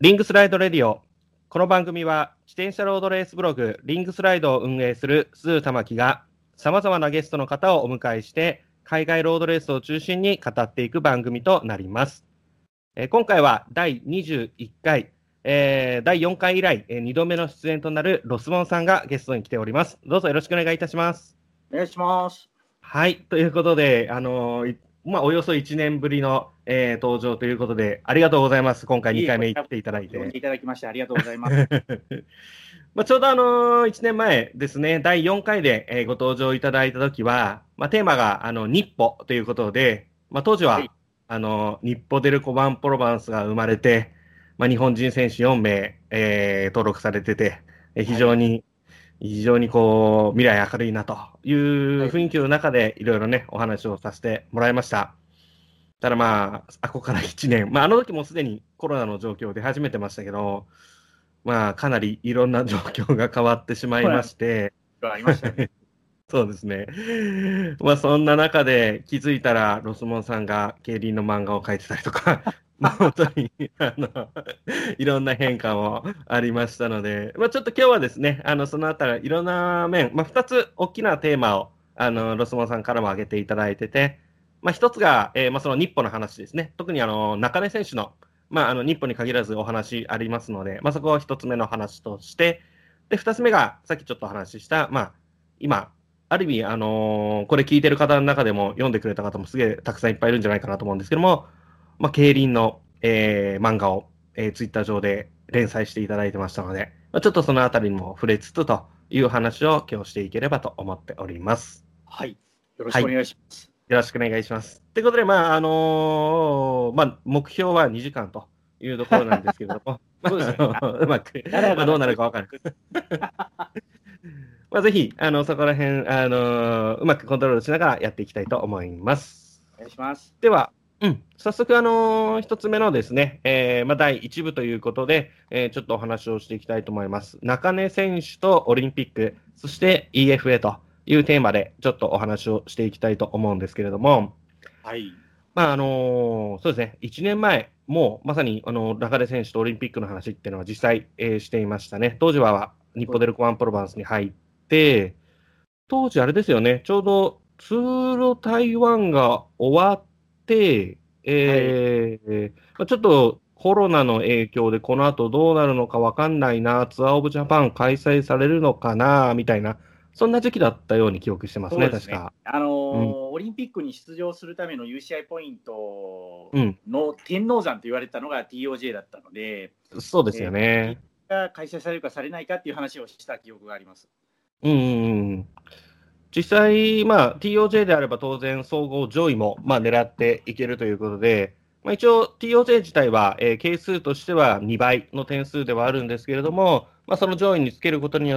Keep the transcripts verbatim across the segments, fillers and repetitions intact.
リングスライドレディオ。この番組は自転車ロードレースブログリングスライドを運営する鈴玉木がさまざまなゲストの方をお迎えして海外ロードレースを中心に語っていく番組となります。えー、今回はだいにじゅういっかい、えー、だいよんかい以来、えー、にどめの出演となるロスモンさんがゲストに来ております。どうぞよろしくお願いいたします。 お願いします。 はい、ということで、あのーまあ、およそいちねんぶりの、えー、登場ということで、ありがとうございます。今回にかいめ来ていただいて。 呼んでいただきましてありがとうございます。 まあちょうど、あのー、いちねんまえですね、だいよんかいで、えー、ご登場いただいたときは、まあ、テーマがあの日歩ということで、まあ、当時は、はい、あのー、日歩デルコバンプロバンスが生まれて、まあ、日本人選手よんめい、えー、登録されてて、えー、非常に、はい非常にこう未来明るいなという雰囲気の中でいろいろねお話をさせてもらいました。ただまああここからいちねん、まあ、あの時もすでにコロナの状況で始めてましたけど、まあかなりいろんな状況が変わってしまいまして、 ありましたね。 そうですね。まあそんな中で気づいたらロスモンさんが競輪の漫画を描いてたりとか。本当にあのいろんな変化もありましたので、まあ、ちょっと今日はですね、あのそのあたりいろんな面、まあ、ふたつ大きなテーマをあのロスモンさんからも挙げていただいてて、まあ、ひとつが、えーまあ、その日歩の話ですね。特にあの中根選手の、まあ、あの日歩に限らずお話ありますので、まあ、そこをひとつめの話として、でふたつめがさっきちょっとお話しした、まあ、今ある意味、あのー、これ聞いてる方の中でも読んでくれた方もすげえたくさんいっぱいいるんじゃないかなと思うんですけども、まあ、競輪の、えー、漫画を、えー、ツイッター上で連載していただいてましたので、まあ、ちょっとそのあたりにも触れつつという話を今日していければと思っております。 はい。よろしくお願いします。 はい、よろしくお願いします。ということで、まあ、あのー、まあ、目標はにじかんというところなんですけれども、そうですね。うまく、まあ、どうなるかわかる。まあ、ぜひ、あの、そこら辺、あのー、うまくコントロールしながらやっていきたいと思います。 お願いします。 では、うん、早速、あのー、一つ目のですね、えーまあ、だいいち部ということで、えー、ちょっとお話をしていきたいと思います。中根選手とオリンピック、そして イーエフエー というテーマで、ちょっとお話をしていきたいと思うんですけれども、 はい。 まあ、あのー、そうですね、いちねんまえ、もうまさに、あの、中根選手とオリンピックの話っていうのは実際、えー、していましたね。当時は、日本デルコワンプロバンスに入って、当時あれですよね、ちょうどツール台湾が終わって、えーはい、ちょっとコロナの影響でこの後どうなるのか分かんないな、ツアーオブジャパン開催されるのかな、みたいな、そんな時期だったように記憶してますね、すね確か。 あのーうん、オリンピックに出場するための ユーシーアイ ポイントうんの天王山と言われたのが ティーオージェー だったので、 そうですよね。 えー、が開催されるかされないかっていう話をした記憶があります。 うん。実際、まあ、ティーオージェー であれば当然総合上位も、まあ、狙っていけるということで、まあ、一応 ティーオージェー 自体は、えー、係数としてはにばいの点数ではあるんですけれども、まあ、その上位につけることによって、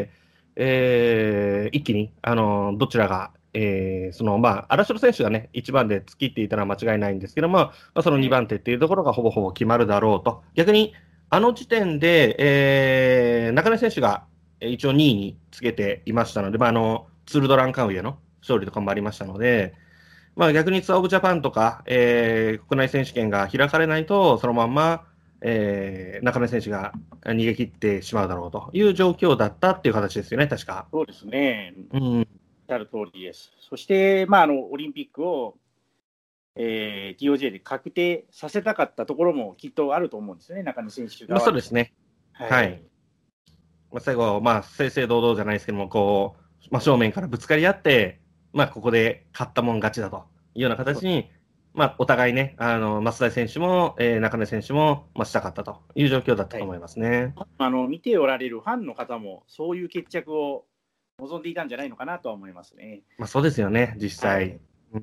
えー、一気に、あのどちらが、えー、その、まあ、荒城選手がね、いちばんで突っ切っていたのは間違いないんですけども、まあ、そのにばん手っていうところがほぼほぼ決まるだろうと。逆に、あの時点で、えー、中根選手が一応にいにつけていましたので、まあ、あの、ツールドランカンウェイの勝利とかもありましたので、まあ、逆にツアーオブジャパンとか、えー、国内選手権が開かれないと、そのまんま、えー、中根選手が逃げ切ってしまうだろうという状況だったっていう形ですよね、確か。 そうですね。 うん。おっしゃる通りです。そして、まあ、あのオリンピックを、えー、ティーオージェー で確定させたかったところもきっとあると思うんですね、中根選手が。 まあ、そうですね。はい。はい、まあ、最後、まあ、正々堂々じゃないですけども、こう、真正面からぶつかり合って、まあ、ここで勝ったもん勝ちだというような形に、まあ、お互いね、あの増田選手も、えー、中根選手も、まあ、したかったという状況だったと思いますね。 はい、あの見ておられるファンの方も、そういう決着を望んでいたんじゃないのかなとは思いますね。 まあ、そうですよね、実際。はい、うん、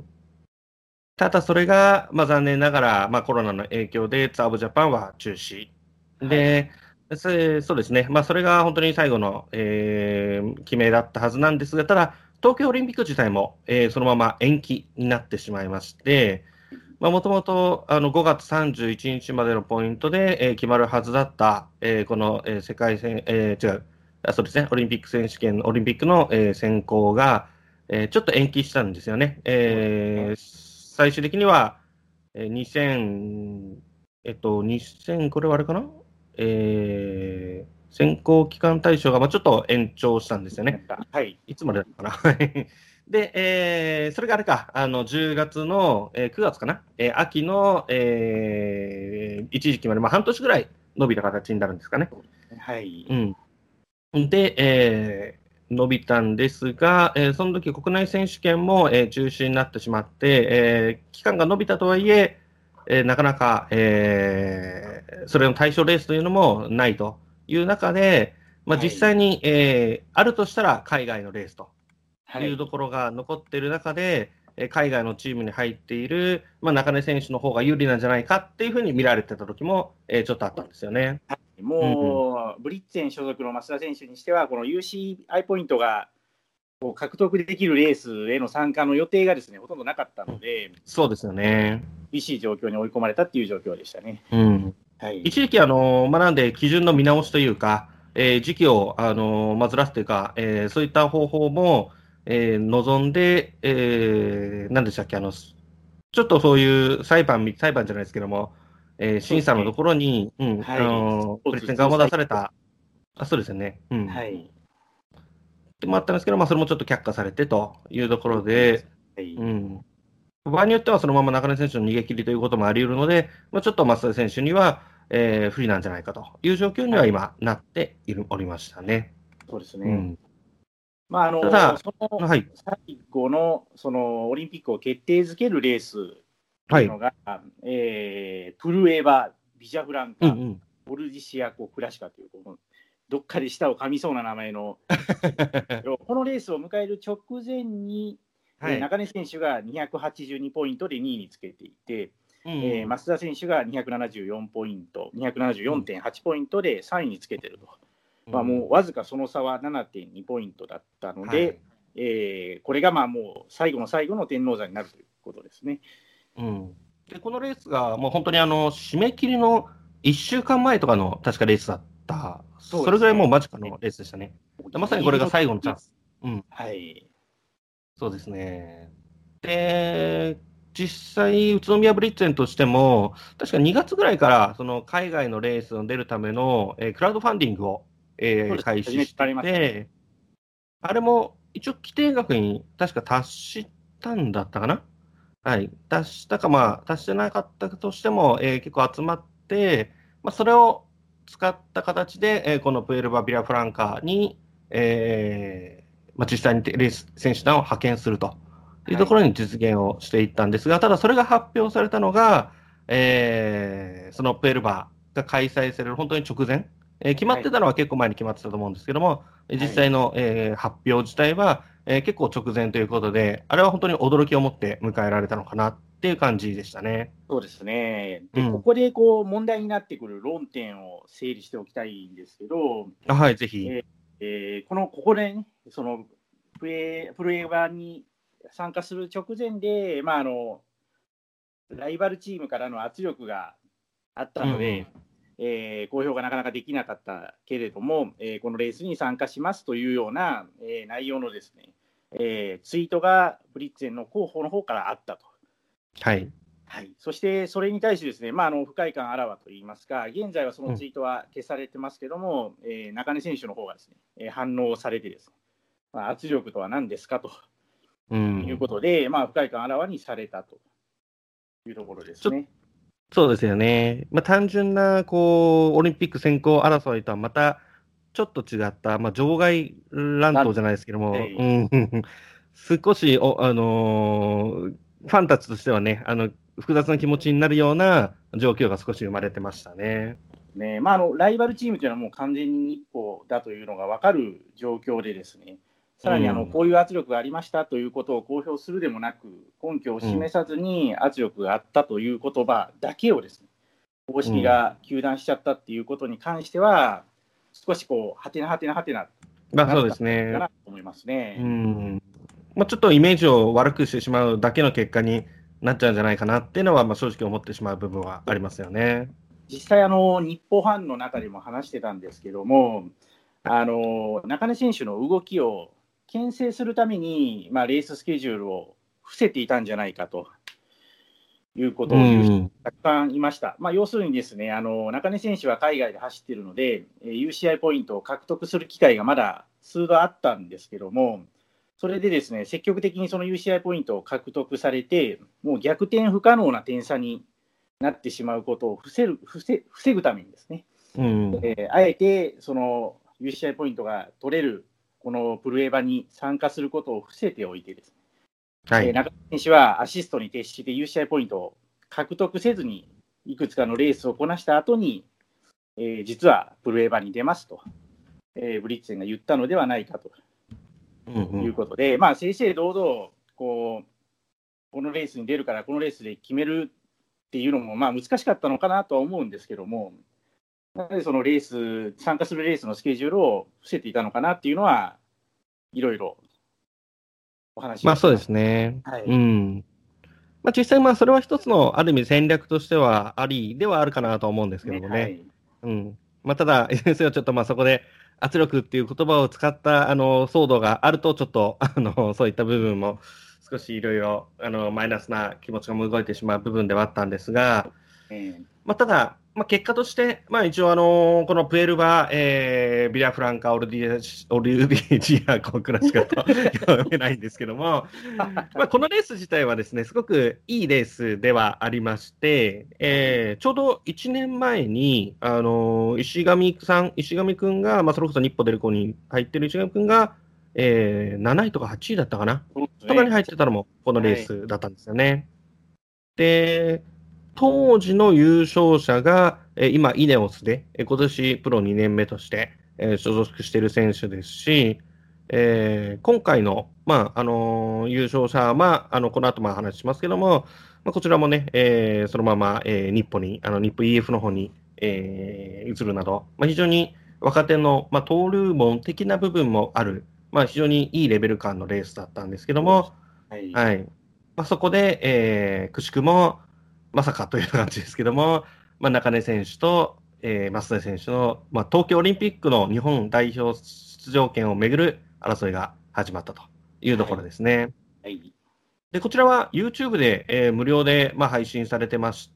ただ、それが、まあ、残念ながら、まあ、コロナの影響で、ツアーオブジャパンは中止。で、はい、そうですね、まあ、それが本当に最後の、えー、決めだったはずなんですが、ただ、東京オリンピック自体も、えー、そのまま延期になってしまいまして、もともとごがつさんじゅういちにちまでのポイントで、えー、決まるはずだった、えー、この、えー、世界戦、えー、違うあ、そうですね、オリンピック選手権、オリンピックの、えー、選考が、えー、ちょっと延期したんですよね。えー、最終的には、にせんえっと、にせん、これはあれかな、えー、選考期間対象が、まあ、ちょっと延長したんですよね。 はい。 いつまでだったかな。で、えー、それがあれか、あのじゅうがつの、えー、くがつかな、えー、秋の、えー、一時期まで、まあ、半年ぐらい伸びた形になるんですかね。 はい。 うん、で、えー、伸びたんですが、えー、その時国内選手権も、えー、中止になってしまって、えー、期間が伸びたとはいえ、えーなかなか、えーそれの対象レースというのもないという中で、まあ、 はい。 実際に、えーあるとしたら海外のレースというとはい。 ころが残っている中で、えー海外のチームに入っている、まあ、中根選手の方が有利なんじゃないかっていうふうに見られてた時も、えーちょっとあったんですよね。うん、 もう、ブリッツェン所属の増田選手にしては、この ユーシーアイ ポイントがこう獲得できるレースへの参加の予定がですね、ほとんどなかったので、 そうですよね。 厳しい状況に追い込まれたっていう状況でしたね。 うん、 はい。 一時期、あのまあ、なんで基準の見直しというか、えー時期を、あのまあ、ずらすというか、えーそういった方法も、えー望んで、えー、何でしたっけ、あの、ちょっとそういう裁判み、裁判じゃないですけども、えー審査のとそうですね。 ころに、うん、あはい。スのポーツプレゼン側も出仲裁。 された、あ、そうですよね、うん、 はい。 でもあったんですけど、まあ、それもちょっと却下されてというところそうです。 で、 はい。 うん、場合によってはそのまま中根選手の逃げ切りということもあり得るので、まあ、ちょっと増田選手には、えー不利なんじゃないかという状況にはい。 は今なっているおりましたね。 そうですね。 うん、 まあ、あの、 ただ、 そのはい、 最後の、そのオリンピックを決定づけるレースってはい、 いうのが、えープルエヴァ、ビジャフランカ、 うんうん。 ボルジシアコ、クラシカという、このどっかで舌を噛みそうな名前の、このレースを迎える直前に、えーはい、 中根選手がにひゃくはちじゅうにポイントでにいにつけていて、 うんえーうん、 増田選手がにひゃくななじゅうよんポイント、にひゃくななじゅうよんてんはちポイントでさんいにつけてると。まあ、もううん、 わずかその差はななてんにポイントだったので、 はい、 えーこれがまあもう最後の最後の天王山になるということですね。 うん。で、このレースがもう本当にあの締め切りのいっしゅうかんまえとかの確かレースだった、それぐらいもうそうですね。 間近のレースでしたね。でまさにこれがギリギリの、 最後のチャンス。うん、 はい、 そうですね。で、実際、宇都宮ブリッツェンとしても、確かにがつぐらいからその海外のレースに出るための、えークラウドファンディングを、えーそうです。始め開始してられましたね。 て、あれも一応規定額に確か達したんだったかな。はい。達したか、まあ、達してなかったとしても、えー結構集まって、まあ、それを使った形で、えーこのプエルバ・ビラフランカに、えーまあ、実際にレース選手団を派遣するというはい、 ところに実現をしていったんですが、ただそれが発表されたのが、えーそのプエルバが開催される本当に直前、えー決まはい、 ってたのは結構前に決まってたと思うんですけども、実はい。 際の、えー発表自体は、えー結構直前ということで、あれは本当に驚きを持って迎えられたのかなっていう感じでしたね。 そうですね。で、こうん。 こでこう問題になってくる論点を整理しておきたいんですけど、 あ、はい、ぜひ。 えーえーこのここでね、そのプレープレーバーに参加する直前で、まあ、あのライバルチームからの圧力があったうんうので、 ん。 えー公表がなかなかできなかったけれども、えーこのレースに参加しますというような、えー内容のですね、えーツイートがブリッツェンの広報の方からあったと。 はい。 はい、そしてそれに対してですね、まあ、あの不快感あらわといいますか、現在はそのうん。 ツイートは消されてますけども、えー中根選手の方がですね、えー反応されてですね、まあ、圧力とは何ですかとういうこん。 とで、まあ、不快感あらわにされたというところですちょ、 ね。 そうですよね。まあ、単純な、こう、オリンピック選考争いとはまた、ちょっと違った、まあ、場外乱なん闘じゃないですけども、うはい、 ん、少し、お、あのーファンたちとしてはね、あの、複雑な気持ちになるような状況が少し生まれてましたね。 ねまあ、あのライバルチームというのはもう完全に日光だというのが分かる状況でですね、さらにあのうん。 こういう圧力がありましたということを公表するでもなく、根拠をうん。 示さずに圧力があったという言葉だけをですね、公式うん。 が糾弾しちゃったっていうことに関しては、少しこう、はてなはてなはてなまあ、そうでなったすね。 かなと思いますうね。 ん。まあ、ちょっとイメージを悪くしてしまうだけの結果になっちゃうんじゃないかなっていうのは、まあ、正直思ってしまう部分はありますよね。 実際あの、日本ファンの中でも話してたんですけども、あの中根選手の動きを牽制するために、まあ、レーススケジュールを伏せていたんじゃないかということを言う人がたくさんいました。まあ、要するにですね、あの中根選手は海外で走っているので、ユーシーアイ ポイントを獲得する機会がまだ数度あったんですけども、それでですね、積極的にその ユーシーアイ ポイントを獲得されて、もう逆転不可能な点差になってしまうことを防ぐ、防防ぐためにですね、 うんえーあえてその ユーシーアイ ポイントが取れるこのプルエバに参加することを伏せておいてですね、 はいえー中根選手はアシストに徹して ユーシーアイ ポイントを獲得せずにいくつかのレースをこなした後に、えー実はプルエバに出ますと、えーブリッツェンが言ったのではないかとうんいうことで、まあ、正々堂々こうこのレースに出るからこのレースで決めるっていうのもまあ難しかったのかなとは思うんですけども、なのでそのレース参加するレースのスケジュールを伏せていたのかなっていうのはいろいろお話まあそうでを聞きましすね。 た。はいうんまあ、実際、まあそれは一つのある意味戦略としてはありではあるかなと思うんですけどもね。 はいうんまあ、ただ、いずれにせよちょっとまあそこで圧力っていう言葉を使ったあの騒動があると、ちょっとあのそういった部分も少しいろいろあのマイナスな気持ちが動いてしまう部分ではあったんですが、 えーまあ、ただ、まあ、結果として、まあ、一応、あのこのプエルバ、えー、ビラフランカ、オルディエオルディジア、こうクラシカと読めないんですけども、まあ、このレース自体はですね、すごくいいレースではありまして、えー、ちょうどいちねんまえに、あの石上さん、石上くんが、まあ、それこそ日本出る子に入ってる石上くんが、えー、なないとかはちいだったかな、 そうですねとかに入ってたのも、このレースだったんですよね。で、当時の優勝者が、えー今、イネオスで、えー今年プロにねんめとして、えー所属している選手ですし、えー今回の、まああのー優勝者は、まあ、あのこの後まあ話しますけども、まあ、こちらもね、えーそのまま、えー日本に、あの日本 イーエフ の方に、えー移るなど、まあ、非常に若手の、まあ、登竜門的な部分もある、まあ、非常にいいレベル感のレースだったんですけども、 はいはいまあ、そこで、えーくしくも、まさかという感じですけども、まあ、中根選手と、えー、増田選手の、まあ、東京オリンピックの日本代表出場権をめぐる争いが始まったというところですね。 はいでこちらは YouTube で、えー無料で、まあ、配信されてまして、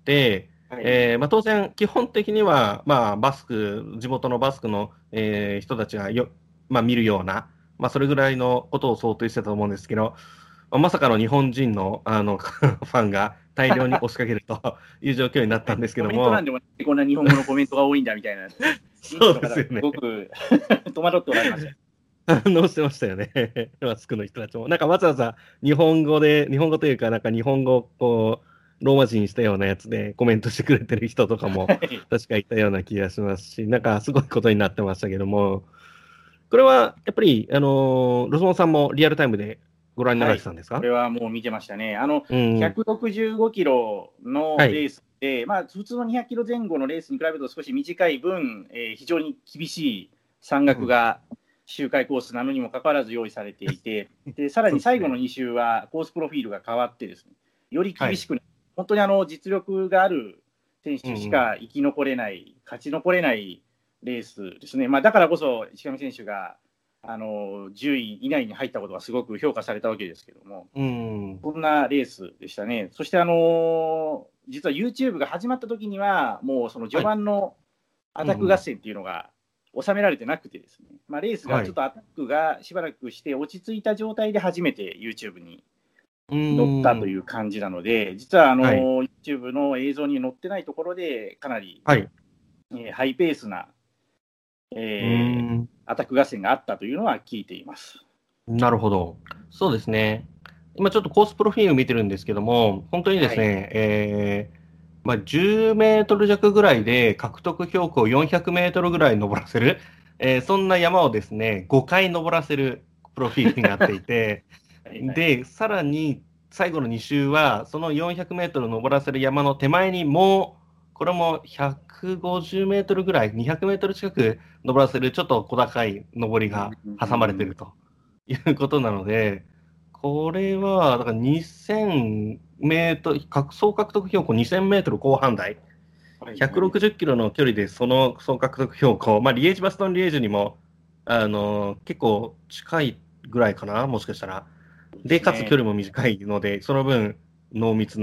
はいえーまあ、当然、基本的には、まあ、バスク、地元のバスクの、えー人たちがよ、まあ、見るような、まあ、それぐらいのことを想定してたと思うんですけど、まさかの日本人のあのファンが大量に押しかけるという状況になったんですけども、 コメント欄でもこんな日本語のコメントが多いんだみたいな、 そうですよねすごく戸惑っておられました。 反応してましたよね、マスクの人たちも。なんかわざわざ日本語で、日本語というか、なんか日本語をこうローマ字にしたようなやつでコメントしてくれてる人とかもはい確かいたような気がしますし、なんかすごいことになってましたけども、これはやっぱり、あのーロスモンさんもリアルタイムでご覧になられてたんですか？ これはもう見てましたね。あの、 うんひゃくろくじゅうごキロのはいレースで、まあ、普通のにひゃくキロ前後のレースに比べると少し短い分、えー非常に厳しい山岳が周回コースなのにもかかわらず用意されていて、でさらに最後のに周はコースプロフィールが変わってですね、より厳しく、本当にあの実力がある選手しか生き残れない、勝ち残れないレースですね。まあ、だからこそ石上選手があのじゅうい以内に入ったことがすごく評価されたわけですけども、 うんそんなレースでしたね。そして、あの実は YouTube が始まった時には、もうその序盤のアタック合戦っていうのが収められてなくてですね、まあ、レースがちょっとアタックがしばらくして落ち着いた状態で初めて YouTube に載ったという感じなので、実はあの、 はい YouTube の映像に載ってないところで、かなり、 はいえーハイペースな、えうーんアタック合戦があったというのは聞いています。 なるほど。そうですね。今ちょっとコースプロフィール見てるんですけども、本当にですね、 はえーまあ、じゅうメートル弱ぐらいで獲得標高よんひゃくメートルぐらい登らせる、えーそんな山をですね、ごかい登らせるプロフィールになっていて、 はいはいで、さらに最後のに周は、そのよんひゃくメートル登らせる山の手前にもう、これもひゃくごじゅうメートルぐらい、にひゃくメートル近く登らせるちょっと小高い登りが挟まれているということなので、これはだからにせんメートル、総獲得標高にせんメートル後半台、ひゃくろくじゅっキロの距離でその総獲得標高、まあ、リエージ・バストン・リエージュにもあの結構近いぐらいかな、もしかしたら。で、かつ距離も短いので、その分、濃密な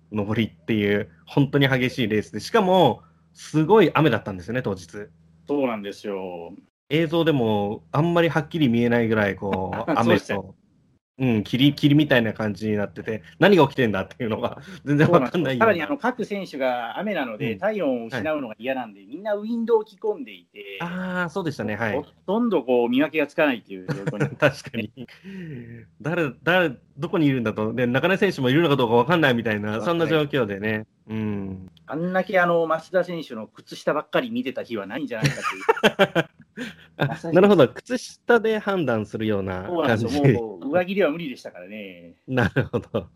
上りっていう、本当に激しいレースで、しかも、すごい雨だったんですよね、当日。 そうなんですよ。 映像でもあんまりはっきり見えないぐらい、こう、 そうですね。 雨と、うん、霧、霧みたいな感じになってて、何が起きてんだっていうのが全然わかんないような。 さらにあの各選手が雨なので、 うん、 体温を失はい。 うのが嫌なんで、みんなウィンドウを着込んでいて、 ああ、そうでしたね、はほい。 とんどこう見分けがつかないっていう状況になって確かに。誰、誰、どこにいるんだと、で、中根選手もいるのかどうかわかんないみたいな、そんな状況でね。うん。 あんだけあの増田選手の靴下ばっかり見てた日はないんじゃないかという。 あ、 まさしくなるほど。靴下で判断するようなそうなんですよ。 感じ。 もう上着では無理でしたからね。 なるほど。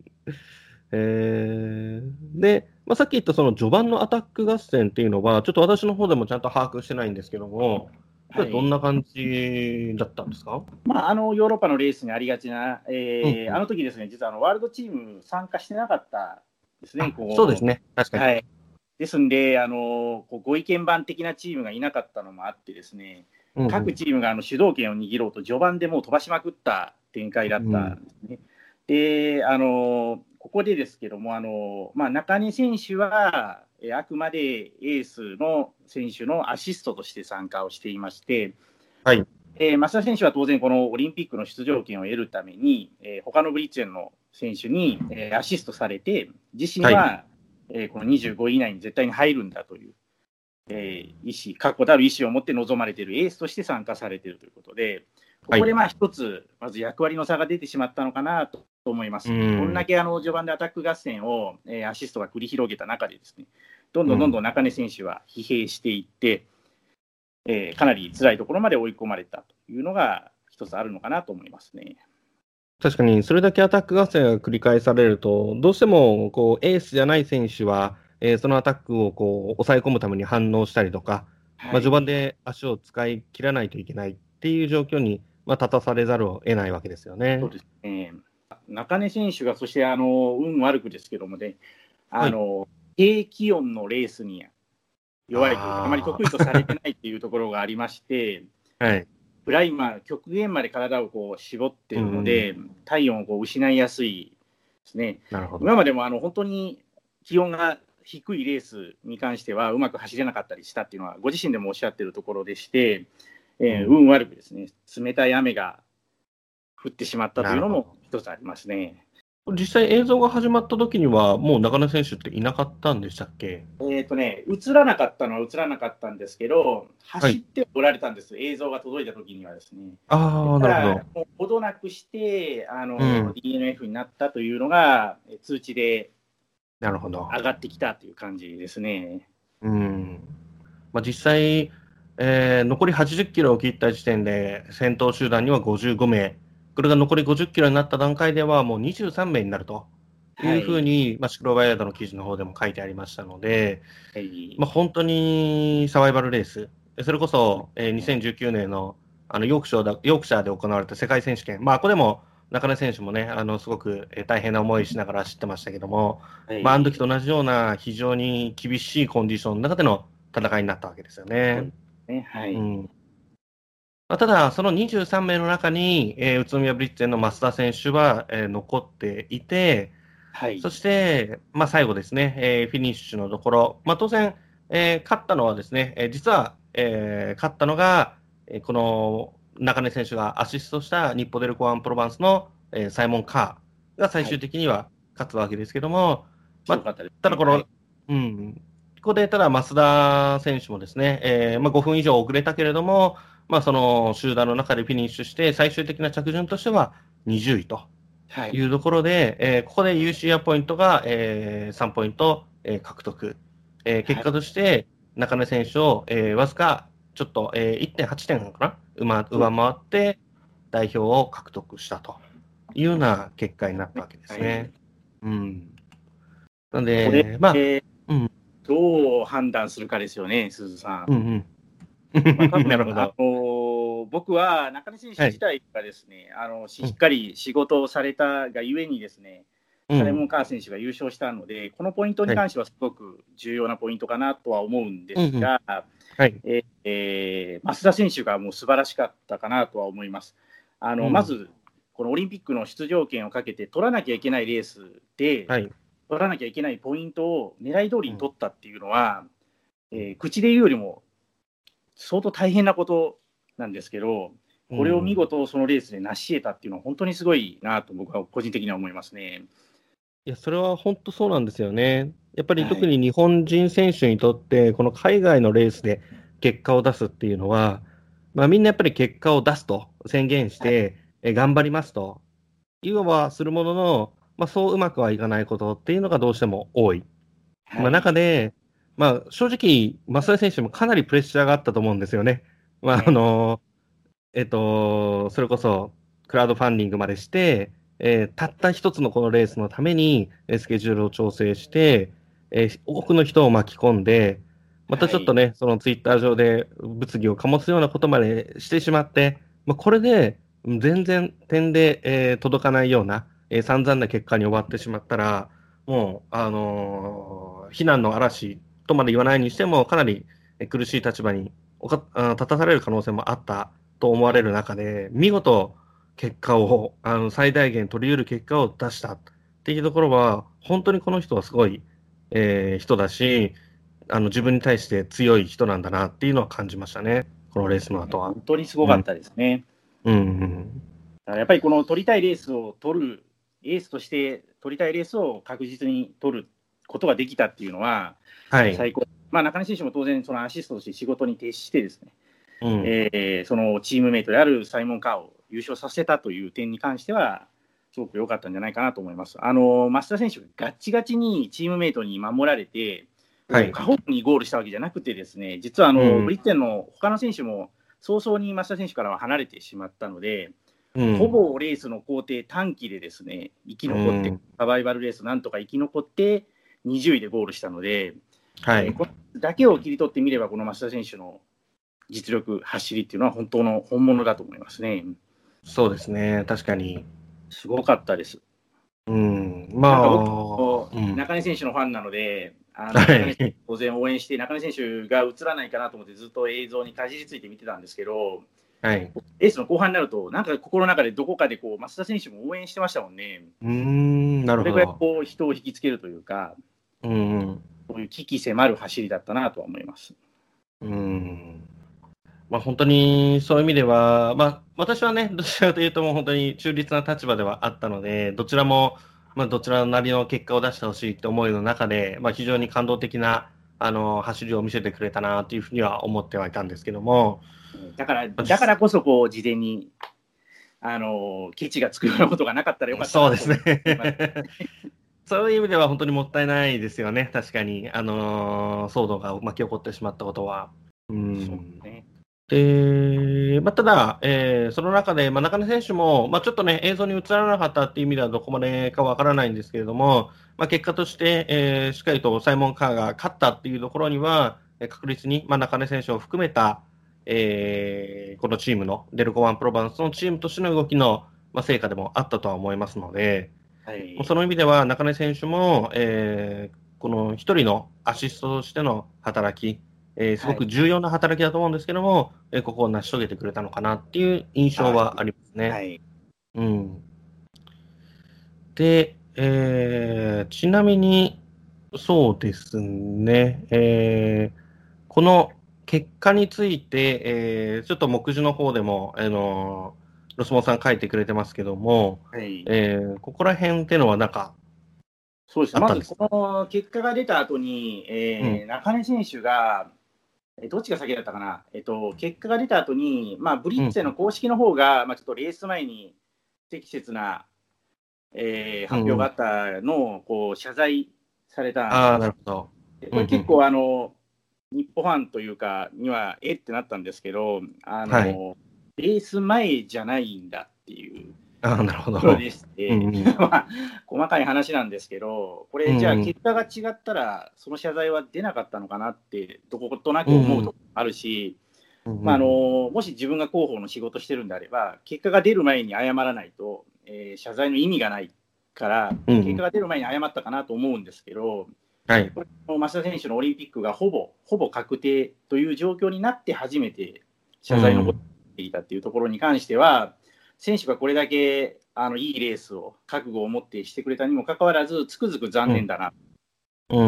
えー、で、まあ、さっき言ったその序盤のアタック合戦っていうのは、ちょっと私の方でもちゃんと把握してないんですけども、これどんはい。 な感じだったんですか？ まあ、あのヨーロッパのレースにありがちな、 うんうん。 えーあの時ですね、実はあのワールドチーム参加してなかったですね、 あ、そうですこね。確かう、 に。 はい。ですんで、あのこうご意見番的なチームがいなかったのもあってですね、 うんうん。 各チームがあの主導権を握ろうと、序盤でもう飛ばしまくった展開だったうんんですね。で、あのここでですけども、あのまあ、中根選手は、えあくまでエースの選手のアシストとして参加をしていまして、 はい。 えー、増田選手は当然、このオリンピックの出場権を得るために、えー、他のブリッツェンの選手に、えー、アシストされて、自身はい。 は、えー、このにじゅうごい以内に絶対に入るんだという、えー、意思、確固たる意思を持って臨まれているエースとして参加されているということで、こはい。 こでまあ一つ、まず役割の差が出てしまったのかなと思いまうす。こんだん。 けあの序盤でアタック合戦を、えー、アシストが繰り広げた中でですね、どんうん。 どんどんどん中根選手は疲弊していって、えー、かなり辛いところまで追い込まれたというのが一つあるのかなと思いますね。 確かに、それだけアタック合戦が繰り返されると、どうしてもこうエースじゃない選手は、えーそのアタックをこう抑え込むために反応したりとか、まあ、序はい、 盤で足を使い切らないといけないっていう状況に、まあ、立たされざるを得ないわけですよね。 そうですね。中根選手が、そしてあの運悪くですけどもね、 はい。 あの低気温のレースに弱いというか、あまりあ得意とされてないっていうところがありまして、 あ、はい。 プライマー、極限まで体をこう絞っていうんうん。 るので、体温をこう失いやすいですね。 なるほど。 今までもあの本当に気温が低いレースに関してはうまく走れなかったりしたっていうのは、ご自身でもおっしゃってるところでして、えーうん。 運悪くですね、冷たい雨が降ってしまったというのもなるほど。 一つありますね。 実際映像が始まった時には、もう中根選手っていなかったんでしたっけ？ えっ、とね、映らなかったのは映らなかったんですけど、 はい。 走っておられたんです、映像が届いた時にはですね。でああ、 ただ、 なるほど。 もうほどなくしてあのうん。 ディーエヌエフ になったというのが、通知でなるほど。 上がってきたという感じですね。 うん。まあ、実際、えー残りはちじゅっキロを切った時点で、先頭集団にはごじゅうご名、これが残りごじゅっキロになった段階では、もうにじゅうさん名になるというふうはい。 に、まあ、シクロバイヤードの記事の方でも書いてありましたので、 はい。 まあ、本当にサバイバルレース、それこそうそ、えーですね。 にせんじゅうきゅうねんのあのヨークシャーだヨークシャーで行われた世界選手権、まあ、ここでも中根選手もね、あのすごくえー大変な思いしながら走ってましたけども、まあ、あの時はい。 と同じような非常に厳しいコンディションの中での戦いになったわけですよね。 そうですね。はい。 うん。まあ、ただ、そのにじゅうさん名の中に、えー宇都宮ブリッツェンの増田選手は、えー残っていて、そはい。 して、まあ、最後ですね、えーフィニッシュのところ、まあ、当然、えー勝ったのはですね、えー実は、えー勝ったのが、えーこの中根選手がアシストした日ポデルコ・アン・プロバンスの、えーサイモン・カーが最はい。 終的には勝つわけですけども、まあ、 強かったですね。 ただこの、 はい。 うん、ここでただ増田選手もですね、えーまあ、ごふん以上遅れたけれども、まあ、その集団の中でフィニッシュして、最終的な着順としてはにじゅういと。 はい。 いうところで、えーここで ユーシー アポイントが、えーさんポイント、えー獲得、えー結はい。 果として中根選手を、えーわずかちょっと、えーいってんはちてんかな、上そう上回って代表を獲得したというような結果になったわけではい。 すね。うん、なのここで、 で、まあ、 えーうん、 どう判断するかですよね、鈴さん。 うん、 まあ、多うん。なる分あほど。 のー僕は中根選手はい。 自体がですね、あのしうん、 っかり仕事をされたがゆえにですね、サレモうん、 ン・カー選手が優勝したので、このポイントにはい。 関してはすごく重要なポイントかなとは思うんでうん、うん、 すが、 はい。 えーえー増田選手がもう素晴らしかったかなとは思います。あうん、 のまず、このオリンピックの出場権をかけて取らなきゃいけないレースで、 はい。 取らなきゃいけないポイントを狙い通りに取ったっていうのは、うん、えー、口で言うよりも相当大変なことなんですけど、これを見事そのレースで成し得たっていうのは本当にすごいなと僕は個人的には思いますね。 いや、それは本当そうなんですよね。やっぱり特に日本人選手にとって、この海外のレースで結果を出すっていうのは、まあ、みんなやっぱり結果を出すと宣言して、え頑張りますというのはするものの、まあ、そううまくはいかないことっていうのがどうしても多い。 はい、 まあ、中で、まあ、正直、増田選手もかなりプレッシャーがあったと思うんですよね。まあ、あの、えっと、それこそ、クラウドファンディングまでして、えーたった一つのこのレースのために、えースケジュールを調整して、えー多くの人を巻き込んで、またちょっとね、そのツイッター上で物議を醸すようなことまでしてしまって、まあ、これでうん全然点で、えー届かないような、えー散々な結果に終わってしまったら、もう、あのー非難の嵐とまで言わないにしても、かなりえー苦しい立場におかあー立たされる可能性もあったと思われる中で、見事、結果を、あの最大限取り得る結果を出したっていうところは、本当にこの人はすごい、えー人だし、あの自分に対して強い人なんだなっていうのは感じましたね、このレースの後は。 本当にすごかったですね。 うんうん、 やっぱりこの取りたいレースを取る、エースとして取りたいレースを確実に取ることができたっていうのは、 はい、 最高。まあ、中西選手も当然、そのアシストとして仕事に徹してですね、 うん、 えーそのチームメイトであるサイモン・カーを優勝させたという点に関しては、すごく良かったんじゃないかなと思います。あの増田選手がガッチガチにチームメイトに守られて、 はい、 過保護にゴールしたわけじゃなくてですね、実はあの、 うんブリッテンの他の選手も早々に増田選手からは離れてしまったので、 うん、 ほぼレースの工程短期でですね、生き残って、 うんサバイバルレースなんとか生き残ってにじゅういでゴールしたので、 はいえーこれだけを切り取ってみれば、この増田選手の実力、走りっていうのは本当の本物だと思いますね。 そうですね、確かに。 すごかったです。 うん、まなんかあ、 僕、 うん、 中根選手のファンなので、あのは中根選手い、 当然応援して、中根選手が映らないかなと思って、ずっと映像にかじりついて見てたんですけど、 はい、 レースの後半になると、なんか心の中でどこかでこう増田選手も応援してましたもんね。 うーん、なるほそれぐらいど。 こう人を引きつけるというか、 うん、 そういう危機迫る走りだったなとは思います。 うん。まあ、本当にそういう意味では、まあ、私はね、どちらかというと、もう本当に中立な立場ではあったので、どちらも、まあ、どちらなりの結果を出してほしいと思いの中で、まあ、非常に感動的なあの走りを見せてくれたなというふうには思ってはいたんですけども、 だから、だからこそこう事前にあのケチがつくようなことがなかったらよかったなとそうですね。そういう意味では本当にもったいないですよね、確かに、あのー騒動が巻き起こってしまったことは。うそんうね。 で、まあ、ただ、えーその中で、まあ、中根選手も、まあ、ちょっとね、映像に映らなかったっていう意味ではどこまでかわからないんですけれども、まあ、結果として、えーしっかりとサイモン・カーが勝ったっていうところには、えー確実に、まあ、中根選手を含めた、えーこのチームの、デルコワン・プロバンスのチームとしての動きの、まあ、成果でもあったとは思いますので、 はい、 その意味では中根選手も、えーこの一人のアシストとしての働き、えーすごく重要な働きだと思うんですけども、えーここを成し遂げてくれたのかなっていう印象はありますね。 はいうん、で、えーちなみに、そうですね、えーこの結果について、えーちょっと目次の方でも、あのーロスモさん書いてくれてますけども、 はいえーここら辺っていうのはなんかそうです。 あったんですか？ まずこの結果が出た後に、えーうん中根選手が、えどっちが先だったかな、えっと、結果が出た後に、まあ、ブリッツェの公式の方が、まあ、ちょっとレース前に不適切な、えー発表があったのをこう謝罪されたああ、 んです。 なるほど。 これ結構、あの日本ファンというかにはえってなったんですけど、あはい。 のレース前じゃないんだっていうああ、なるほど。 ところでしうて、 んうんまあ、細かい話なんですけど、これじゃあ結果が違ったらその謝罪は出なかったのかなってどことなく思うところもあるし、 うんまあ、あのもし自分が広報の仕事してるんであれば、結果が出る前に謝らないと、えー謝罪の意味がないから、 うん結果が出る前に謝ったかなと思うんですけど、 はい。 これ増田選手のオリンピックがほぼほぼ確定という状況になって初めて謝罪のことを言っていたっていうところに関しては、選手がこれだけあのいいレースを覚悟を持ってしてくれたにもかかわらず、つくづく残念だな。 うん。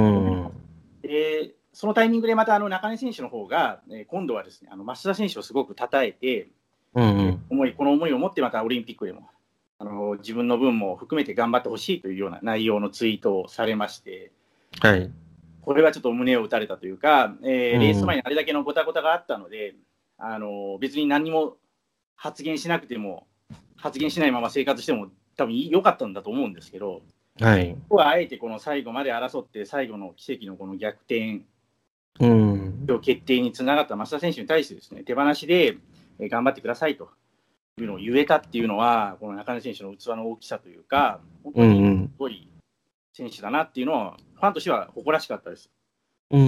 でそのタイミングでまたあの中根選手の方が、えー今度はですね、あの増田選手をすごく称えて、 うん。 思いこの思いを持ってまたオリンピックでもあの自分の分も含めて頑張ってほしいというような内容のツイートをされまして、 はい。 これはちょっと胸を打たれたというか、えーうんレース前にあれだけのごたごたがあったので、あの別に何も発言しなくても、発言しないまま生活しても多分良かったんだと思うんですけど、 はい。 ここはあえてこの最後まで争って最後の奇跡のこの逆転うん。 決定につながった増田選手に対してですね、手放しでえー頑張ってくださいというのを言えたっていうのは、この中根選手の器の大きさというか、本当にすごい選手だなっていうのは、ファンとしては誇らしかったです。 うん。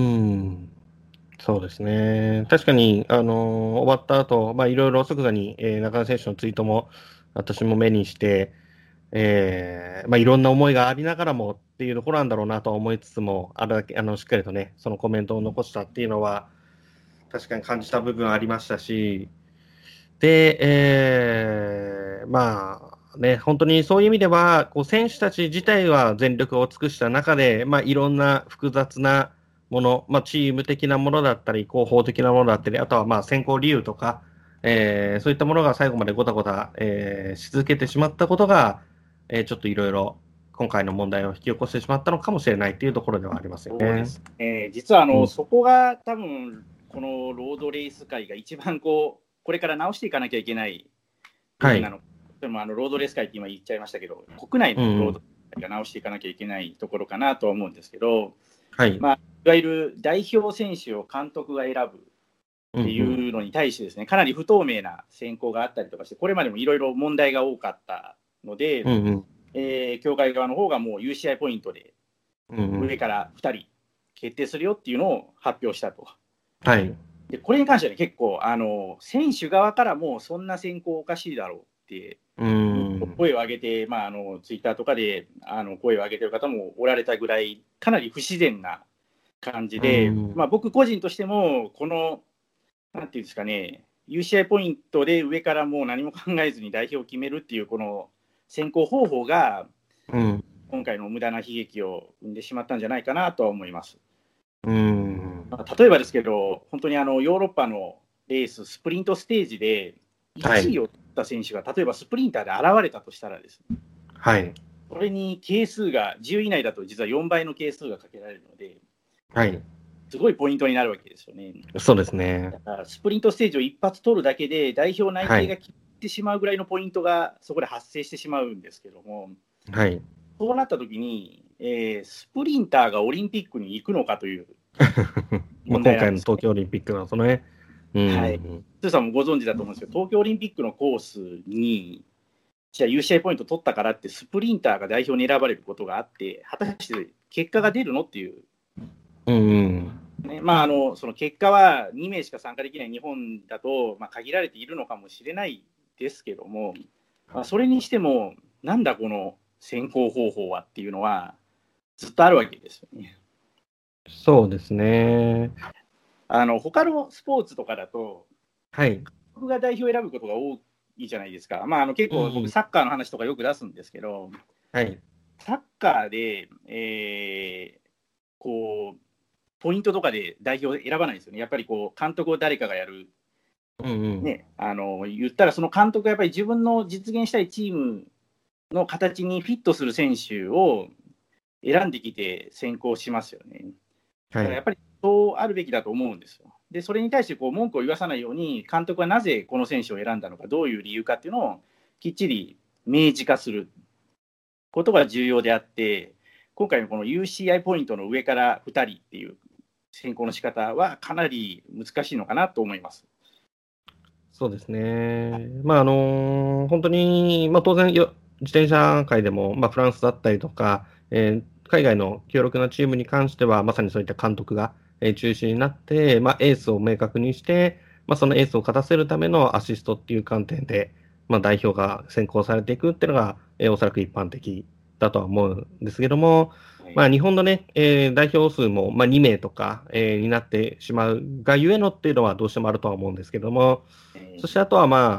そうですね。確かに、あのー終わった後、まあ、いろいろ即座に、えー中根選手のツイートも私も目にして、えーまあ、いろんな思いがありながらもっていうところなんだろうなとは思いつつも、あれだけ、あの、しっかりとね、そのコメントを残したっていうのは、確かに感じた部分ありましたし、で、えーまあね、本当にそういう意味では、こう選手たち自体は全力を尽くした中で、まあ、いろんな複雑なもの、まあ、チーム的なものだったり、広報的なものだったり、あとはまあ選考理由とか、えーそういったものが最後までごたごた、えーし続けてしまったことが、えーちょっといろいろ今回の問題を引き起こしてしまったのかもしれないというところではありますよね。 そうです、えー実はあの、 うんそこが多分、このロードレース界が一番こう、これから直していかなきゃいけない部はい。 分なの。でもあのロードレース界って今言っちゃいましたけど、国内のロードレース界が直していかなきゃいけないところかなとは思うんですけど、 はい。 まあ、いわゆる代表選手を監督が選ぶっていうのに対してですね、かなり不透明な選考があったりとかして、これまでもいろいろ問題が多かったので、 うんうんえー協会側の方がもう ユーシーアイ ポイントでうんうん上からふたり決定するよっていうのを発表したと。 はい。 でこれに関しては、ね、結構あの、選手側からもそんな選考おかしいだろうってうん声を上げて、まあ、あのツイッターとかであの声を上げてる方もおられたぐらい、かなり不自然な感じで、 うんまあ、僕個人としても、このなんていうんですかね、ユーシーアイ ポイントで上からもう何も考えずに代表を決めるっていう、この選考方法が、 うん今回の無駄な悲劇を生んでしまったんじゃないかなとは思います。 うんまあ、例えばですけど、本当にあのヨーロッパのレース、スプリントステージでいちいを取った選手が、例えばスプリンターで現れたとしたらですね、 はい。 これに係数がじゅうい以内だと実はよんばいの係数がかけられるので、 はい。 すごいポイントになるわけですよね。 そうですね。 だからスプリントステージを一発取るだけで代表内定が切ってしまうぐらいのポイントがそこで発生してしまうんですけども、 はい。 そうなった時に、えースプリンターがオリンピックに行くのかというまあ今問題なんです。 回の東京オリンピックのそのね、うんはいスーさんもご存知だと思うんですけど、東京オリンピックのコースに、じゃあ ユーシーアイ ポイント取ったからってスプリンターが代表に選ばれることがあって、果たして結果が出るのっていう、 うんうんね、まああのその結果はに名しか参加できない日本だと、まあ、限られているのかもしれないですけども、まあ、それにしても、なんだこの選考方法はっていうのはずっとあるわけですよね。 そうですね。 あの他のスポーツとかだと、 はい。 僕が代表を選ぶことが多いじゃないですか。まあ、あの結構うんうん僕サッカーの話とかよく出すんですけど、 はい。 サッカーで、えーこうポイントとかで代表選ばないんですよね。やっぱりこう監督を誰かがやる、 うんうんね、あの言ったらその監督がやっぱり自分の実現したいチームの形にフィットする選手を選んできて選考しますよね。だはい。 からやっぱりそうあるべきだと思うんですよ。で、それに対してこう文句を言わさないように、監督はなぜこの選手を選んだのか、どういう理由かっていうのをきっちり明示化することが重要であって、今回のこの ユーシーアイ ポイントの上からふたりっていう選考の仕方はかなり難しいのかなと思います。 そうですね。まあ、あのー本当に、まあ、当然よ、自転車界でも、まあ、フランスだったりとか、えー海外の強力なチームに関しては、まさにそういった監督が、えー中心になって、まあ、エースを明確にして、まあ、そのエースを勝たせるためのアシストっていう観点で、まあ、代表が選考されていくっていうのが、えーおそらく一般的だとは思うんですけども、まあ、日本のね、えー代表数も、まあ、に名とか、えーになってしまうがゆえのっていうのはどうしてもあるとは思うんですけども、そしてあとはまあ、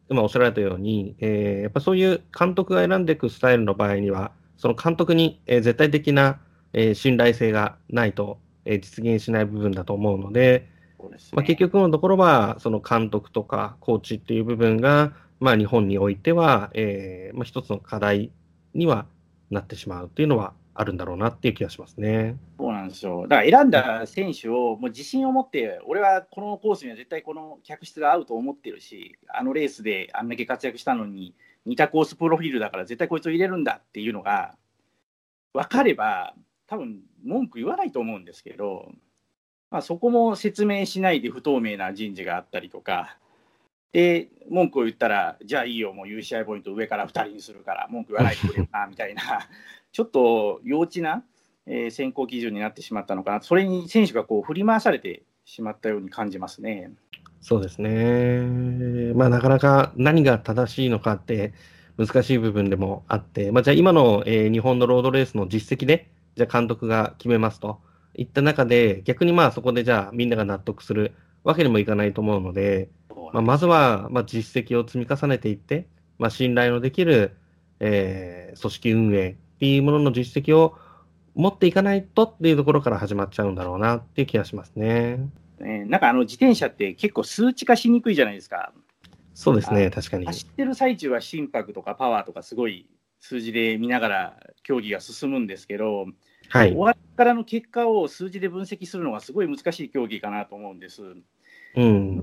今おっしゃられたように、えーやっぱそういう監督が選んでいくスタイルの場合には、その監督に、えー絶対的な、えー信頼性がないと、えー実現しない部分だと思うので、 そうですまあ、結ね。 局のところは、その監督とかコーチっていう部分が、まあ、日本においては、えーまあ、一つの課題にはなってしまうっていうのはあるんだろうなっていう気がしますね。 そうなんですよ。だから選んだ選手をもう自信を持って、俺はこのコースには絶対この客室が合うと思ってるし、あのレースであんだけ活躍したのに、似たコースプロフィールだから絶対こいつを入れるんだっていうのが分かれば、多分文句言わないと思うんですけど、まあ、そこも説明しないで不透明な人事があったりとか、で、文句を言ったら、じゃあいいよ、もう ユーシーアイ ポイント上からふたりにするから、文句言わないでくれよな、みたいな、ちょっと幼稚な、えー選考基準になってしまったのかな、それに選手がこう振り回されてしまったように感じますね。 そうですね。まあ、なかなか何が正しいのかって難しい部分でもあって、まあ、じゃあ今の、えー日本のロードレースの実績で、じゃあ監督が決めますといった中で、逆にまあそこでじゃあみんなが納得するわけにもいかないと思うので、まあ、まずはまあ実績を積み重ねていって、まあ、信頼のできる、えー組織運営っていうものの実績を持っていかないとっていうところから始まっちゃうんだろうなっていう気がしますね。 ね、なんかあの自転車って結構数値化しにくいじゃないですか。 そうですね、確かに。 走ってる最中は心拍とかパワーとかすごい数字で見ながら競技が進むんですけど、 はい。 終わりからの結果を数字で分析するのがすごい難しい競技かなと思うんです。 うん。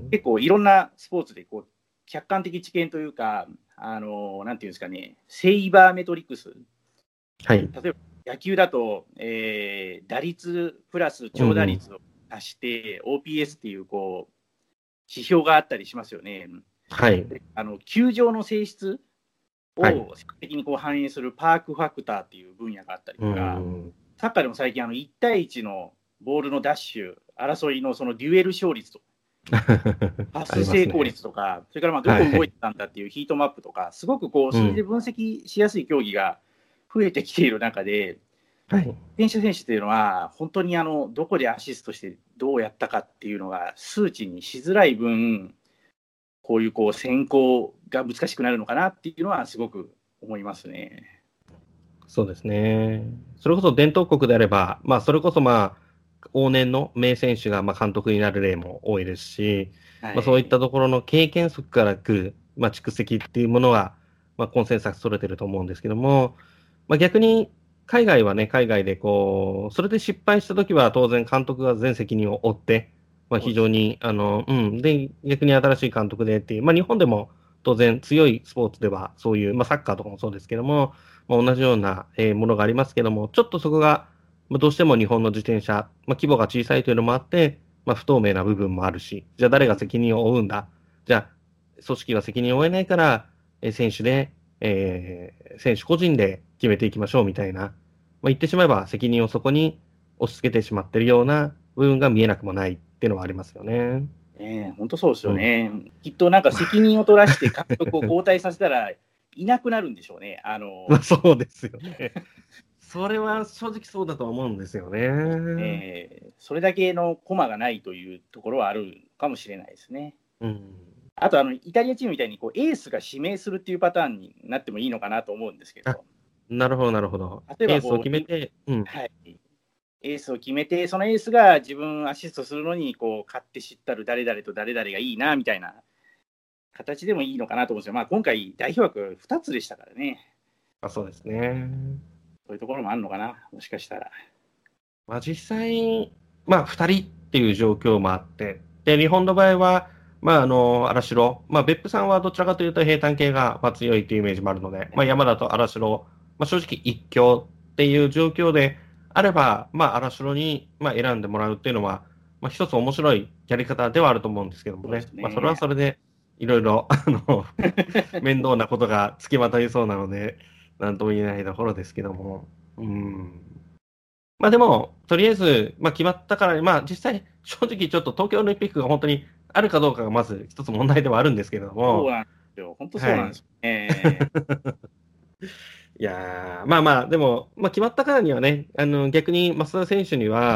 結構いろんなスポーツでこう客観的知見というか、あのなんていうんですかね、セイバーメトリクス。 はい。 例えば野球だと、えー打率プラス長打率を足して、オーピーエス っていうこう指標があったりしますよね。 はい。 であの球場の性質はい。 を的にこう反映するパークファクターっていう分野があったりうとか、 ん。 サッカーでも最近あのいち対いちのボールのダッシュ、争いのそのデュエル勝率とか、パあスりますね。 成功率とか、それからまあどはい。 こ動いてたんだっていうヒートマップとか、すごくこう数字でうん。 分析しやすい競技が増えてきている中で、 はい。 選手選手っていうのは、本当にあのどこでアシストしてどうやったかっていうのが数値にしづらい分、こういうこう選考が難しくなるのかなっていうのはすごく思いますね。 そうですね。それこそ伝統国であれば、まあ、それこそまあ、往年の名選手がまあ監督になる例も多いですし、 はまあ、そういっい。 たところの経験則から来る、まあ、蓄積っていうものは、まあ、コンセンサス取れてると思うんですけども、まあ、逆に海外はね、海外でこう、それで失敗したときは当然監督が全責任を負って、まあ、 そうですね。 非常に、あの、うん、で、逆に新しい監督でっていう、まあ、日本でも当然強いスポーツではそういう、まあ、サッカーとかもそうですけども、まあ、同じような、えーものがありますけども、ちょっとそこが、まあ、どうしても日本の自転車、まあ、規模が小さいというのもあって、まあ、不透明な部分もあるし、じゃあ誰が責任を負うんだ、じゃあ組織が責任を負えないから、えー選手で、えー選手個人で決めていきましょうみたいな、まあ、言ってしまえば責任をそこに押し付けてしまっているような部分が見えなくもないっていうのはありますよね。 ね、本当そうですうん。 よね。きっとなんか責任を取らして監督を交代させたらいなくなるんでしょうね。あの、 まあそうですよね。それは正直そうだと思うんですよね。 えーそれだけの駒がないというところはあるかもしれないですね。 うん。 あとあの、イタリアチームみたいにこうエースが指名するっていうパターンになってもいいのかなと思うんですけあ、 ど、 なるほど、なるほど。 例えエースをばこう、い決めて、うん。 はい、エースを決めて、そのエースが自分アシストするのにこう勝って知ったる誰々と誰々がいいなみたいな形でもいいのかなと思うんですよ。まあ、今回、代表枠ふたつでしたからね、 あ、そうですね。 そういうところもあるのかな、もしかしたら。 まあ実際、まあふたりっていう状況もあって、で、日本の場合は、まああの、荒城、まあ別府さんはどちらかというと平坦系がまあ強いというイメージもあるので、まあ山田と荒城、まあ正直一強っていう状況であれば、まあ荒城にまあ選んでもらうっていうのは、まあ一つ面白いやり方ではあると思うんですけどもそうですね。まあそれはね。 それでいろいろ、あの、面倒なことがつきまといそうなので、なんとも言えないところですけども。うん。まあでも、とりあえず、まあ決まったから、まあ実際、正直ちょっと東京オリンピックが本当にあるかどうかがまず一つ問題ではあるんですけれども、 そうなんですよ。本当そうはい。 なんですよね。 いやーまあまあ、でも、まあ決まったからにはね、あの逆に増田選手には、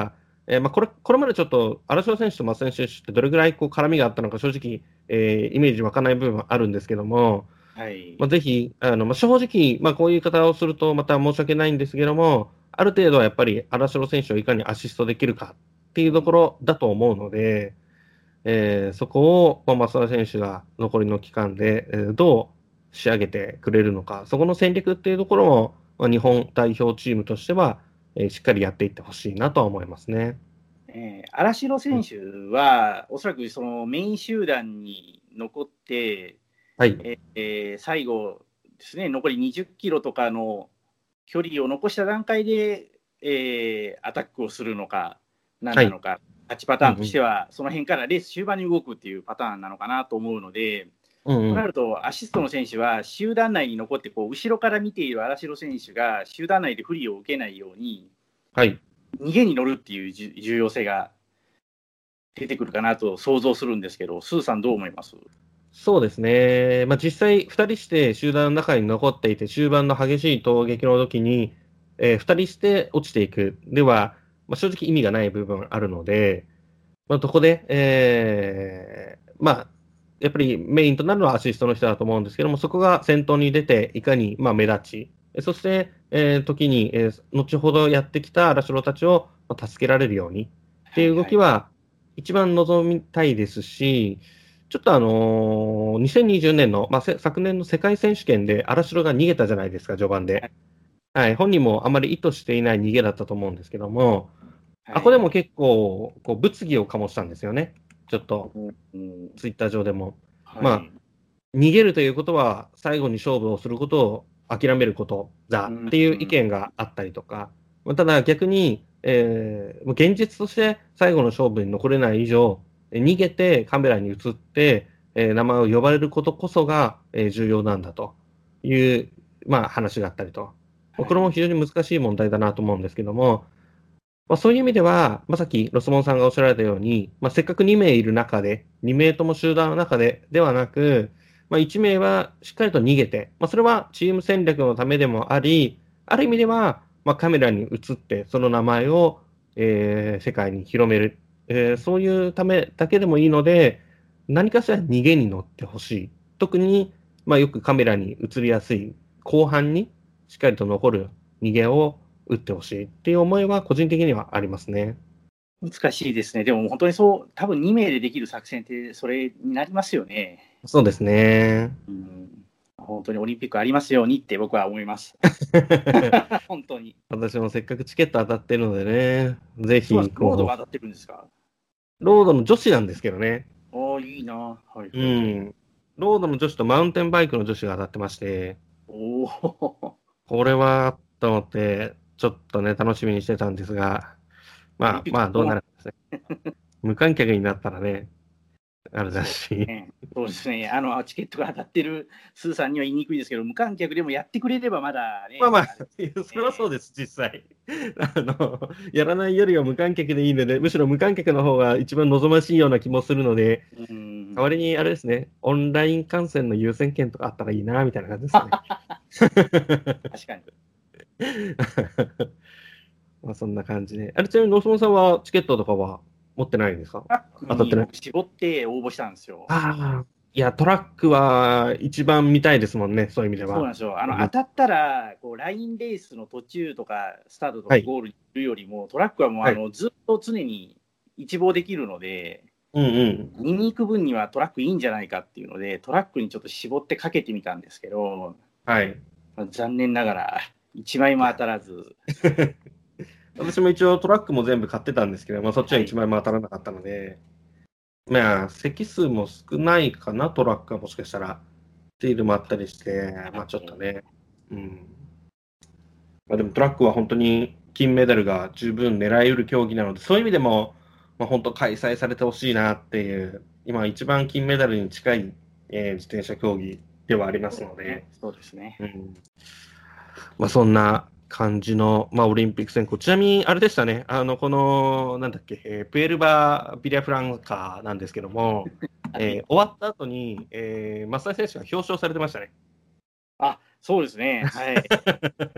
えーまあ、これこれまでちょっと荒城選手と松田選手ってどれぐらいこう絡みがあったのか正直、えーイメージ湧かない部分はあるんですけども、 はい。 まあ、ぜひあの、まあ、正直、まあ、こういう言い方をするとまた申し訳ないんですけども、ある程度はやっぱり荒城選手をいかにアシストできるかっていうところだと思うので、えーそこを、まあ、増田選手が残りの期間で、えーどう仕上げてくれるのか、そこの戦略っていうところも、まあ、日本代表チームとしては、えーしっかりやっていってほしいなとは思いますね。 えー、荒城選手は、おそらくそのメイン集団に残って、 はい。 えー最後ですね、残りにじゅっキロとかの距離を残した段階で、えーアタックをするのか、何はい。 なのか、勝ちパターンとしうんうん。 ては、その辺からレース終盤に動くっていうパターンなのかなと思うので、 うんうん。 となると、アシストの選手は集団内に残ってこう、後ろから見ている荒城選手が集団内で不利を受けないように、 はい。 逃げに乗るっていうじゅ重要性が出てくるかなと想像するんですけど、スーさん、どう思います？ そうですね。まあ、実際、ふたりして集団の中に残っていて、終盤の激しい投撃の時に、えー、ふたりして落ちていくでは、まあ、正直意味がない部分あるので、まあ、どこで、えーまあ、やっぱりメインとなるのはアシストの人だと思うんですけども、そこが先頭に出て、いかに、まあ、目立ち、そして、えー時に、えー後ほどやってきた荒城たちをまあ助けられるようにっていう動はいはい。 きは、一番望みたいですし、ちょっとあのーにせんにじゅうねんの、まあ、せ昨年の世界選手権で荒城が逃げたじゃないですか、序盤で。はい、本人もあまり意図していない逃げだったと思うんですけども、あ、これはい。 も結構、こう、物議を醸したんですよね。ちょっと、 うんうんツイッター上でも。まあ、 はい。 逃げるということは、最後に勝負をすることを諦めることだうんっていう意うん見があったりとか、まあただ逆に、えーもう現実として最後の勝負に残れない以上、え逃げてカメラに映って、えー名前を呼ばれることこそが、えー重要なんだという、まあ、話があったりと。まあこれもはい。 非常に難しい問題だなと思うんですけども、まあ、そういう意味では、まあ、さっきロスモンさんがおっしゃられたように、まあ、せっかくに名いる中で、に名とも集団の中でではなく、まあ、いち名はしっかりと逃げて、まあ、それはチーム戦略のためでもあり、ある意味では、まあ、カメラに映って、その名前を、えー世界に広める、えーそういうためだけでもいいので、何かしら逃げに乗ってほしい。特に、まあ、よくカメラに映りやすい後半にしっかりと残る逃げを打ってほしいっていう思いは個人的にはありますね。 難しいですね。でも本当にそう、多分に名でできる作戦ってそれになりますよね。 そうですね。 うん、本当にオリンピックありますようにって僕は思います。本当に。 私もせっかくチケット当たってるのでね、ぜひ、 そうなんです。ロードこう、 が当たってるんですか？ ロードの女子なんですけどね。 おー、いいな。はいはいうはい。 ん。ロードの女子とマウンテンバイクの女子が当たってまして、 おお、 これは、と思って、ちょっとね、楽しみにしてたんですが、 オリンまあまあ、どうピックどうなるなるかですね。無観客になったらね、あれだそうですし。 ね。そうですね。あの、チケットが当たってるスーさんには言いにくいですけど、無観客でもやってくれればまだね、 まあまあ、 あれそれはそうね。 です、実際。あの、やらないよりは無観客でいいので、むしろ無観客の方が一番望ましいような気もするので、 うん。 代わりにあれですね、オンライン観戦の優先権とかあったらいいな、みたいな感じですかね。 確かに。 まあそんな感じで。あれ、ちなみに、ノスモンさんはチケットとかは持ってないんですか？ トラック当たってない。 に僕絞って応募したんですよ。 ああ、いや、トラックは一番見たいですもんね、そういう意味では。 そうなんですよ。あの、 うん、 当たったら、こう、ラインレースの途中とか、スタートとはい、 かゴールにいるよりも、トラックはもう、 はい。 あの、ずっと常に一望できるので、 うんうん。 見に行く分にはトラックいいんじゃないかっていうので、トラックにちょっと絞ってかけてみたんですけど、 はい。 まあ残念ながら、一枚も当たらず、 私も一応トラックも全部買ってたんですけど、まあ、そっちは一はい。 枚も当たらなかったので、まあ、席数も少ないかな、トラックはもしかしたら。っていうのもあったりして、まあちょっとね。うん。まあ、でもトラックは本当に金メダルが十分狙い得る競技なので、そういう意味でも、まあ、本当開催されてほしいなっていう、今一番金メダルに近い、えー自転車競技ではありますので、 そうですね。 うん、まあそんな感じの、まあ、オリンピック選考。ちなみに、あれでしたね、あの、この、なんだっけ、えープエルバ・ビリャフランカなんですけども、 はい。 えー終わった後に、えー、増田選手が表彰されてましたね。 あ、そうですね。はい。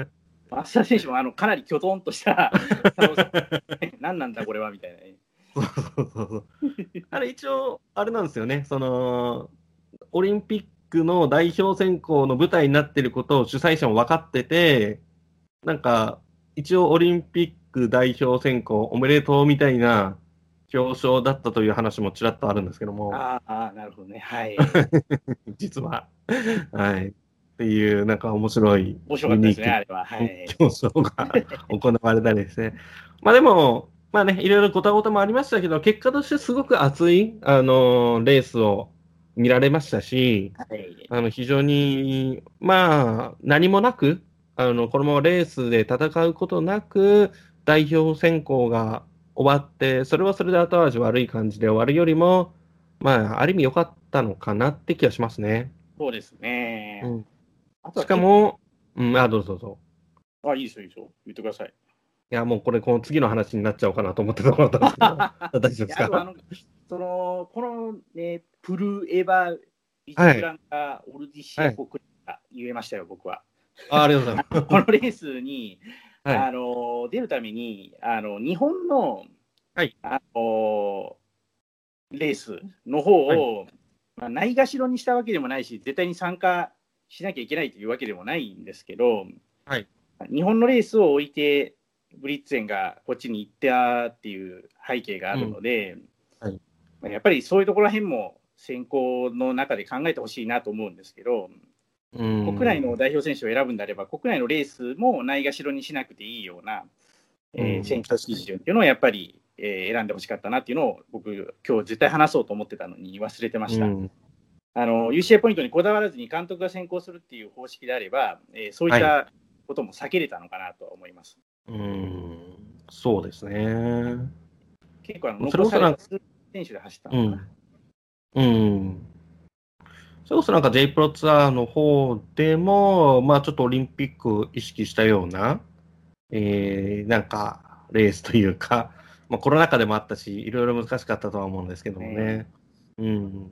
増田選手もあのかなりきょとんとした何なんだこれはみたいなね。 そうそうそうそうあれ一応あれなんですよね、そのオリンピックの代表選考の舞台になっていることを主催者も分かってて、なんか一応オリンピック代表選考おめでとうみたいな表彰だったという話もちらっとあるんですけども、 ああ、なるほどね。はい。 実は、はい。っていう、なんか面白い、 面白かったですね、あれは。はい。 表彰が行われたりですね。まあでも、まあね、いろいろごたごたもありましたけど、結果としてすごく熱い、あのレースを見られましたし、 はい、 あの非常に、まあ、何もなく、あのこのままレースで戦うことなく、代表選考が終わって、それはそれで後味悪い感じで終わるよりも、まあ、ある意味良かったのかなって気がしますね。 そうですね。 うん、 あとはしかも、うん、あ、どうぞどうぞ。 あ、いいですよ、いいですよ。言ってください。 いや、もうこれ、この次の話になっちゃおうかなと思ってたところだったんですけど、大丈夫ですか。 あとあのそのこの、ね、プルエバ・ビジブランカ・オルディシア国が言えましたよ、僕は。 あ、ありがとうございます。 このレースに、 はい、 あの出るためにあの日本の、 はい、 あのレースの方を、はい、まあ、ないがしろにしたわけでもないし、絶対に参加しなきゃいけないというわけでもないんですけど、 はい、 日本のレースを置いてブリッツェンがこっちに行ったっていう背景があるので、うんはい、やっぱりそういうところら辺も選考の中で考えてほしいなと思うんですけど、うん、国内の代表選手を選ぶんであれば、国内のレースもないがしろにしなくていいような、うんえー、選考基準っていうのをやっぱり、えー、選んでほしかったなっていうのを僕、今日絶対話そうと思ってたのに忘れてました。うん、あの ユーシーエー ポイントにこだわらずに監督が選考するっていう方式であれば、えー、そういったことも避けれたのかなと思います。 はい、うん、そうですね。 結構あの残された選手で走ったのかな。 うん、うんそれこそなんか J プロツアーの方でも、まあちょっとオリンピックを意識したような、えー、なんかレースというか、まあコロナ禍でもあったし、いろいろ難しかったとは思うんですけどもね。うん、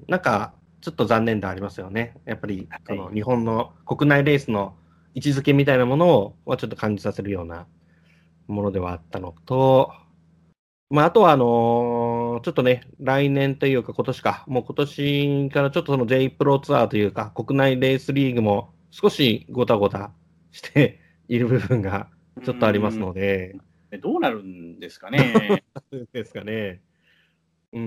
なんかちょっと残念でありますよね。やっぱりこの日本の国内レースの位置づけみたいなものをちょっと感じさせるようなものではあったのと、まあ、あとは、あのー、ちょっとね、来年というか、今年か、もう今年からちょっとその J プロツアーというか、国内レースリーグも少しごたごたしている部分がちょっとありますので。 どうなるんですかね。 どうなるんですかね。うん、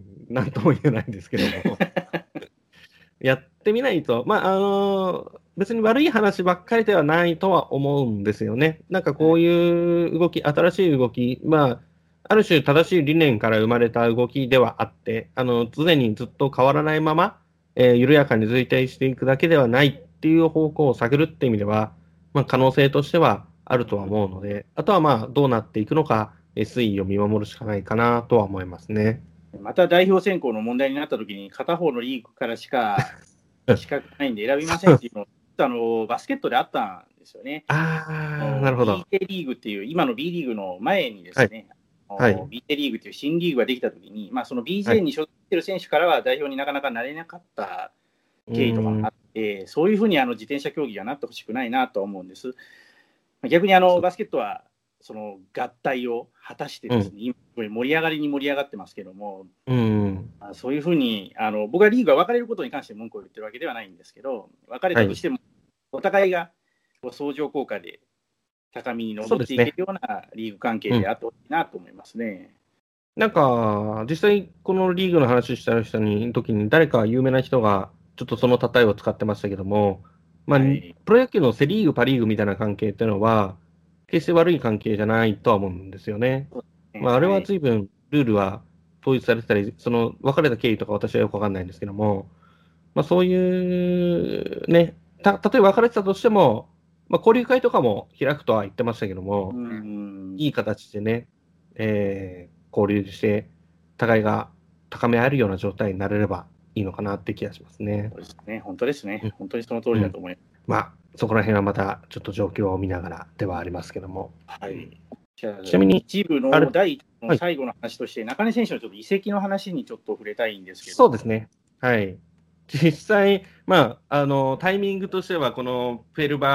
なんとも言えないんですけども。やってみないと、まあ、あのー、別に悪い話ばっかりではないとは思うんですよね。なんかこういう動き、新しい動き、まあ、ある種正しい理念から生まれた動きではあって、あの常にずっと変わらないまま、えー、緩やかに随体していくだけではないっていう方向を探るっていう意味では、まあ、可能性としてはあるとは思うので、あとはまあどうなっていくのか、推移を見守るしかないかなとは思いますね。 また代表選考の問題になったときに、片方のリーグからしか資格ないんで選びませんっていうのあのバスケットであったんですよね。 ああ、なるほど。 ビーケー リーグっていう、今の B リーグの前にですね、 はいはい、 ビーケー リーグという新リーグができたときに、まあ、その ビージェー に所属している選手からは代表になかなかなれなかった経緯とかもあって、そういうふうにあの自転車競技がなってほしくないなと思うんです。逆にあのバスケットはその合体を果たしてですね、うん、今盛り上がりに盛り上がってますけども、うん、そういうふうにあの僕はリーグが分かれることに関して文句を言ってるわけではないんですけど、分かれたとしても、はい、お互いが相乗効果で高みに上っていけるようなリーグ関係であってほしいなと思いますね。 うん、なんか実際このリーグの話した人に時に誰か有名な人がちょっとその例えを使ってましたけども、まあはい、プロ野球のセ・リーグ、パ・リーグみたいな関係っていうのは決して悪い関係じゃないとは思うんですよね。まあ、あれは随分ルールは統一されてたり、その分かれた経緯とか私はよく分かんないんですけども、まあ、そういうね、た例えば分かれてたとしても、まあ、交流会とかも開くとは言ってましたけども、うんいい形でね、えー、交流して、互いが高め合えるような状態になれればいいのかなって気がしますね。 そうですね、本当ですね、うん、本当にその通りだと思います。 うん、まあ、そこら辺はまたちょっと状況を見ながらではありますけども。 はい、じゃあちなみに、一部の第一の最後の話として、はい、中根選手のちょっと移籍の話にちょっと触れたいんですけど。 そうですね。はい。実際、まあ、あのタイミングとしては、このフェルバ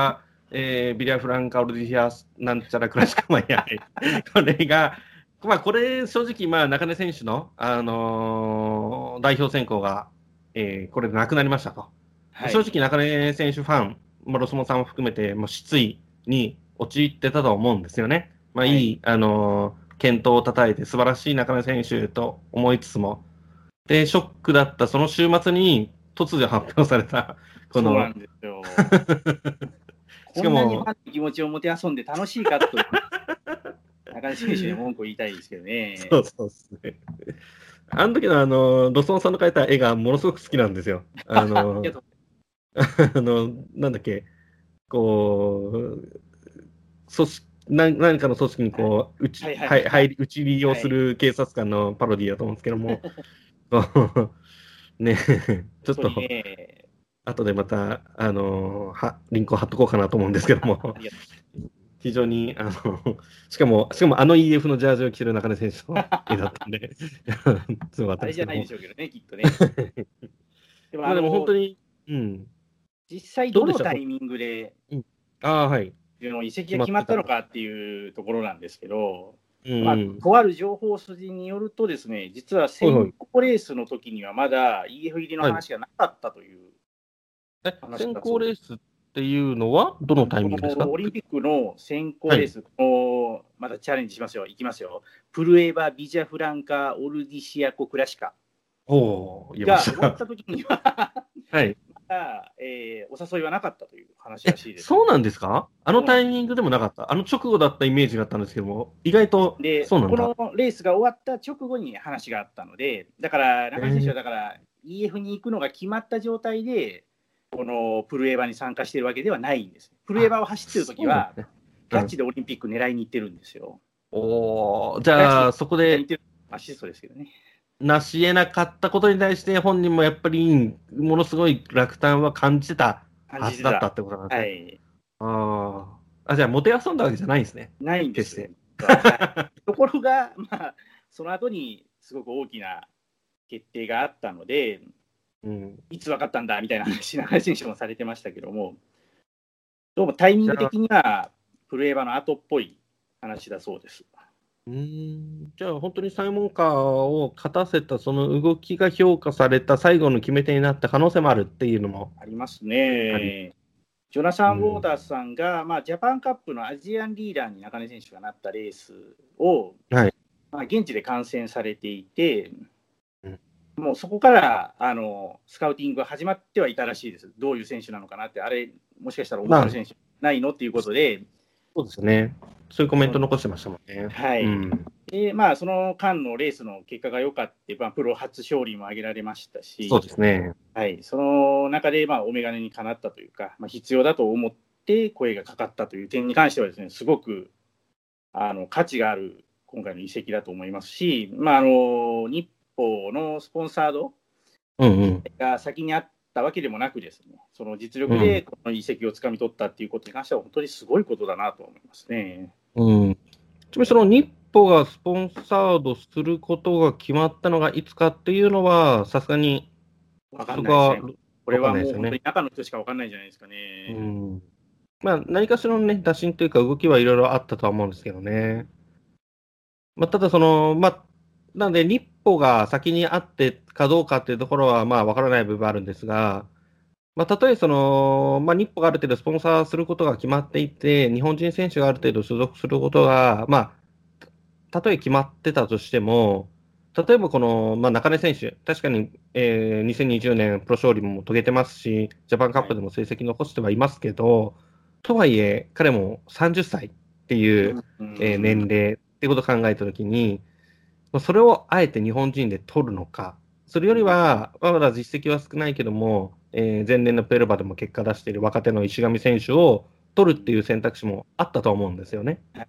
えービリアフランカ・オルディヒアなんちゃらクラシカマイヤこれが、まあ、これ正直、まあ、中根選手の、あのー代表選考が、えーこれでなくなりましたと。 はい、 正直、中根選手ファン、まあ、ロスモさんも含めて、もう失意に陥ってたと思うんですよね。まあ、いい、 はいあのー健闘をたたえて、素晴らしい中根選手と思いつつも、で、ショックだったその週末に突如発表された、こそうなの、 んですよ。 しかこんなにフも、 ァンの気持ちをもてあそんで楽しいかと、中根選手に文句を言いたいですけどね。 そうそうですね。あの時のあの、ロスモさんの描いた絵がものすごく好きなんですよ。ああのりが、とうあの、なんだっけ、こう、組織な何かの組織にこう、うち、 はいはいはいはい、入り、討ち入りをすはい。 る警察官のパロディだと思うんですけども、こうね、ちょっ本当にと、 ね、 後でまた、あの、は、リンクを貼っとこうかなと思うんですけども、 ありがと非常に、あの、しかも、しかもあの イーエフ のジャージを着てる中根選手の絵だったんで、すごかっう。あれじゃないでたんですけども。 しょうけどね、きっとね。でも、 まあでも本あの、 当に、うん、 実際どうでしたと。 どのタイミングで、 うん、ああ、はい。 の移籍決まっが決まったのてたか。 かっていうところなんですけど、 うん、 まあ、 うん。 とある情報筋によるとですね、実ははいはい。 選考レースの時にはまだ イーエフ 入りのはい。 話がなかったというえ、 話選だそうです。 考レースっていうのは、どのタイこミングですか？ のオリンピックの選考はい。 レース、このまたチャレンジしますよ、いきますよ。プルエバ・ビジャフランカ・オルディシアコ・クラシカおお、言えまがした。 終わった時にははい。 まだ、えーお誘いはなかったという話らしいです。 そうなんですか？あのそうなんです。 タイミングでもなかった。あの直後だったイメージがあったんですけども、意外とで、こそうなんだ。 のレースが終わった直後に話があったので、だから中根選手はえー、 だから イーエフ に行くのが決まった状態で、このプルエバに参加しているわけではないんです。プルエあ、 バを走っているときは、 そうなんですね。うん。 ガチでオリンピック狙いに行ってるんですよ。 おお、じガチでゃあ、そこで狙いに行ってる。アシストですけどね。 成し得なかったことに対して、本人もやっぱり、ものすごい落胆は感じてた感じてた。 はずだったってことなんですね。 はい。 ああ。あ、じゃあ、もてあそんだわけじゃないんですね。 ないんです。 決して。 はい。ところが、まあ、その後にすごく大きな決定があったので、 うん。 いつ分かったんだみたいな話、中井選手もされてましたけども、どうもタイミンじゃあ、 グ的には、プルエヴァの後っぽい話だそうです。 うーん。じゃあ、本当にサイモンカーを勝たせた、その動きが評価された最後の決め手になった可能性もあるっていうのもありますあり。 ね。ジョナサン・ウォーうん。 タースさんが、まあ、ジャパンカップのアジアンリーダーに中根選手がなったレースを、 はい。 まあ、現地で観戦されていて、 うん。 もうそこからあのスカウティングが始まってはいたらしいです。どういう選手なのかなって、あれ、もしかしたら面まあ、 白い選手ないのっていうことで、 そうですね。そういうコメント残してましたもんね。 はい。 うん。 で、まあ、その間のレースの結果が良かった、まあ、プロ初勝利も挙げられましたそうし、 ですね。 はい、その中で、まあ、お眼鏡にかなったというか、まあ、必要だと思って声がかかったという点に関してはですね、すごくあの価値がある今回の移籍だと思いますし、まあ、あの日報のスポンサードうんうん。 が先にあったわけでもなくですね、その実力でうん。 この移籍をつかみ取ったっていうことに関しては、本当にすごいことだなと思いますね。 うん。ちなみにその日報がスポンサードすることが決まったのがいつかっていうのは、さすがにわかそこはんないですね。これ分かんはもう本当ないですよね。 に中の人しかわかんないんじゃないですかうね。 ん。まあ、何かしらのね、打診というか動きはいろいろあったとは思うんですけどね。まあ、ただその、まあ、なので日報が先にあってかどうかっていうところは、まあ、分からない部分あるんですが、まあ、たとえその、まあ、日報がある程度スポンサーすることが決まっていて、日本人選手がある程度所属することが、まあ、たとえ決まってたとしても、例えばこの、まあ、中根選手、確かに、えー、にせんにじゅうねんプロ勝利も遂げてますし、ジャパンカッはい。 プでも成績残してはいますけど、とはいえ、彼もさんじゅっさいっていう、 うん、うえー年ん、 齢ってことを考えたときに、まあそれをあえて日本人で取るのか、それよりは、まだ実績は少ないけども、えー前年のペルバでも結果出している若手の石上選手を取るっていう選択肢もあったと思うんですよね。 はい。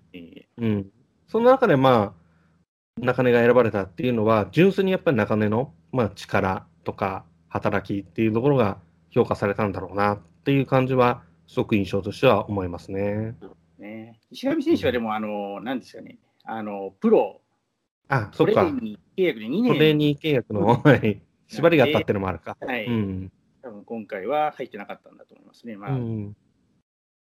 うん。その中で、まあ、中根が選ばれたっていうのは、純粋にやっぱり中根の、まあ、力とか働きっていうところが評価されたんだろうなっていう感じは、すごく印象としては思いますね。 ね、石上選手はでうん、 も、あの、なんですかね、あの、プロ、 あ、そトレーっか。 ニー契約でトレーにねんニー契約の、 不利はい、縛りがあったっなので、 ていうのもあるか。 はい、 うん。 多分今回は入ってなかったんだと思いますね。まあ、 うん。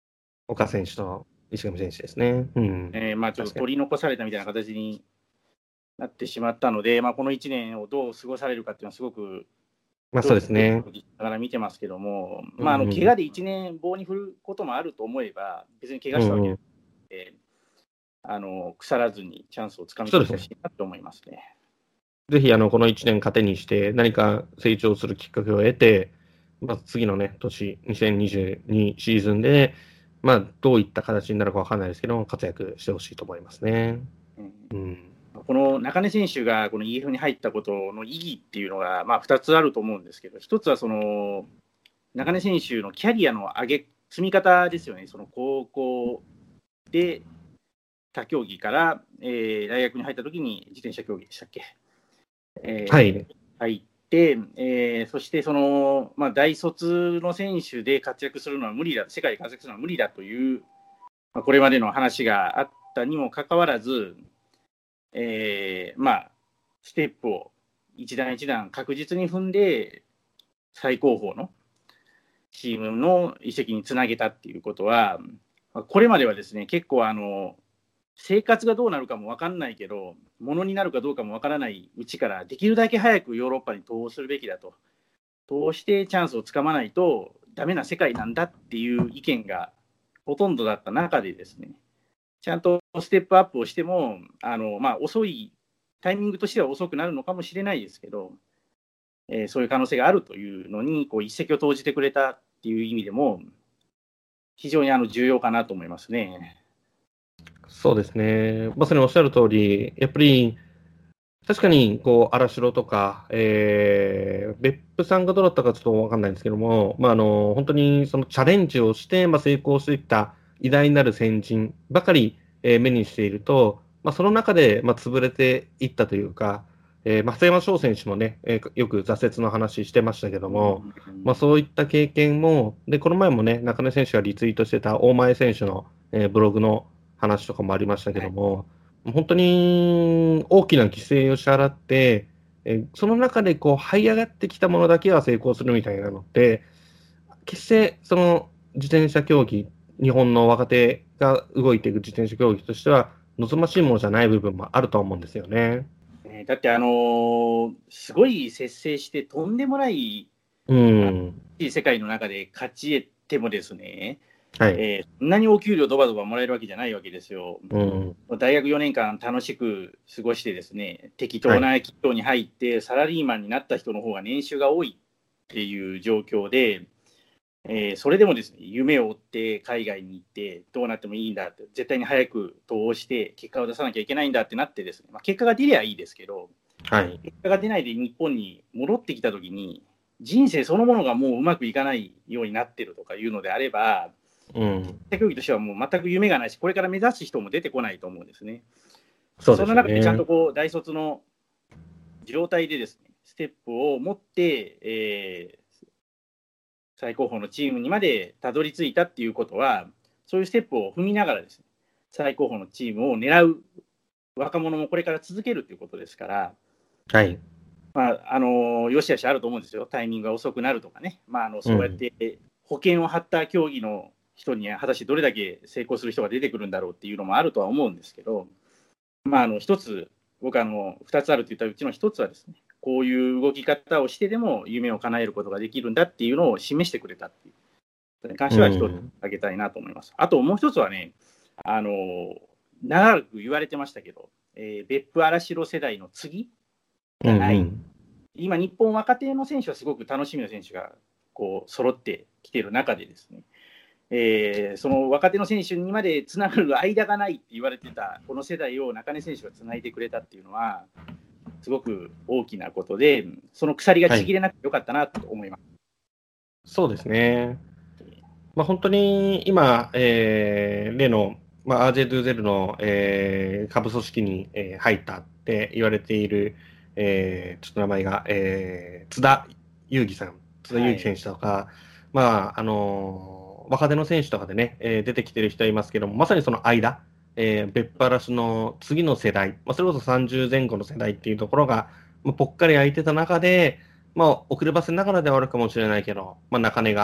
岡選手と石上選手ですね。うん、 えーまあ、ちょっと取り残されたみたいな形になってしまったので、まあ、このいちねんをどう過ごされるかっていうのはすごく、 まあそうですね。 だから見てますけども、まあ、あの怪我でいちねん棒に振ることもあると思えば、別に怪我したわけで、うんうん、あの腐らずにチャンスをつかみ取ってほしいなと思いますね。 ぜひあのこのいちねん糧にして何か成長するきっかけを得て、まあ、次のね年にせんにじゅうにシーズンで、まあ、どういった形になるかわかんないですけど活躍してほしいと思いますね。うんうん、 この中根選手がこの イーエフ に入ったことの意義っていうのが、まあ、ふたつあると思うんですけど、ひとつはその中根選手のキャリアの上げ積み方ですよね。その高校で他競技から、えー、大学に入った時に自転車競技でしたっけ、えー、 はい、 入って、えー、そしてその、まあ、大卒の選手で活躍するのは無理だ、世界で活躍するのは無理だという、まあ、これまでの話があったにもかかわらず、えー、まあステップを一段一段確実に踏んで最高峰のチームの移籍につなげたっていうことは、これまではですね、結構あの生活がどうなるかも分かんないけど、ものになるかどうかも分からないうちから、できるだけ早くヨーロッパに逃亡するべきだと、通してチャンスをつかまないとダメな世界なんだっていう意見がほとんどだった中でですね、ちゃんとステップアップをしても、あのまあ、遅い、タイミングとしては遅くなるのかもしれないですけど、えー、そういう可能性があるというのにこう一石を投じてくれたっていう意味でも、非常にあの重要かなと思いますね。 そうですね、まさにおっしゃる通り、やっぱり確かにこう荒城とか、えー、別府さんがどうだったかちょっと分かんないんですけども、まあ、あの本当にそのチャレンジをして、まあ、成功していった偉大なる先人ばかり、えー、目にしていると、まあ、その中で、まあ、潰れていったというか、えー、松山翔選手もね、えー、よく挫折の話してましたけども、まあ、そういった経験も、でこの前もね、中根選手がリツイートしてた大前選手の、えー、ブログの話とかもありましたけども、はい、本当に大きな犠牲を支払って、えその中でこう這い上がってきたものだけは成功するみたいなので、決してその自転車競技、日本の若手が動いていく自転車競技としては、望ましいものじゃない部分もあると思うんですよね。 だって、あのー、すごい節制して、とんでもない、 うん、 世界の中で勝ち得てもですね、 はい、 えー、そんなにお給料ドバドバもらえるわけじゃないわけですよ。 うん、 大学よねんかん楽しく過ごしてですね、適当な企業に入って、はい、サラリーマンになった人の方が年収が多いっていう状況で、えー、それでもですね、夢を追って海外に行ってどうなってもいいんだって、絶対に早く投して結果を出さなきゃいけないんだってなってですね、まあ、結果が出りゃいいですけど、 はい、結果が出ないで日本に戻ってきたときに、人生そのものがもううまくいかないようになってるとかいうのであれば、 うん、 競技としてはもう全く夢がないし、これから目指す人も出てこないと思うんですね。 そうですね。 その中でちゃんとこう大卒の状態でですね、ステップを持って、えー、最高峰のチームにまでたどり着いたっていうことは、そういうステップを踏みながらですね、最高峰のチームを狙う若者もこれから続けるということですから、 はい。 まあ、あのよしあしあると思うんですよ、タイミングが遅くなるとかね、まあ、あのそうやって保険を張った競技の人に果たしてどれだけ成功する人が出てくるんだろうっていうのもあるとは思うんですけど、まあ、あの一つ、僕あのふたつあると言ったうちの一つはですね、こういう動き方をしてでも夢を叶えることができるんだっていうのを示してくれたっていう、それに関しては一つ挙げたいなと思います。うん、あともう一つはね、あの長く言われてましたけど、えー、別府荒城世代の次がない、うんうん、今、日本若手の選手はすごく楽しみな選手がこう揃ってきている中でですね、えー、その若手の選手にまでつながる間がないって言われてたこの世代を中根選手がつないでくれたっていうのはすごく大きなことで、その鎖がちぎれなくてよかったなと思います。はい、 そうですね、まあ、本当に今、えー、例の、まあ、アージェイ・ドゥーゼルの、えー、下部組織に、えー、入ったって言われている、えー、ちょっと名前が、えー、津田裕樹さん、津田裕樹選手とか、はい、まああのー若手の選手とかでね、えー、出てきてる人はいますけども、まさにその間、えー、別府嵐の次の世代、まあ、それこそさんじゅうぜん後の世代っていうところが、まあ、ぽっかり空いてた中で、まあ、遅ればせながらではあるかもしれないけど、まあ、中根が、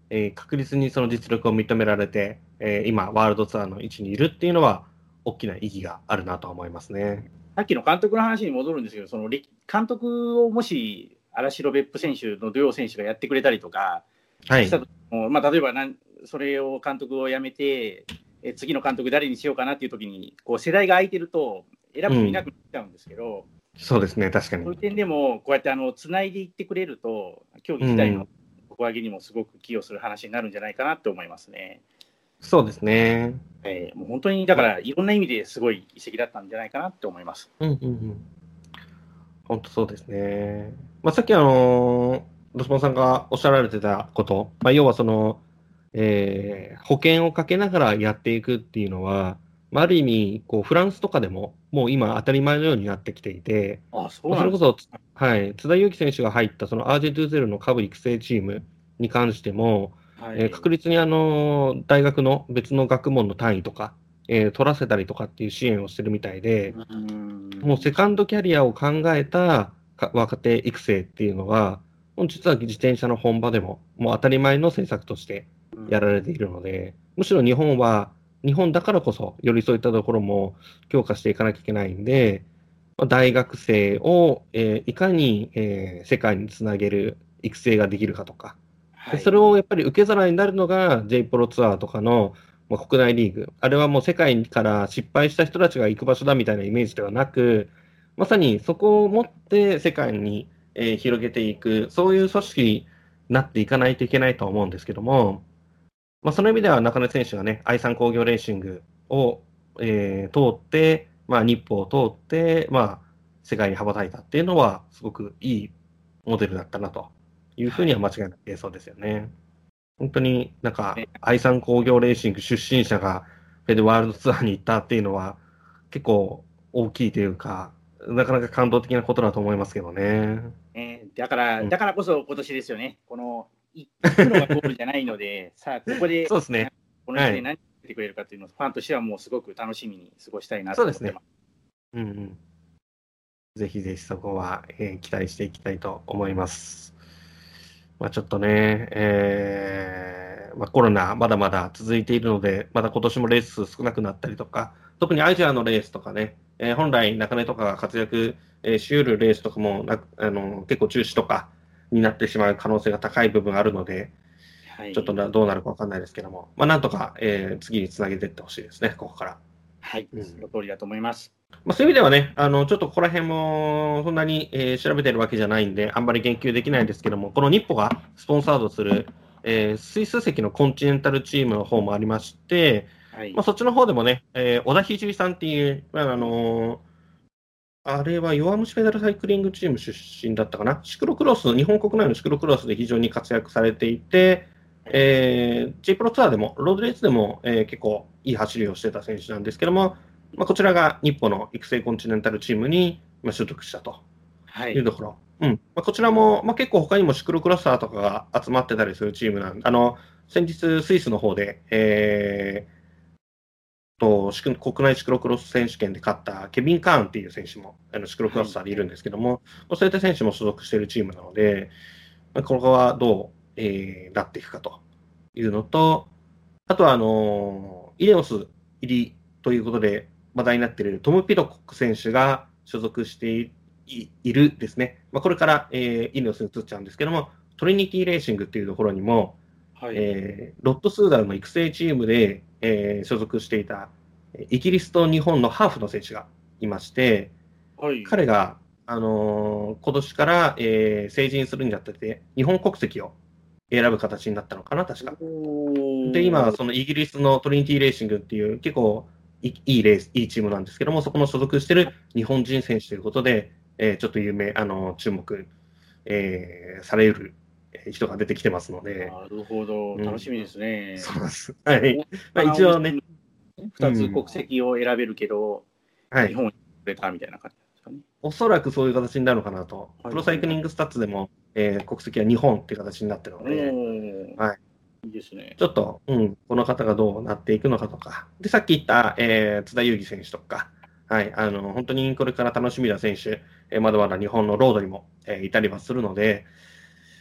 えー確実にその実力を認められて、えー今、ワールドツアーの位置にいるっていうのは、大きな意義があるなと思いますね。 さっきの監督の話に戻るんですけど、その歴監督をもし荒城別府選手の両選手がやってくれたりとかはい。 したときも、まあ、例えばなんそれを監督を辞めて、え次の監督誰にしようかなっていう時にこう世代が空いてると選ぶ人いなくなっちゃうんですけど、 そうですね、確かに。 そういう点でもこうやってあのつないでいってくれると競技う自体のん。 底上げにもすごく寄与する話になるんじゃないかなと思いますね。 そうですね。 えーもう本当にだかま、 らいろんな意味ですごい移籍だったんじゃないかなと思います。 うんうんうん。本当そうですね。まあ、さっきあの、ロスポンさんがおっしゃられてたこと、まあ、要はその、えー保険をかけながらやっていくっていうのは、まあ、ある意味、こう、フランスとかでも、もう今当たり前のようになってきていて、 あ、そうまあ、そなんです。 れこそ、はい、津田祐樹選手が入ったそのアージェントゥーゼロの下部育成チームに関しても、えーはい。 確実にあの、大学の別の学問の単位とか、えー取らせたりとかっていう支援をしてるみたいで、 うーん。 もうセカンドキャリアを考えたか若手育成っていうのは、もう実は自転車の本場でも、もう当たり前の政策としてやられているので、むしろ日本は、日本だからこそ、よりそういったところも強化していかなきゃいけないんで、まあ大学生を、えーいかに、えー世界につなげる育成ができるかとか、で、それはい。 をやっぱり受け皿になるのが J プロツアーとかの、まあ、国内リーグ。あれはもう世界から失敗した人たちが行く場所だみたいなイメージではなく、まさにそこを持って世界に、えー広げていく、そういう組織になっていかないといけないと思うんですけども、まあ、その意味では中根選手がね、愛三工業レーシングを、えー通って、まあ、日報を通って、まあ、世界に羽ばたいたっていうのは、すごくいいモデルだったなというふうはい。 には間違いなく言えそうですよね。本当になんか、 ね、 愛三工業レーシング出身者がフェデワールドツアーに行ったっていうのは、結構大きいというか、なかなか感動的なことだと思いますけどね。 えーだから、 うん、 だからこそ今年ですよね。この、い行くのがゴールじゃないので、さあ、ここで、 そうですね。 このいちねんはい。 何やってくれるかというのを、ファンとしてはもうすごく楽しみに過ごしたいなそうですね。 と思ってます。 うんうん。ぜひぜひそこは、えー期待していきたいと思います。まあ、ちょっとね、えーまあ、コロナまだまだ続いているので、まだ今年もレース数少なくなったりとか、特にアジアのレースとかね、えー本来中根とかが活躍、えーしうるレースとかもなあの結構中止とかになってしまう可能性が高い部分があるので、ちょっとはい。 などうなるかわかんないですけども、まあ、なんとか、えー次につなげていってほしいですね、ここから。 はい。 うんその通りだと思います。 まあ、そういう意味ではね、あのちょっとここら辺もそんなに、えー調べてるわけじゃないんで、あんまり言及できないですけども、この日歩がスポンサードする、えースイス籍のコンチネンタルチームの方もありまして、まあ、 はい。 そっちの方でもね、えー小田聖さんっていう、まああのーあれは弱虫ペダルサイクリングチーム出身だったかな、シクロクロス、日本国内のシクロクロスで非常に活躍されていて、 はい。 えー、J プロツアーでも、ロードレースでも、えー結構いい走りをしてた選手なんですけども、まあ、こちらが日本の育成コンチネンタルチームに、まあ、所属したとはい。 いうところ。うんまあ、こちらも、まあ、結構他にもシクロクロスターとかが集まってたりするチームなんで、あの、先日スイスの方で、えーとシク国内シクロクロス選手権で勝ったケビン・カーンっていう選手もあのシクロクはい。 ロスターでいるんですけども、そういった選手も所属しているチームなので、まあ、ここはどう、えーなっていくかというのと、あとはあのイネオス入りということで話題になっているトム・ピドコック選手が所属していいるですね、まあ、これから、えーイネオスに移っちゃうんですけども、トリニティレーシングっていうところにも、 はい。 えーロッドスーダルの育成チームで、えー所属していたイギリスと日本のハーフの選手がいまして、 はい。 彼が、あのー今年から、えー成人するにあたって日本国籍を選ぶ形になったのかな、確か。で、今、 おー。 そのイギリスのトリニティレーシングっていう結構いいいレース、いいチームなんですけども、そこの所属している日本人選手ということで、えーちょっと有名、あの注目、えーされる人が出てきてますので、 なるほど。 うん、 楽しみですね。 そうです。はい。 大まあ、 なおじ一応ね、う二つん、 国籍を選べるけど、 はい。 日本にくれたみたいな感じですかね。 おそらくそういう形になるのかなと。 はいプロはいはい。 サイクリングスタッツでも、えー国籍は日本っていう形になってるのおで、 ー。 はい。 いいですね。 ちょっと、うん、この方がどうなっていくのかとか。で、さっき言った、えー津田祐樹選手とか、はい、あの、本当にこれから楽しみな選手、えーまだまだ日本のロードにも、えーいたりはするので、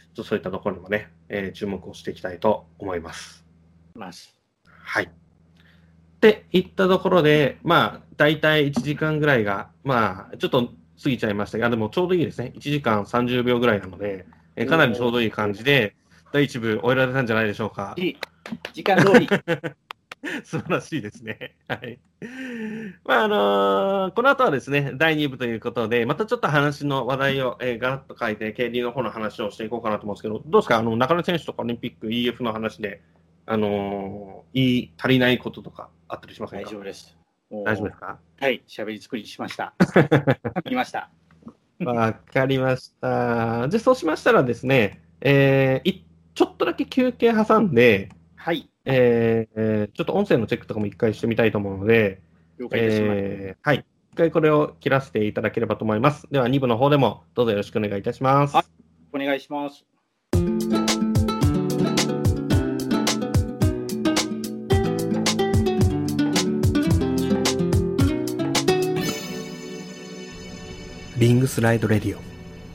ちょっとそういったところにもね、えー注目をしていきたいと思います。 ます。 はい。っていったところで、まあ、大体いちじかんぐらいが、まあ、ちょっと過ぎちゃいましたが、でもちょうどいいですね。いちじかんさんじゅうびょうぐらいなので、えーかなりちょうどいい感じで、だいいち部終えられたんじゃないでしょうか。 いい時間通り。 素晴らしいですね。はい。まあ、あのーこの後はですね、だいに部ということで、またちょっと話の話題を、えーガラッと変えて、ケーディー の方の話をしていこうかなと思うんですけど、どうですか、あの中根選手とかオリンピック、イーエフ の話で、あのー言い足りないこととかあったりしません大か？ 丈夫です。もう大丈夫ですか？ はい、喋り作りしました。見ました。 わかりました。じゃあ、そうしましたらですね、えーいちょっとだけ休憩挟んで、 はい、 えーえーちょっと音声のチェックとかも一回してみたいと思うので、 了解いたしました。 えーはい、一回これを切らせていただければと思います。では、に部の方でもどうぞよろしくお願いいたします。 はいお願いします。 リングスライドレディオ。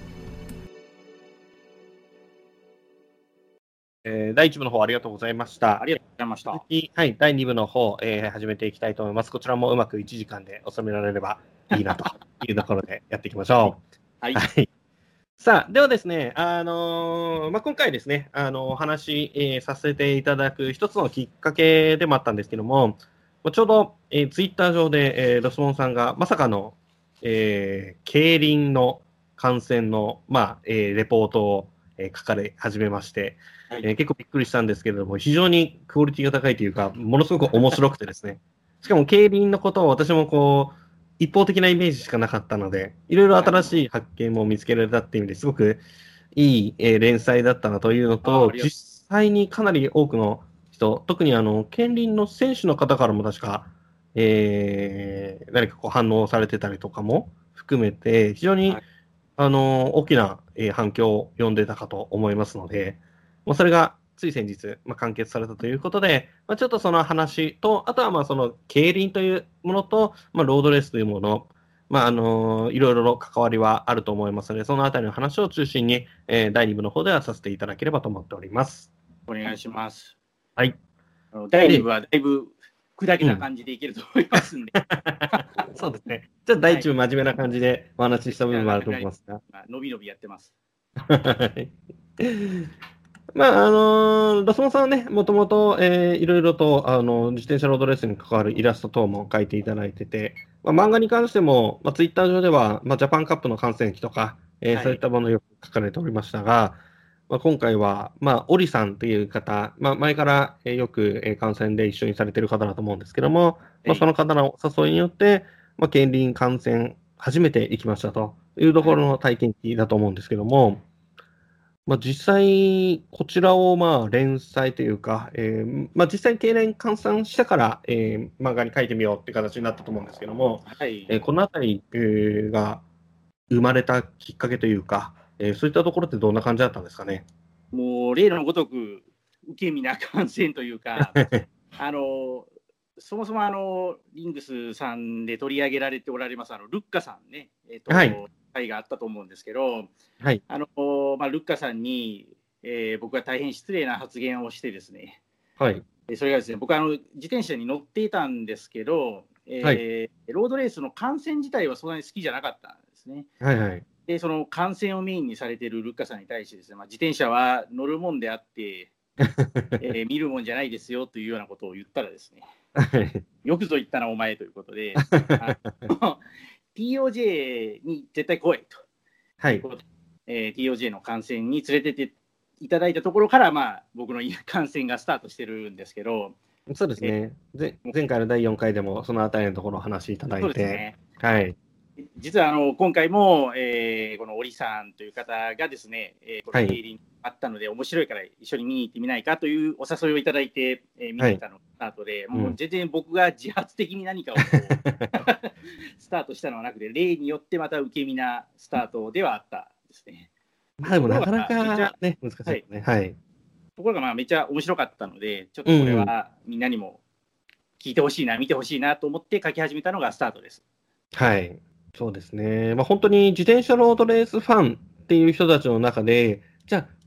えー、だいいち部の方ありがとうございました。 ありがとうございました。 続き、はい、だいに部の方、えー始めていきたいと思います。こちらもうまくいちじかんで収められればいいなというところでやっていきましょう。 はい、 はい。さあ、ではですね、あのーまあ、今回ですね、あのお話、えーさせていただく一つのきっかけでもあったんですけども、まあちょうど、えー、ツイッター上で、えーロスモンさんがまさかの、えー競輪の観戦の、まあえーレポートを、えー書かれ始めまして、 はいえー結構びっくりしたんですけれども、非常にクオリティが高いというか、ものすごく面白くてですね、しかも競輪のことを私もこう、一方的なイメージしかなかったので、いろいろ新しい発見も見つけられたっていう意味ですごくいい、えー連載だったなというのあと、 ありがとう実際にかなり多くの人、特にあの競輪の選手の方からも確か、えー何かこう反応されてたりとかも含めて、非常に、 はいあの大きな、えー反響を呼んでたかと思いますので、もうそれがつい先日、まあ、完結されたということで、まあ、ちょっとその話と、あとはまあその競輪というものと、まあ、ロードレースというもの、まああのいろいろの関わりはあると思いますので、そのあたりの話を中心に、えーだいに部の方ではさせていただければと思っております。 お願いします。 はい。 あのだいに部はだいぶ砕けた感じでいけると思いますんで、 そうですね。ちょっとだいいち部真面目な感じでお話しした部分もあると思いますが。 まあのびのびやってます。 はいまあ、あのロスモンさんはね、もともと、えーいろいろと、あの自転車ロードレースに関わるイラスト等も描いていただいてて、まあ、漫画に関しても、まあ、ツイッター上では、まあ、ジャパンカップの観戦記とか、えーはいそういったものをよく書かれておりましたが、まあ、今回は、まあ、オリさんという方、まあ、前から、えーよく、えー観戦で一緒にされている方だと思うんですけども、まあ、その方のお誘いによって、まあ、競輪観戦初めて行きましたというところの体験記だと思うんですけども、まあ、実際、こちらをまあ連載というか、えーまあ、実際に経年換算したから、えー漫画に描いてみようっていう形になったと思うんですけども、 はいえーこのあたり、えーが生まれたきっかけというか、えーそういったところってどんな感じだったんですかね。 もう例のごとく受け身な観戦というか、あのそもそもあのリングスさんで取り上げられておられますあのルッカさんね、えっとはい会があったと思うんですけど、 はい。 あのまあ、ルッカさんに、えー僕は大変失礼な発言をしてですね、 はい。 でそれがですね、僕はあの自転車に乗っていたんですけど、えーはいロードレースの観戦自体はそんなに好きじゃなかったんですね。 はいはい。 で、その観戦をメインにされているルッカさんに対してですね、まあ、自転車は乗るもんであって、えー見るもんじゃないですよというようなことを言ったらですね、 はいよくぞ言ったな、お前ということで、あの ティーオージェー に絶対来いと。 はい。 えー、ティーオージェー の観戦に連れてっていただいたところから、まあ、僕の観戦がスタートしてるんですけど、 そうですね。ぜ前回のだいよんかいでもそのあたりのところをお話しいただいて、 そうですね、 はい。 実はあの今回も、えーこのオリさんという方がですね、えーこの競輪あったので、面白いから一緒に見に行ってみないかというお誘いをいただいて、えー見に行ったのがスタートで、 うんもう全然僕が自発的に何かをこうスタートしたのはなくて、例によってまた受け身なスタートではあったですね。 まあでもなかなところがめっちゃかね、難しいですね。はい。 ところがまあめっちゃ面白かったので、ちょっとこれはみんなにも聞いてほしいな、見てほしいなと思って書き始めたのがスタートです。 はい。そうですね。まあ本当に自転車ロードレースファンっていう人たちの中で、じゃあ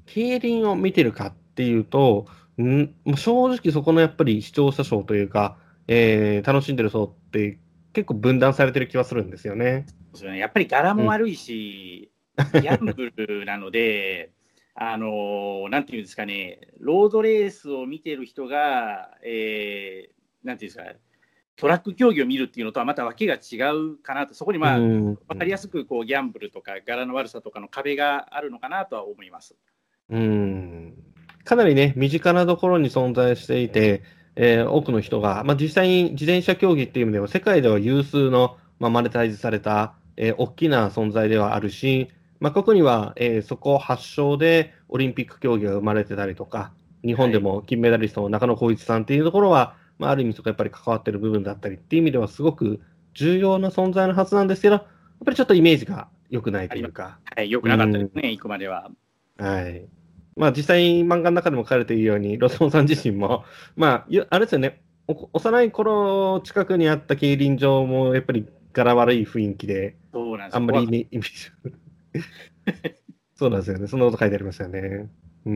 競輪を見てるかっていうと、んもう正直そこのやっぱり視聴者層というか、えー楽しんでる層って結構分断されてる気はするんですよね。 ですよね。やっぱり柄うん。 も悪いし、ギャンブルなので、あのなんていうんですかね、ロードレースを見てる人が、えー、なんていうんですか、トラック競技を見るっていうのとはまた訳が違うかなと、そこにうまあん。 分かりやすくこうギャンブルとか柄の悪さとかの壁があるのかなとは思います。 うん。かなりね、身近なところに存在していて、えー多くの人が、まあ、実際に自転車競技っていう意味では、世界では有数の、まあ、マネタイズされた、えー大きな存在ではあるし、まあ、過去には、えーそこ発祥でオリンピック競技が生まれてたりとか、日本ではい、 も金メダリストの中野浩一さんっていうところは、まあ、ある意味そこやっぱり関わってる部分だったりっていう意味では、すごく重要な存在のはずなんですけど、やっぱりちょっとイメージが良くないあります。 というか、 はい、よくなかったでうん。 すね、行くまでは。 はい。まあ実際漫画の中でも書かれているように、ロスモさん自身も、まあ、ゆあれですよね、お幼い頃近くにあった競輪場もやっぱり柄悪い雰囲気で、 そうなんですよ、 あんまり怖かっイメイメージ、そうなんですよね、そんなこと書いてありましたよね。うん。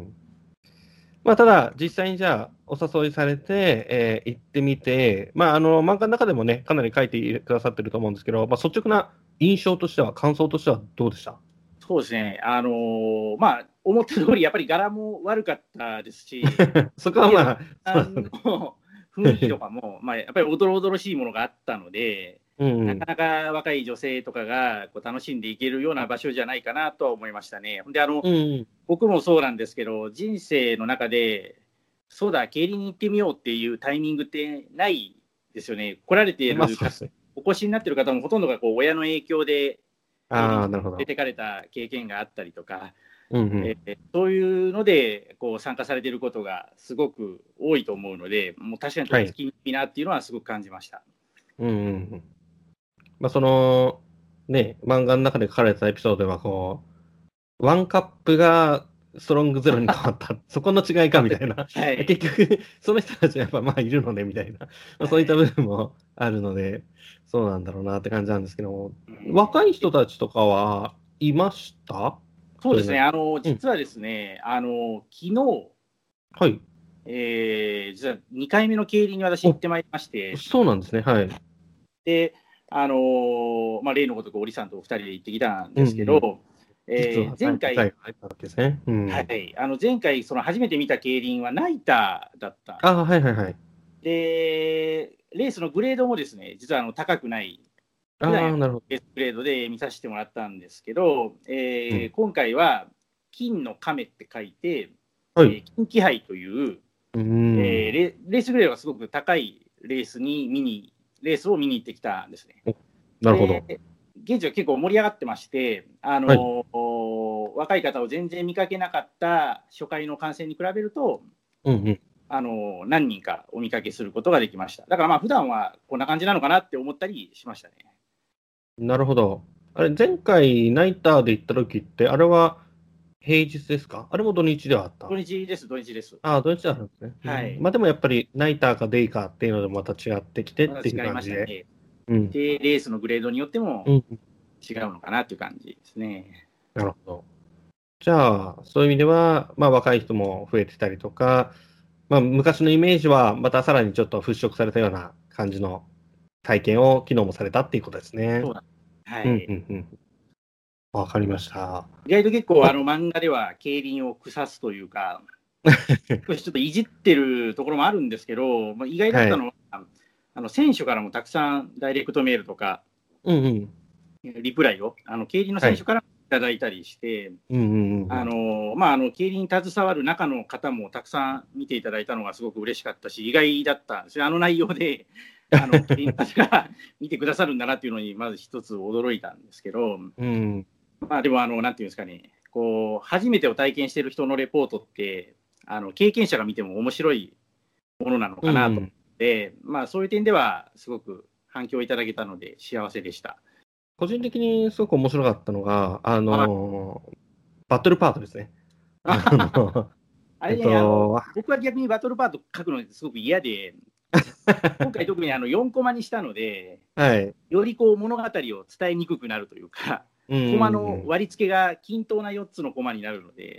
まあただ、実際にじゃあ、お誘いされて、えー行ってみて、まああの、漫画の中でもね、かなり書いてくださってると思うんですけど、まあ率直な印象としては、感想としてはどうでした？ た。そうですね、あのーまあ、思った通り、やっぱり柄も悪かったですし、 そこはけど、 まあ、 あそうだの雰囲気とかも、まあ、やっぱりおどろおどろしいものがあったので、 うんうん。 なかなか若い女性とかがこう楽しんでいけるような場所じゃないかなとは思いましたね。で、あの、 うんうん。 僕もそうなんですけど、人生の中で、そうだ、競輪に行ってみようっていうタイミングってないですよね。来られていまあ、 るか、 そうですね。 お越しになっている方もほとんどがこう親の影響で競輪ああ、 になるほど。 出てかれた経験があったりとか、 うんうん。 えーそういうのでこう参加されていることがすごく多いと思うので、もう確かにとっつはい。 きにくいなっていうのはすごく感じました。 うんうんうん。まあ、その、ね、漫画の中で書かれたエピソードでは、こう、ワンカップがストロングゼロに変わった、そこの違いかみたいな。 はい、 結局、その人たちがやっぱまあいるのねみたいな、まあ、そういったはい、 部分もあるので、そうなんだろうなって感じなんですけども、 うん、 若い人たちとかはいました？ そうですね、 そういうの。 あのうん。 実はですね、あの昨日、 はい。 えー実はにかいめの競輪に私行っお、 てまいりまして、 そうなんですね。はい。 で、あのーまあ、例のごとく、おりさんとお二人で行ってきたんうんですけうん。 ど、えー実は第2 前回、 回入ったわけですね。うん。 はい、あの前回、その初めて見た競輪はナイターだったんああ、 です。 はいはいはい。 で、レースのグレードもですね、実はあの高くない、普段ああ、なるほど。 レースグレードで見させてもらったんですけど、えーうん。 今回は金の亀って書いて、 はい。 えー金気杯という、 うーえーん。 レ、レースグレードがすごく高いレースに見に、レースを見に行ってきたんですね。 お、なるほど。 で、現地は結構盛り上がってまして、あはい。 の若い方を全然見かけなかった初回の観戦に比べると、 うんうん。 あの何人かお見かけすることができました。だからまあ普段はこんな感じなのかなって思ったりしましたね。 なるほど。あれ、前回ナイターで行った時って、あれは平日ですか？あれも土日ではあった？ 土日です、土日です。 ああ、土日であるんですね。うん。 はい。 まあでもやっぱりナイターかデイかっていうのでまた違ってきてっていうまだ違い感じで。 ましたね。 うん。 で、レースのグレードによってもうん。 違うのかなっていう感じですね。 なるほど。じゃあ、そういう意味では、まあ若い人も増えてたりとか、まあ昔のイメージはまたさらにちょっと払拭されたような感じの体験を昨日もされたっていうことですね。 そうなんです。はうん、 い。 うん、うん。わかりました。 意外と結構まあの漫画では競輪を腐すというか、少しちょっといじってるところもあるんですけど、まあ、意外だっはい。 たのは、あの選手からもたくさんダイレクトメールとか、 うんうん。 リプライを、あの競輪のはい。 選手からいただいたりして、 うんうんうんあのまあ、あの競輪に携わる中の方もたくさん見ていただいたのがすごく嬉しかったし、意外だったんですよ。あの内容で、あの競輪の方が見てくださるんだなっていうのに、まず一つ驚いたんですけど、 うん。 まあ、でも、あのなんていうんですかね、こう初めてを体験している人のレポートって、あの経験者が見ても面白いものなのかなと思っうんうん。 て、まあ、そういう点ではすごく反響いただけたので幸せでした。 個人的にすごく面白かったのが、ああのーバトルパートですね。ああの、えっれね、あのと、 僕は逆にバトルパート書くのすごく嫌で、今回特にあのよんコマにしたので、 はい。 よりこう物語を伝えにくくなるというか、 うんコマうんうん。 の割り付けが均等なよっつのコマになるので、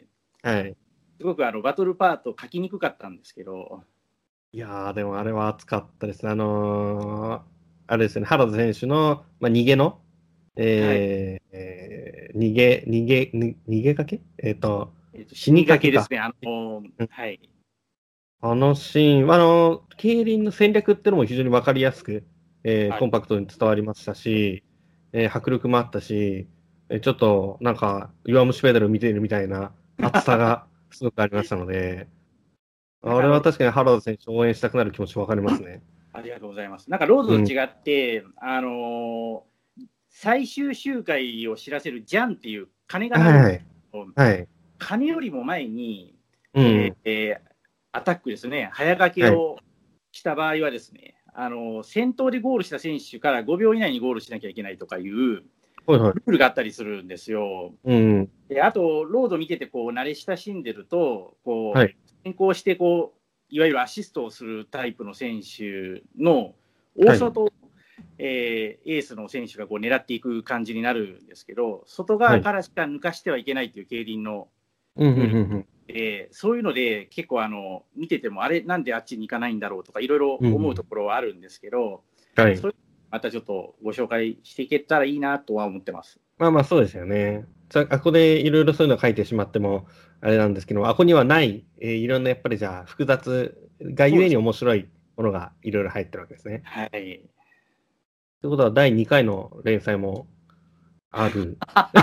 はい。 すごくあのバトルパート書きにくかったんですけど、 いやー、でもあれは熱かったですね。あのーあれですね、原田選手の、まあ、逃げの、 はい。 えーえー逃げ、逃げ、に逃げかけえっと、 えっと、死死ににかけか。 かけですね。あの、 うん、 はい。 あのシーンは、あの、競輪の戦略っていうのも非常に分かりやすく、えーはい。 コンパクトに伝わりましたし、えー迫力もあったし、えーちょっとなんか弱虫ペダル見ているみたいな熱さがすごくありましたので、 なんかあの、 あれは確かに原田選手を応援したくなる気持ち分かりますね。 ありがとうございます。なんかローうん。 ドと違って、あのー最終周回を知らせるジャンっていう鐘が鳴るんですはい。 けど、 はい。 鐘よりも前に、えーうん。 えーアタックですね、早掛けはい。 をした場合はですね、あのー先頭でゴールした選手からごびょう以内にゴールしなきゃいけないとかいうルはいはい。 ールがあったりするんですよ。 うん。 であと、ロード見ててこう慣れ親しんでると、こうはい。 先行してこう、いわゆるアシストをするタイプの選手の大はい。 外、えーエースの選手がこう狙っていく感じになるんですけど、外はい。 側からしか抜かしてはいけないという競輪のうん、うん、 ルールうん、 で、そういうので結構あの見てても、あれ、なんであっちに行かないんだろうとか、いろいろうん。うん。 思うところはあるんですけど、 はい。 それまたちょっとご紹介していけたらいいなとは思ってます。 まあまあ、そうですよね。さあ、ここでいろいろそういうの書いてしまっても、あれなんですけども、あここにはない、えーいろんなやっぱりじゃあ、複雑がゆえにそうです。 面白いものがいろいろ入ってるわけですね。 はい。 ということは、だいにかいの連載もある。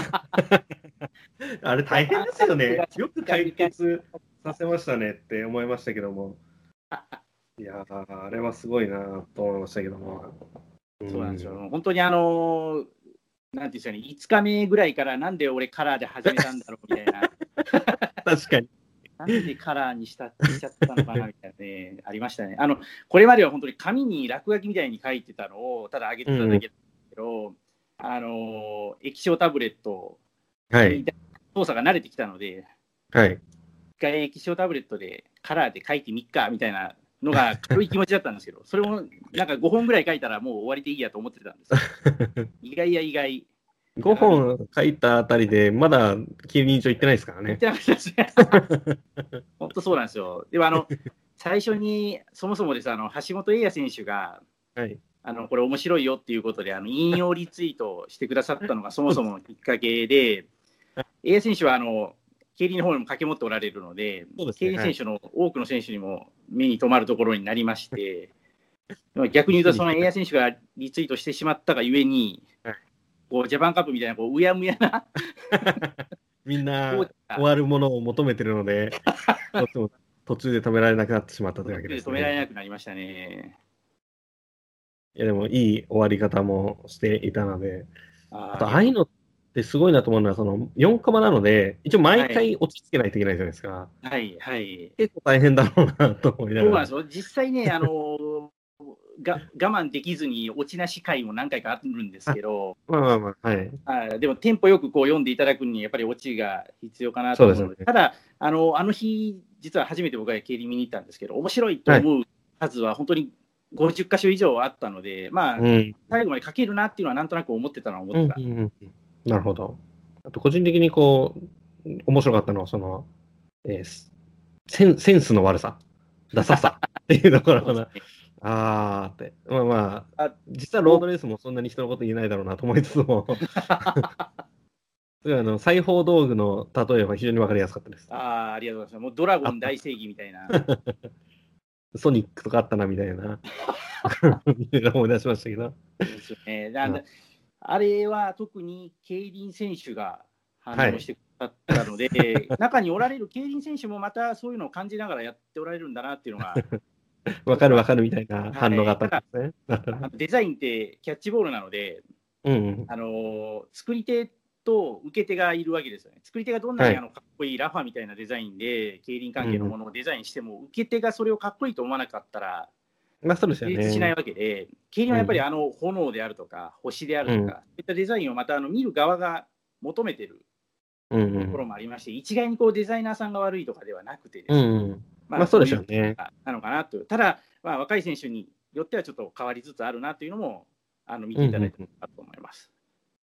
あれ大変ですよね。よく解決させましたねって思いましたけども。いやー、あれはすごいなと思いましたけども。うそうなんですよ。 ん。 本当にあの、なんていうんですかね、いつかめぐらいからなんで俺カラーで始めたんだろうみたいな、 確かに。 なんでカラーにしたしちゃったのかなみたいなね、ありましたね。あの、これまでは本当に紙に落書きみたいに書いてたのをただ上げうんうん。 てただけだけど、あの、液晶タブレットはい。 に操作が慣れてきたので、 はい。 一回液晶タブレットでカラーで書いてみっかみたいなのが軽い気持ちだったんですけど、それもなんかごほんぐらい書いたらもう終わりでいいやと思ってたんですけど、意外や意外、 5 長引い本書いたあたりで、まだ競輪場行ってないですからね。 てなかったですね。本当そうなんですよ。でもあの、最初にそもそもです、あの橋本英也選手が、 はい。 あのこれ面白いよっていうことで、あの引用リツイートをしてくださったのがそもそものきっかけで、英也選手はあの競輪の方にも駆け持っておられるので、 そうですね。 競輪はい。 選手の多くの選手にも目に留まるところになりまして、逆に言うと、 一緒に。 そのエア選手がリツイートしてしまったがゆえに、 はい。 こうジャパンカップみたいなこううやむやなみんなコーチが終わるものを求めてるので、どうしても途中で止められなくなってしまったというわけ途中ですね。 で止められなくなりましたね。 いや、でもいい終わり方もしていたので、あああと、 りがとう。 ああいうのってすごいなと思うのは、そのよんコマなので、一応毎はい、 回落ち着けないといけないじゃないですか。 はい、はい。 結構大変だろうなと思いながら。 そうなんですよ。実際ね、あのが我慢できずに落ちなし回も何回かあるんですあ、 けど、 まあまあまあ、はい。 あでもテンポよくこう読んでいただくにやっぱりオチが必要かなと思うので、 そうですよね。 ただ、あのあの日、実は初めて僕は競輪見に行ったんですけど、面白いとはい。 思う数は本当にごじゅっ箇所以上あったので、まあ、 うん。 最後まで書けるなっていうのはなんとなく思ってたのは思っうん、 てた。 うん、うん。なるほど。あと、個人的にこう、面白かったのは、その、えーセン、センスの悪さ、ダサさっていうところかな。 そうですね。 あーって。まあまあ、 あ実はローおドレースもそんなに人のこと言えないだろうなと思いつつも、すごいあの裁縫道具の例えは非常にわかりやすかったです。 あありがとうございます。もうドラゴあった。 ン大正義みたいな。 ソニックとかあったなみたいな思い出しましたけど。 そうですよね。なんあであれは特に競輪選手が反はい。 応してくださったので、中におられる競輪選手もまたそういうのを感じながらやっておられるんだなっていうのが、 わよくあかるわかるみたいなはい、 反応があったなんかんですね。 あのデザインってキャッチボールなので、 うんうん。 あの作り手と受け手がいるわけですよね。作り手がどんなはい。 にあのかっこいいラファみたいなデザインで競輪関係のうんうん。 ものをデザインしても、受け手がそれをかっこいいと思わなかったらまあそうですよ成立しないね。 わけで、競輪はやっぱりうん。 あの炎であるとか星であるうん。 とか、そういったデザインをまたあの見る側が求めてるうんうところん。 もありまして、一概にこうデザイナーさんが悪いとかではなくてでうんすね、 うん。まあそうでまあそういうしょうね。 なのかなと。ただ、まあ、若い選手によってはちょっと変わりつつあるなというのも、あの見うんていただいてうんうん。 あると思います。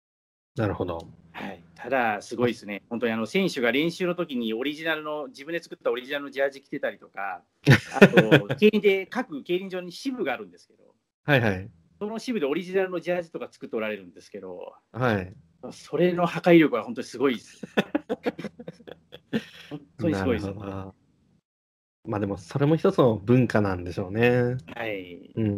なるほど。 はい、ただ、すごいですね、本当にあの選手が練習の時にオリジナルの、自分で作ったオリジナルのジャージ着てたりとか、あと、競輪で各競輪場に支部があるんですけど、 はいはい。 その支部でオリジナルのジャージとか作っておられるんですけど、 はい。 それの破壊力は本当にすごいです。本当にすなるごいです。 ほど。まあでも、それも一つの文化なんでしょうね。 はい。 うん。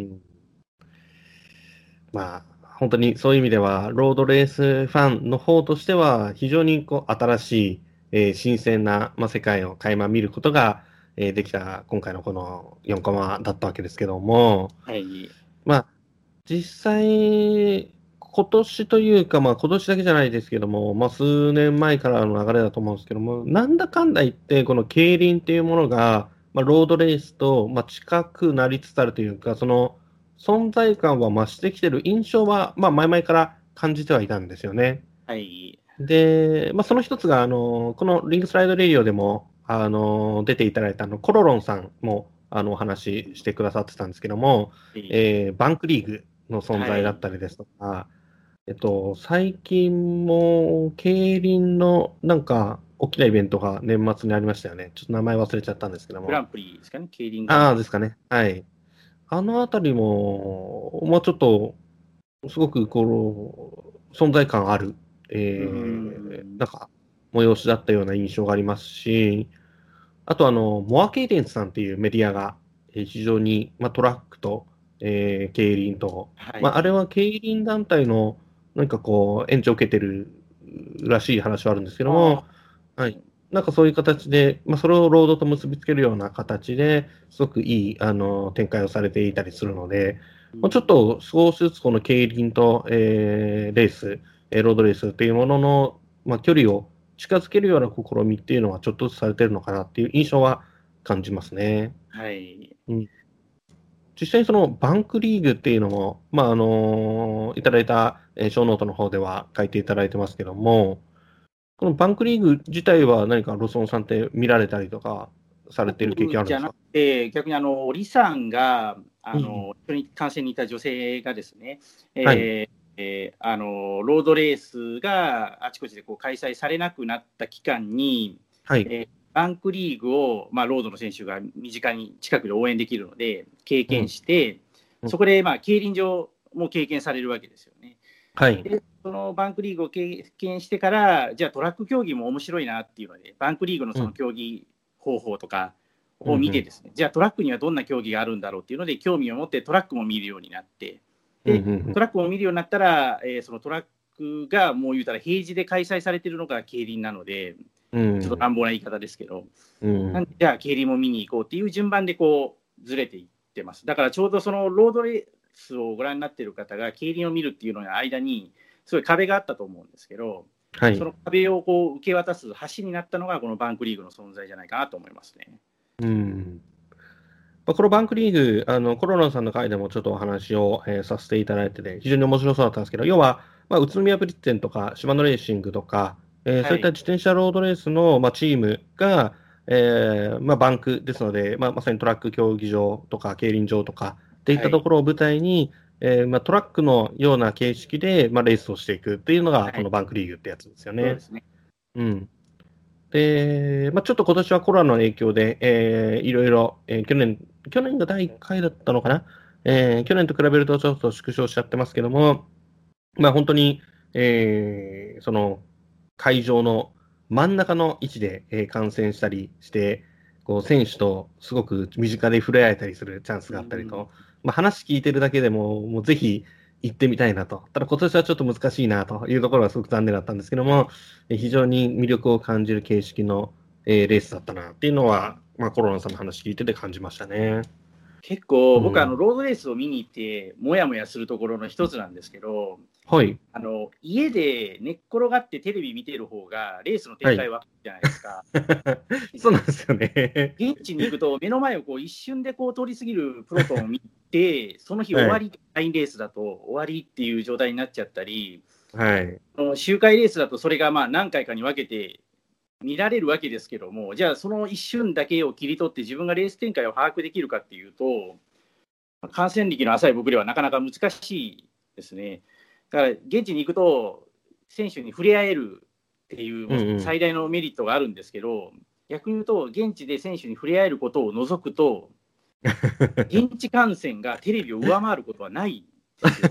まあ、本当にそういう意味では、ロードレースファンの方としては、非常にこう新しい、えー新鮮な、まあ、世界を垣間見ることが、えーできた今回のこのよんコマだったわけですけども、 はい。 まあ、実際、今年というか、まあ今年だけじゃないですけども、まあ数年前からの流れだと思うんですけども、なんだかんだ言って、この競輪っていうものが、まあ、ロードレースと、まあ、近くなりつつあるというか、その存在感は増してきてる印象は、まあ前々から感じてはいたんですよね。 はい。 で、まあその一つが、あの、このリングスライドレディオでも、あの、出ていただいたあのコロロンさんも、あの、お話ししてくださってたんですけども、えーバンクリーグの存在だっはい。 たりですとか、えっと、最近も、競輪のなんか、大きなイベントが年末にありましたよね。ちょっと名前忘れちゃったんですけども。 グランプリですかね、競輪グランああ、 プリ。 ですかね。はい。あのあたりも、もうちょっと、すごく、こう、存在感ある、 うーえー、 ん。 なんか、催しだったような印象がありますし、あと、あの、モアケイデンスさんっていうメディアが、えー非常に、まあ、トラックと、えー競輪と、まあ、あれはい。 は競輪団体の、なんかこう、援助を受けてるらしい話はあるんですけども、 ああ、 はい。なんかそういう形で、まあ、それをロードと結びつけるような形ですごくいい、あの、展開をされていたりするので、まあ、ちょっうん。 と少しずつこの競輪と、えーレース、えーロードレースっていうものの、まあ、距離を近づけるような試みっていうのはちょっとずつされてるのかなっていう印象は感じますね。 はい。 うん、実際にそのバンクリーグっていうのも、まあ、あのいただいた、えー、ショーノートの方では書いていただいてますけども、このバンクリーグ自体は何かロソンさんって見られたりとかされている経験あるんですか？ 僕じゃなくて、逆にあの、李さんが、 うん。 あの、一緒に観戦にいた女性がですね、 はい。 えーえーあの、ロードレースがあちこちでこう開催されなくなった期間に、 はい。 えーバンクリーグを、まあ、ロードの選手が身近に近くで応援できるので、経験うん。 して、 うん。 そこで、まあ、競輪場も経験されるわけですよね。 はい。 で、そのバンクリーグを経験してから、じゃあトラック競技も面白いなっていうので、バンクリーグのそのうん。 競技方法とかをうん。うん。 見てですね、じゃあトラックにはどんな競技があるんだろうっていうので、興味を持ってトラックも見るようになって、 うん。うで、 ん。 トラックを見るようになったら、えーそのトラックがもう言うたら平時で開催されてるのが競輪なので、 うん。 ちょっと乱暴な言い方ですけど、 うん。 なんでじゃあ競輪も見に行こうっていう順番でこうずれていってます。だからちょうどそのロードレースをご覧になっている方が競輪を見るっていうのの間にすごい壁があったと思うんですけど、 はい。 その壁をこう受け渡す橋になったのがこのバンクリーグの存在じゃないかなと思いますね。 うん。まあ、このバンクリーグ、あの、コロナさんの回でもちょっとお話を、えーさせていただいてて、非常に面白そうだったんですけど、要は、まあ、宇都宮ブリッツェンとか、シマノレーシングとか、えーそういったはい。 自転車ロードレースの、まあ、チームが、えーまあ、バンクですので、まあ、まさにトラック競技場とか、競輪場とか、っていっはい。 たところを舞台に、えーまあ、トラックのような形式で、まあ、レースをしていくっていうのが、 はい。 このバンクリーグってやつですよね。 そうですね。 うん。で、まあ、ちょっと今年はコロナの影響で、えーいろいろ、えー去年、去年がだいいっかいだったのかな、えー去年と比べるとちょっと縮小しちゃってますけども、まあ、本当に、えーその会場の真ん中の位置で、えー観戦したりして、こう選手とすごく身近で触れ合えたりするチャンスうがあったりん。 と、まあ、話聞いてるだけでも、もうぜひ行ってみたいなと。ただ今年はちょっと難しいなというところはすごく残念だったんですけども、 はい。 えー非常に魅力を感じる形式の、えーレースだったなっていうのは、まあ、コロナさんの話聞いてて感じましたね。 結構僕あのうん。 ロードレースを見に行ってもやもやするところの一つなんですけど、 はい。 あの家で寝っ転がってテレビ見てる方がレースのはい。 展開はじゃないですか。 そうなんですよね。 現地に行くと目の前をこう一瞬でこう通り過ぎるプロトンを見て、その日終はい。 わり、ラインレースだと終わりっていう状態になっちゃったり、 はい。 周回レースだとそれがまあ何回かに分けて見られるわけですけども、じゃあその一瞬だけを切り取って自分がレース展開を把握できるかっていうと、感染力の浅い僕ではなかなか難しいですね。だから現地に行くと選手に触れ合えるっていううんうん最大のメリットがあるんですけど、逆に言うと、現地で選手に触れ合えることを除くと、現地観戦がテレビを上回ることはないんですよ。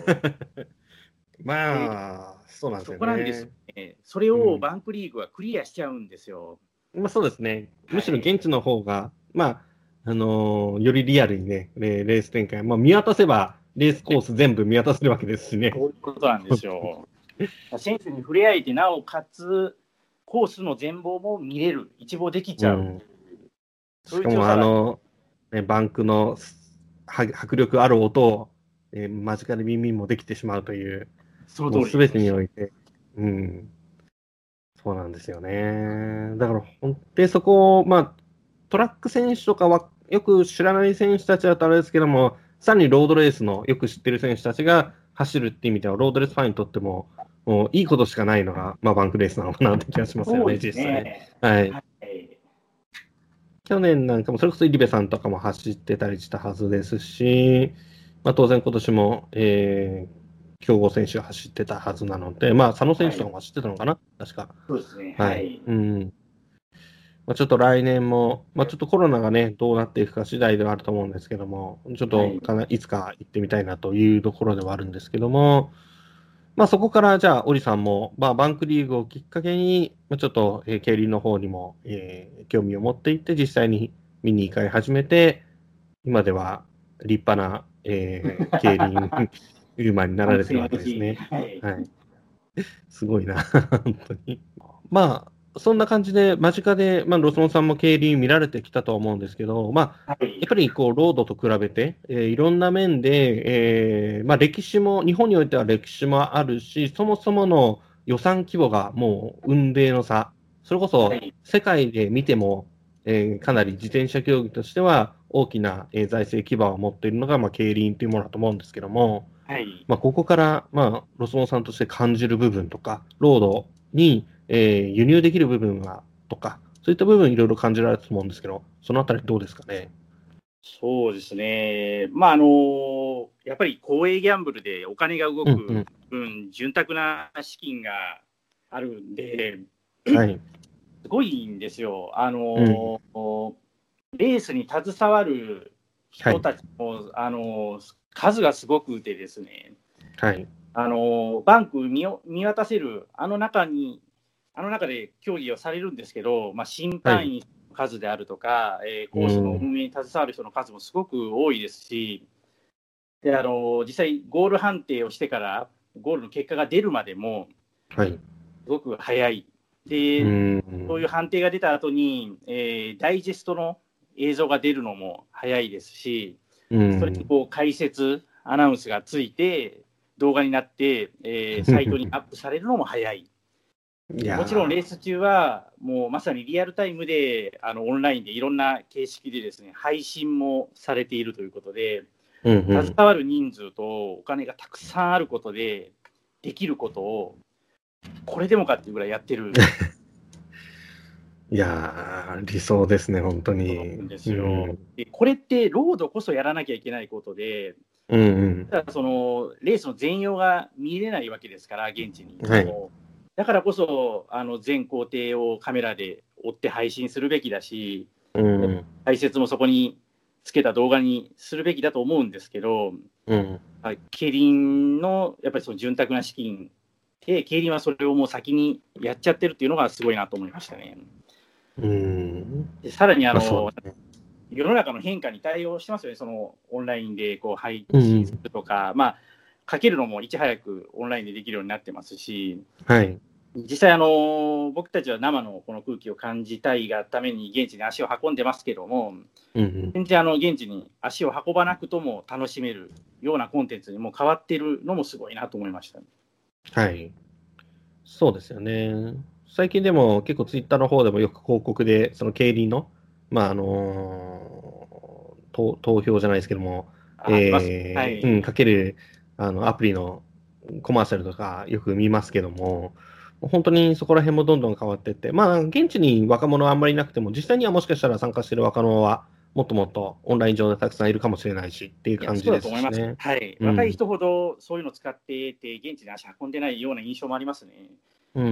まあ、そうなんですよね。 そこなんですよね。それをバンクリーグはクリアしちゃうんですよ。 まあそうですね。 はいむしろ現地の方が、まあ、あのーよりリアルにね、レレース展開、まあ見渡せば、レースコース全部見渡せるわけですしね。 そういうことなんですよ。選手に触れ合えて、なおかつ、コースの全貌も見れる、一望できちゃう。 うんそうしかも、 いう強さがあの、ね、バンクのは迫力ある音を、えー間近で耳もできてしまうという、 そのもうすべて通りです。 において、うん、そうなんですよね。だから本当にそこを、まあ、トラック選手とかはよく知らない選手たちだとあれですけども、さらにロードレースのよく知ってる選手たちが走るっていう意味では、ロードレースファンにとっても、もういいことしかないのが、まあ、バンクレースなのかなって気がしますよね、 そうです実際。 ね。 はい。 はい去年なんかも、それこそ入部さんとかも走ってたりしたはずですし、まあ、当然今年も、えー強豪選手が走ってたはずなので、まあ、佐野選手とかも走ってたのかな、確か。 そうですね。 ははいい。 うんまあ、ちょっと来年も、まあ、ちょっとコロナがね、どうなっていくか次第ではあると思うんですけども、ちょっとかないつか行ってみたいなというところではあるんですけども、まあ、そこからじゃあ、オリさんも、まあ、バンクリーグをきっかけに、まあ、ちょっと、えー競輪の方にも、えー興味を持っていって、実際に見に行かれ始めて、今では立派な、えー競輪馬になられてるわけですね。 はい。 はい。すごいな、本当に。まあ、そんな感じで、間近で、まあ、ロスモンさんも競輪見られてきたとは思うんですけど、まあ、 はいやっぱりこう、ロードと比べて、えーいろんな面で、えーまあ、歴史も、日本においては歴史もあるし、そもそもの予算規模がもう雲泥の差、それこそはい世界で見ても、えーかなり自転車競技としては大きな、えー財政基盤を持っているのが、まあ、競輪というものだと思うんですけども、 はい。 まあ、ここから、まあ、ロスモンさんとして感じる部分とか、ロードに、えー輸入できる部分がとか、そういった部分いろいろ感じられたと思うんですけど、そのあたりどうですかね。 そうですね。まあ、あの、やっぱり公営ギャンブルでお金が動うんうんく分、潤沢な資金があるんで、 はい。 すごいんですよ。あうんの、レースに携わるはい。 人たちも、あの、数がすごくてですね、 はい。 あの、バンク見よ見渡せる、あの中に、あの中で競技をされるんですけど、まあ、審はい。 判員の数であるとか、えーうコースのん。 運営に携わる人の数もすごく多いですし、であの実際、ゴール判定をしてから、ゴールの結果が出るまでも、 はい。 すごく早い。 うで、 ん。 そういう判定が出た後に、えーダイジェストの映像が出るのも早いですし、 うん。 それにこう解説、アナウンスがついて、動画になって、えーサイトにアップされるのも早い。 いやーもちろんレース中は、もうまさにリアルタイムで、あのオンラインでいろんな形式でですね、配信もされているということで、 うんうん携わる人数とお金がたくさんあることで、できることを、これでもかっていうぐらいやってるいやー、理想ですね、本当に。 んですよ。でこれってロードこそやらなきゃいけないことで、 うんうん。 ただそのレースの全容が見れないわけですから、現地に。 はいもうだからこそあの全工程をカメラで追って配信するべきだし、 うん解説もそこにつけた動画にするべきだと思うんですけど、 うん。 あ競輪のやっぱりその潤沢な資金で、競輪はそれをもう先にやっちゃってるっていうのがすごいなと思いましたね。 うん。 でさらにあまあの、 そうですね。 世の中の変化に対応してますよね、そのオンラインでこう配うん信するとか、まあ、かけるのもいち早くオンラインでできるようになってますし、 はい。 実際あの、僕たちは生のこの空気を感じたいがために現地に足を運んでますけども、 うんうん。 全然あの現地に足を運ばなくとも楽しめるようなコンテンツにも変わっているのもすごいなと思いました。 はい。そうですよね。最近でも結構ツイッターの方でもよく広告で、その競輪の、まああの投投票じゃないですけども、 ありますえはいーうん、かけるあのアプリのコマーシャルとかよく見ますけども、本当にそこら辺もどんどん変わっていって、まあ現地に若者はあんまりいなくても、実際にはもしかしたら参加している若者はもっともっとオンライン上でたくさんいるかもしれないしっていう感じですしね。 そうだと思います。はい。 うん、 若い人ほどそういうのを使ってて、現地に足運んでないような印象もありますね。 うん。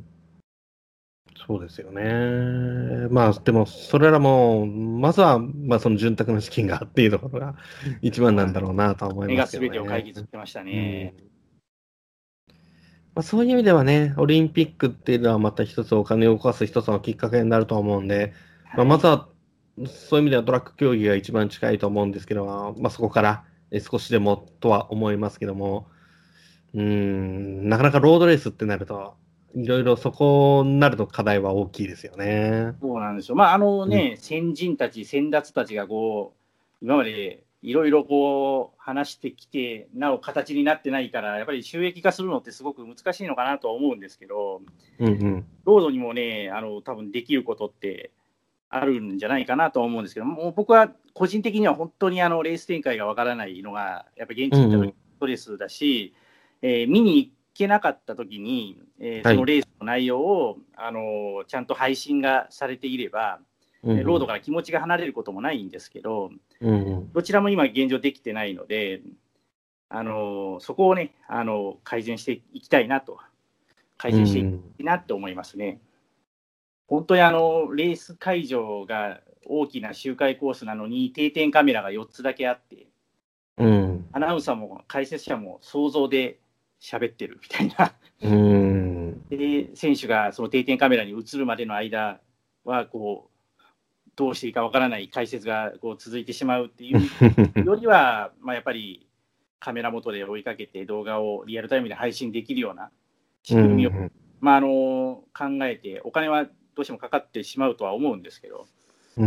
そうですよね。まあ、でも、それらも、まずは、まあ、その潤沢な資金がっていうところが一番なんだろうなとは思い目がますけど全てを解ね。 決してましたうん。 ね。 まあ、そういう意味ではね、オリンピックっていうのはまた一つお金を動かす一つのきっかけになると思うんで、まあ、 はい。 まずは、そういう意味ではトラック競技が一番近いと思うんですけど、まあ、そこからえ少しでもとは思いますけども、うーん、なかなかロードレースってなると、いろいろそこになると課題は大きいですよね。 そうなんですよ。まあ、あのうん。 ね、先人たち、先達たちがこう、今までいろいろこう、話してきて、なお形になってないから、やっぱり収益化するのってすごく難しいのかなとは思うんですけど、 うんうん。 ロードにもね、あの、多分できることってあるんじゃないかなとは思うんですけど、もう僕は個人的には本当にあの、レース展開がわからないのが、やっぱり現地に行った時スうんうん。 トレスだし、えー見に行けなかった時に、えーはい。 そのレースの内容を、あのちゃんと配信がされていれば、 うんうん。 ロードから気持ちが離れることもないんですけど、 うんうん。 どちらも今現状できてないので、あのそこをね、あの改善していきたいなと、改う善していきん。 たいなと思いますね。本当にあのレース会場が大きな周回コースなのに定点カメラがよっつだけあって、 うん。 アナウンサーも解説者も想像で喋ってるみたいな。 うん。 で、選手がその定点カメラに映るまでの間はこうどうしていいかわからない解説がこう続いてしまうっていうよりは、まあ、やっぱりカメラ元で追いかけて動画をリアルタイムで配信できるようなう仕組みを、 ん。 まあ、あの考えて、お金はどうしてもかかってしまうとは思うんですけど、 うん。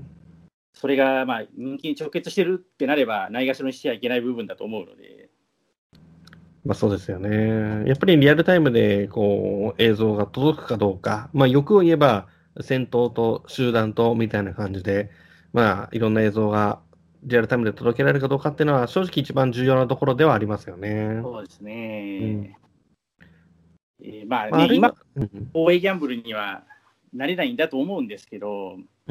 それがまあ人気に直結してるってなれば、ないがしろにしちゃいけない部分だと思うので。 まあそうですよね。やっぱりリアルタイムでこう映像が届くかどうか、まあ欲を言えば戦闘と集団とみたいな感じで、まあいろんな映像がリアルタイムで届けられるかどうかっていうのは正直一番重要なところではありますよね。 そうですうん。 ね。えーまあまあ、あね、今、 るいは、うん。 大江ギャンブルにはなれないんだと思うんですけど、 うん。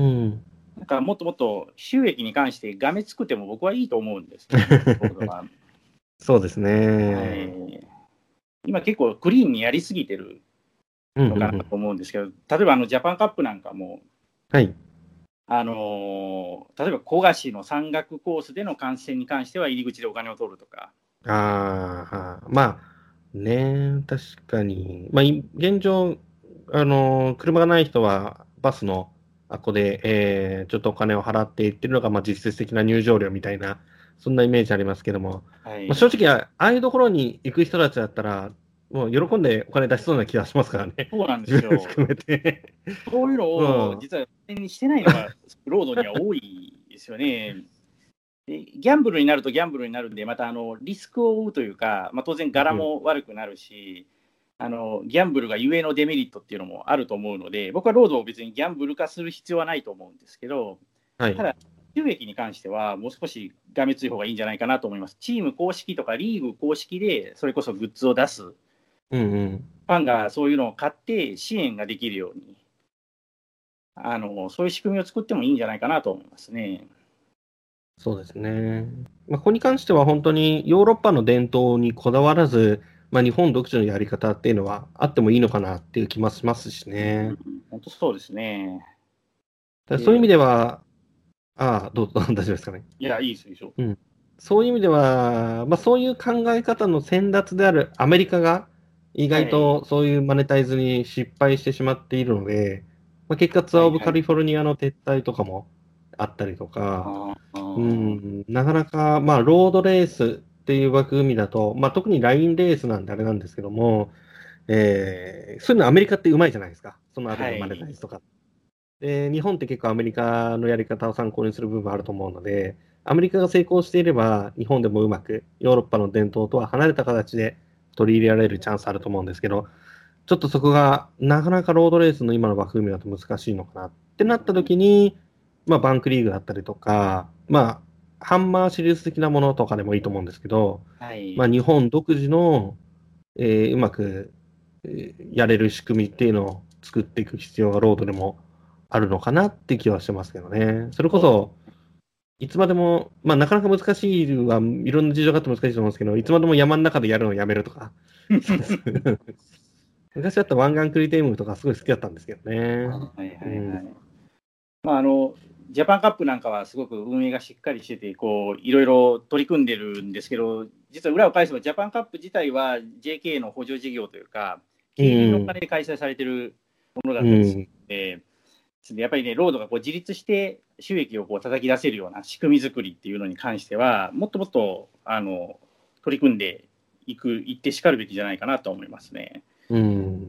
なんかもっともっと収益に関してがめつくても僕はいいと思うんですよね、僕は。 そうですはね。 い、今結構クリーンにやりすぎてるうんうんうん。 のかなと思うんですけど、例えばあのジャパンカップなんかも、 はい。 あのー例えば古賀市の山岳コースでの観戦に関しては入り口でお金を取るとか。 ああ、まあ、ね、確かに。まあ、い現状、あの、車がない人は、バスの、あここで、えーちょっとお金を払っていってるのが、まあ、実質的な入場料みたいな、そんなイメージありますけども、まあ、正はい、 直、ああいうところに行く人たちだったら、もう喜んでお金出しそうな気がしますからね。 そうなんで自分すよ。 含めて。 そういうのをうん。 実はにしてないのがロードには多いですよね。でギャンブルになるとギャンブルになるんで、またあのリスクを負うというか、まあ、当然柄うん。 も悪くなるし、あのギャンブルがゆえのデメリットっていうのもあると思うので、僕はロードを別にギャンブル化する必要はないと思うんですけど、 はい。 ただ、収益に関してはもう少しがめつい方がいいんじゃないかなと思います。チーム公式とかリーグ公式でそれこそグッズを出す、フうんうん。 ァンがそういうのを買って支援ができるように、あのそういう仕組みを作ってもいいんじゃないかなと思いますね。 そうですね。まあ、ここに関しては本当にヨーロッパの伝統にこだわらず、まあ、日本独自のやり方っていうのはあってもいいのかなっていう気もしますしうん、 ね。 本当そうですね。 だからそういう意で、 味では、ああ、どうぞ、大丈夫ですかね。 いや、いいですでしょ。 うん。そういう意味では、まあ、そういう考え方の先達であるアメリカが意外はい、 とそういうマネタイズに失敗してしまっているので、まあ、結果ツアーオブカはいはい。 リフォルニアの撤退とかもあったりとか、 あうあ、 ん、なかなか、まあ、ロードレースっていう枠組みだと、まあ、特にラインレースなんであれなんですけども、えーそういうのアメリカってうまいじゃないですか。そのあたりのマネタはい。 イズとか。で、日本って結構アメリカのやり方を参考にする部分あると思うので、アメリカが成功していれば、日本でもうまくヨーロッパの伝統とは離れた形で取り入れられるチャンスあると思うんですけど、ちょっとそこがなかなかロードレースの今の枠組みだと難しいのかなってなった時に、まあ、バンクリーグだったりとか、まあ、ハンマーシリーズ的なものとかでもいいと思うんですけど、まあ、 はい。 日本独自の、えーうまく、えーやれる仕組みっていうのを作っていく必要がロードでもあるのかなって気はしてますけどね。それこそ、いつまでも、まあなかなか難しいは、いろんな事情があって難しいと思うんですけど、いつまでも山の中でやるのをやめるとか。昔だったら湾岸クリテームとかすごい好きだったんですけどね。 はいはいはい。まああの、ジャパンカップなんかはすごく運営がしっかりしてて、こう、いろいろ取り組んでるんですけど、実は裏を返せば、ジャパンカップ自体は ジェーケー の補助事業というか、競輪のお金で開催されてるものだったりするので、うん、やっぱりね、ロードがこう自立して収益をこう叩き出せるような仕組み作りっていうのに関しては、もっともっとあの取り組んでいく、いってしかるべきじゃないかなと思いますね。 うん。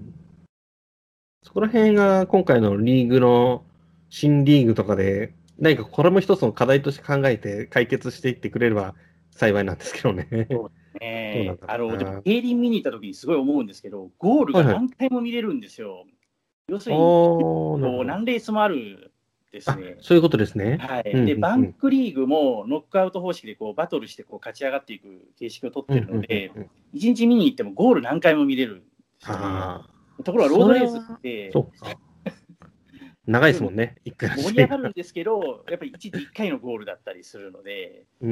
そこら辺が今回のリーグの新リーグとかで、何かこれも一つの課題として考えて解決していってくれれば幸いなんですけどね。 そうですね。あの、でも、競輪見に行った時にすごい思うんですけど、ゴールが何回も見れるんですよ。はいはい、要するに、こう何レースもあるですね。 そういうことですね。 はい。で、バンクリーグもノックアウト方式でこうバトルしてこう勝ち上がっていく形式を取ってるので、いちにち見に行ってもゴール何回も見れるんですよね。ところがロードレースって、 長いですもんね、 盛り上がるんですけど、やっぱりいちにちいっかいのゴールだったりするので、 うん、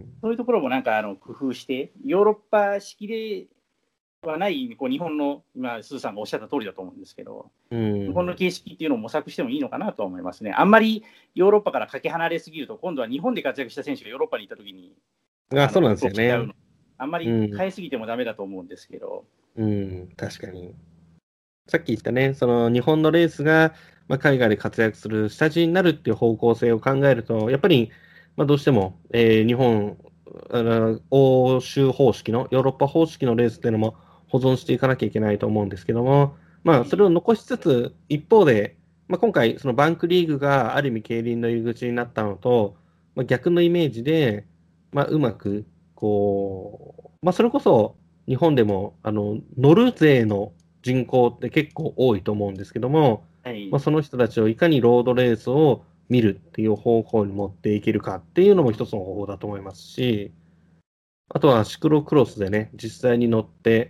そういうところもなんかあの工夫して、ヨーロッパ式ではないこう日本の、今、すずさんがおっしゃった通りだと思うんですけど、うん、日本の形式っていうのを模索してもいいのかなと思いますね。あんまりヨーロッパからかけ離れすぎると、今度は日本で活躍した選手がヨーロッパに行ったときに、 あ、そうなんですよね。 あんまり変えすぎてもダメだと思うんですけど。 うん、うん、確かに。さっき言ったね、その日本のレースが、まあ、海外で活躍する下地になるっていう方向性を考えると、やっぱり、まあ、どうしても、えー、日本、あの欧州方式の、ヨーロッパ方式のレースっていうのも保存していかなきゃいけないと思うんですけども、まあ、それを残しつつ、一方で、まあ、今回、そのバンクリーグがある意味競輪の入り口になったのと、まあ、逆のイメージで、まあ、うまく、こう、まあ、それこそ日本でも、あの、乗る勢の人口って結構多いと思うんですけども、はい、まあ、その人たちをいかにロードレースを見るっていう方向に持っていけるかっていうのも一つの方法だと思いますし、あとはシクロクロスでね、実際に乗って、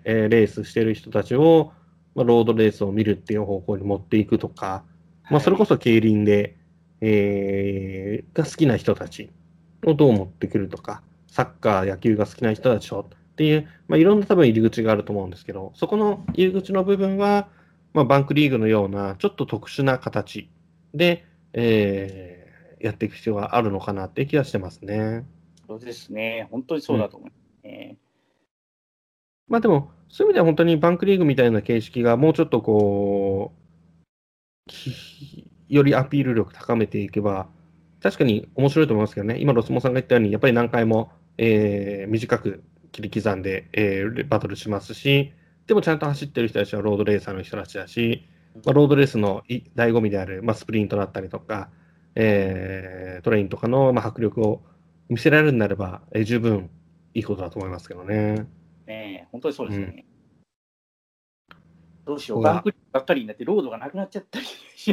えー、レースしてる人たちを、まあ、ロードレースを見るっていう方向に持っていくとか、まあ、それこそ競輪で、えー、が好きな人たちをどう持ってくるとか、サッカー、野球が好きな人たちをっていう、まあ、いろんな多分入り口があると思うんですけど、そこの入り口の部分は、まあ、バンクリーグのようなちょっと特殊な形で、えー、やっていく必要があるのかなっていう気がしてますね。 そうですね。本当にそうだと思いますね。 うん、まあでも、そういう意味では本当にバンクリーグみたいな形式がもうちょっとこう、よりアピール力高めていけば、確かに面白いと思いますけどね、今、ロスモさんが言ったように、やっぱり何回も、えー、短く切り刻んで、えー、バトルしますし、でもちゃんと走ってる人たちはロードレーサーの人たちだし、まあ、ロードレースの醍醐味である、まあ、スプリントだったりとか、えー、トレインとかの、まあ、迫力を見せられるんであれば、えー、十分いいことだと思いますけどね。 ねえ、本当にそうですよね。うん、どうしよう、バンクばっかりになって、ロードがなくなっちゃったり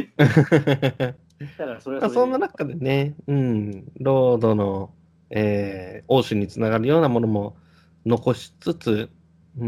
ただそれはそれでそんな中でね、うん、ロードの、えー、欧州につながるようなものも残しつつ、うん、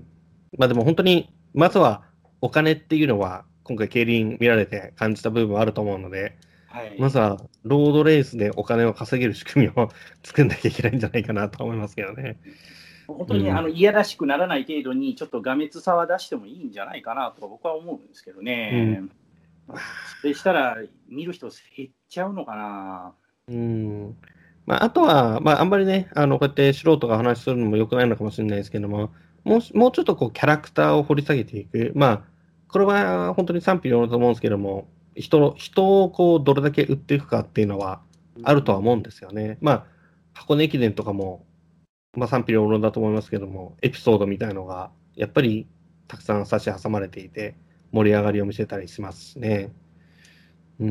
まあでも本当に、まずはお金っていうのは、今回、競輪見られて感じた部分はあると思うので、はい、まずはロードレースでお金を稼げる仕組みを作んなきゃいけないんじゃないかなと思いますけどね。 本当に、うん、あのいやらしくならない程度に、ちょっとがめつさは出してもいいんじゃないかなと僕は思うんですけどね。うん、それしたら、見る人減っちゃうのかな。 うんまあ、あとは、まあ、あんまりね、あのこうやって素人が話するのも良くないのかもしれないですけども、もうもうちょっとこうキャラクターを掘り下げていく、まあ、これは本当に賛否両論だと思うんですけども、人人をこうどれだけ売っていくかっていうのはあるとは思うんですよね。まあ、箱根駅伝とかも、まあ、賛否両論だと思いますけども、エピソードみたいのがやっぱりたくさん差し挟まれていて、盛り上がりを見せたりしますしね。うん、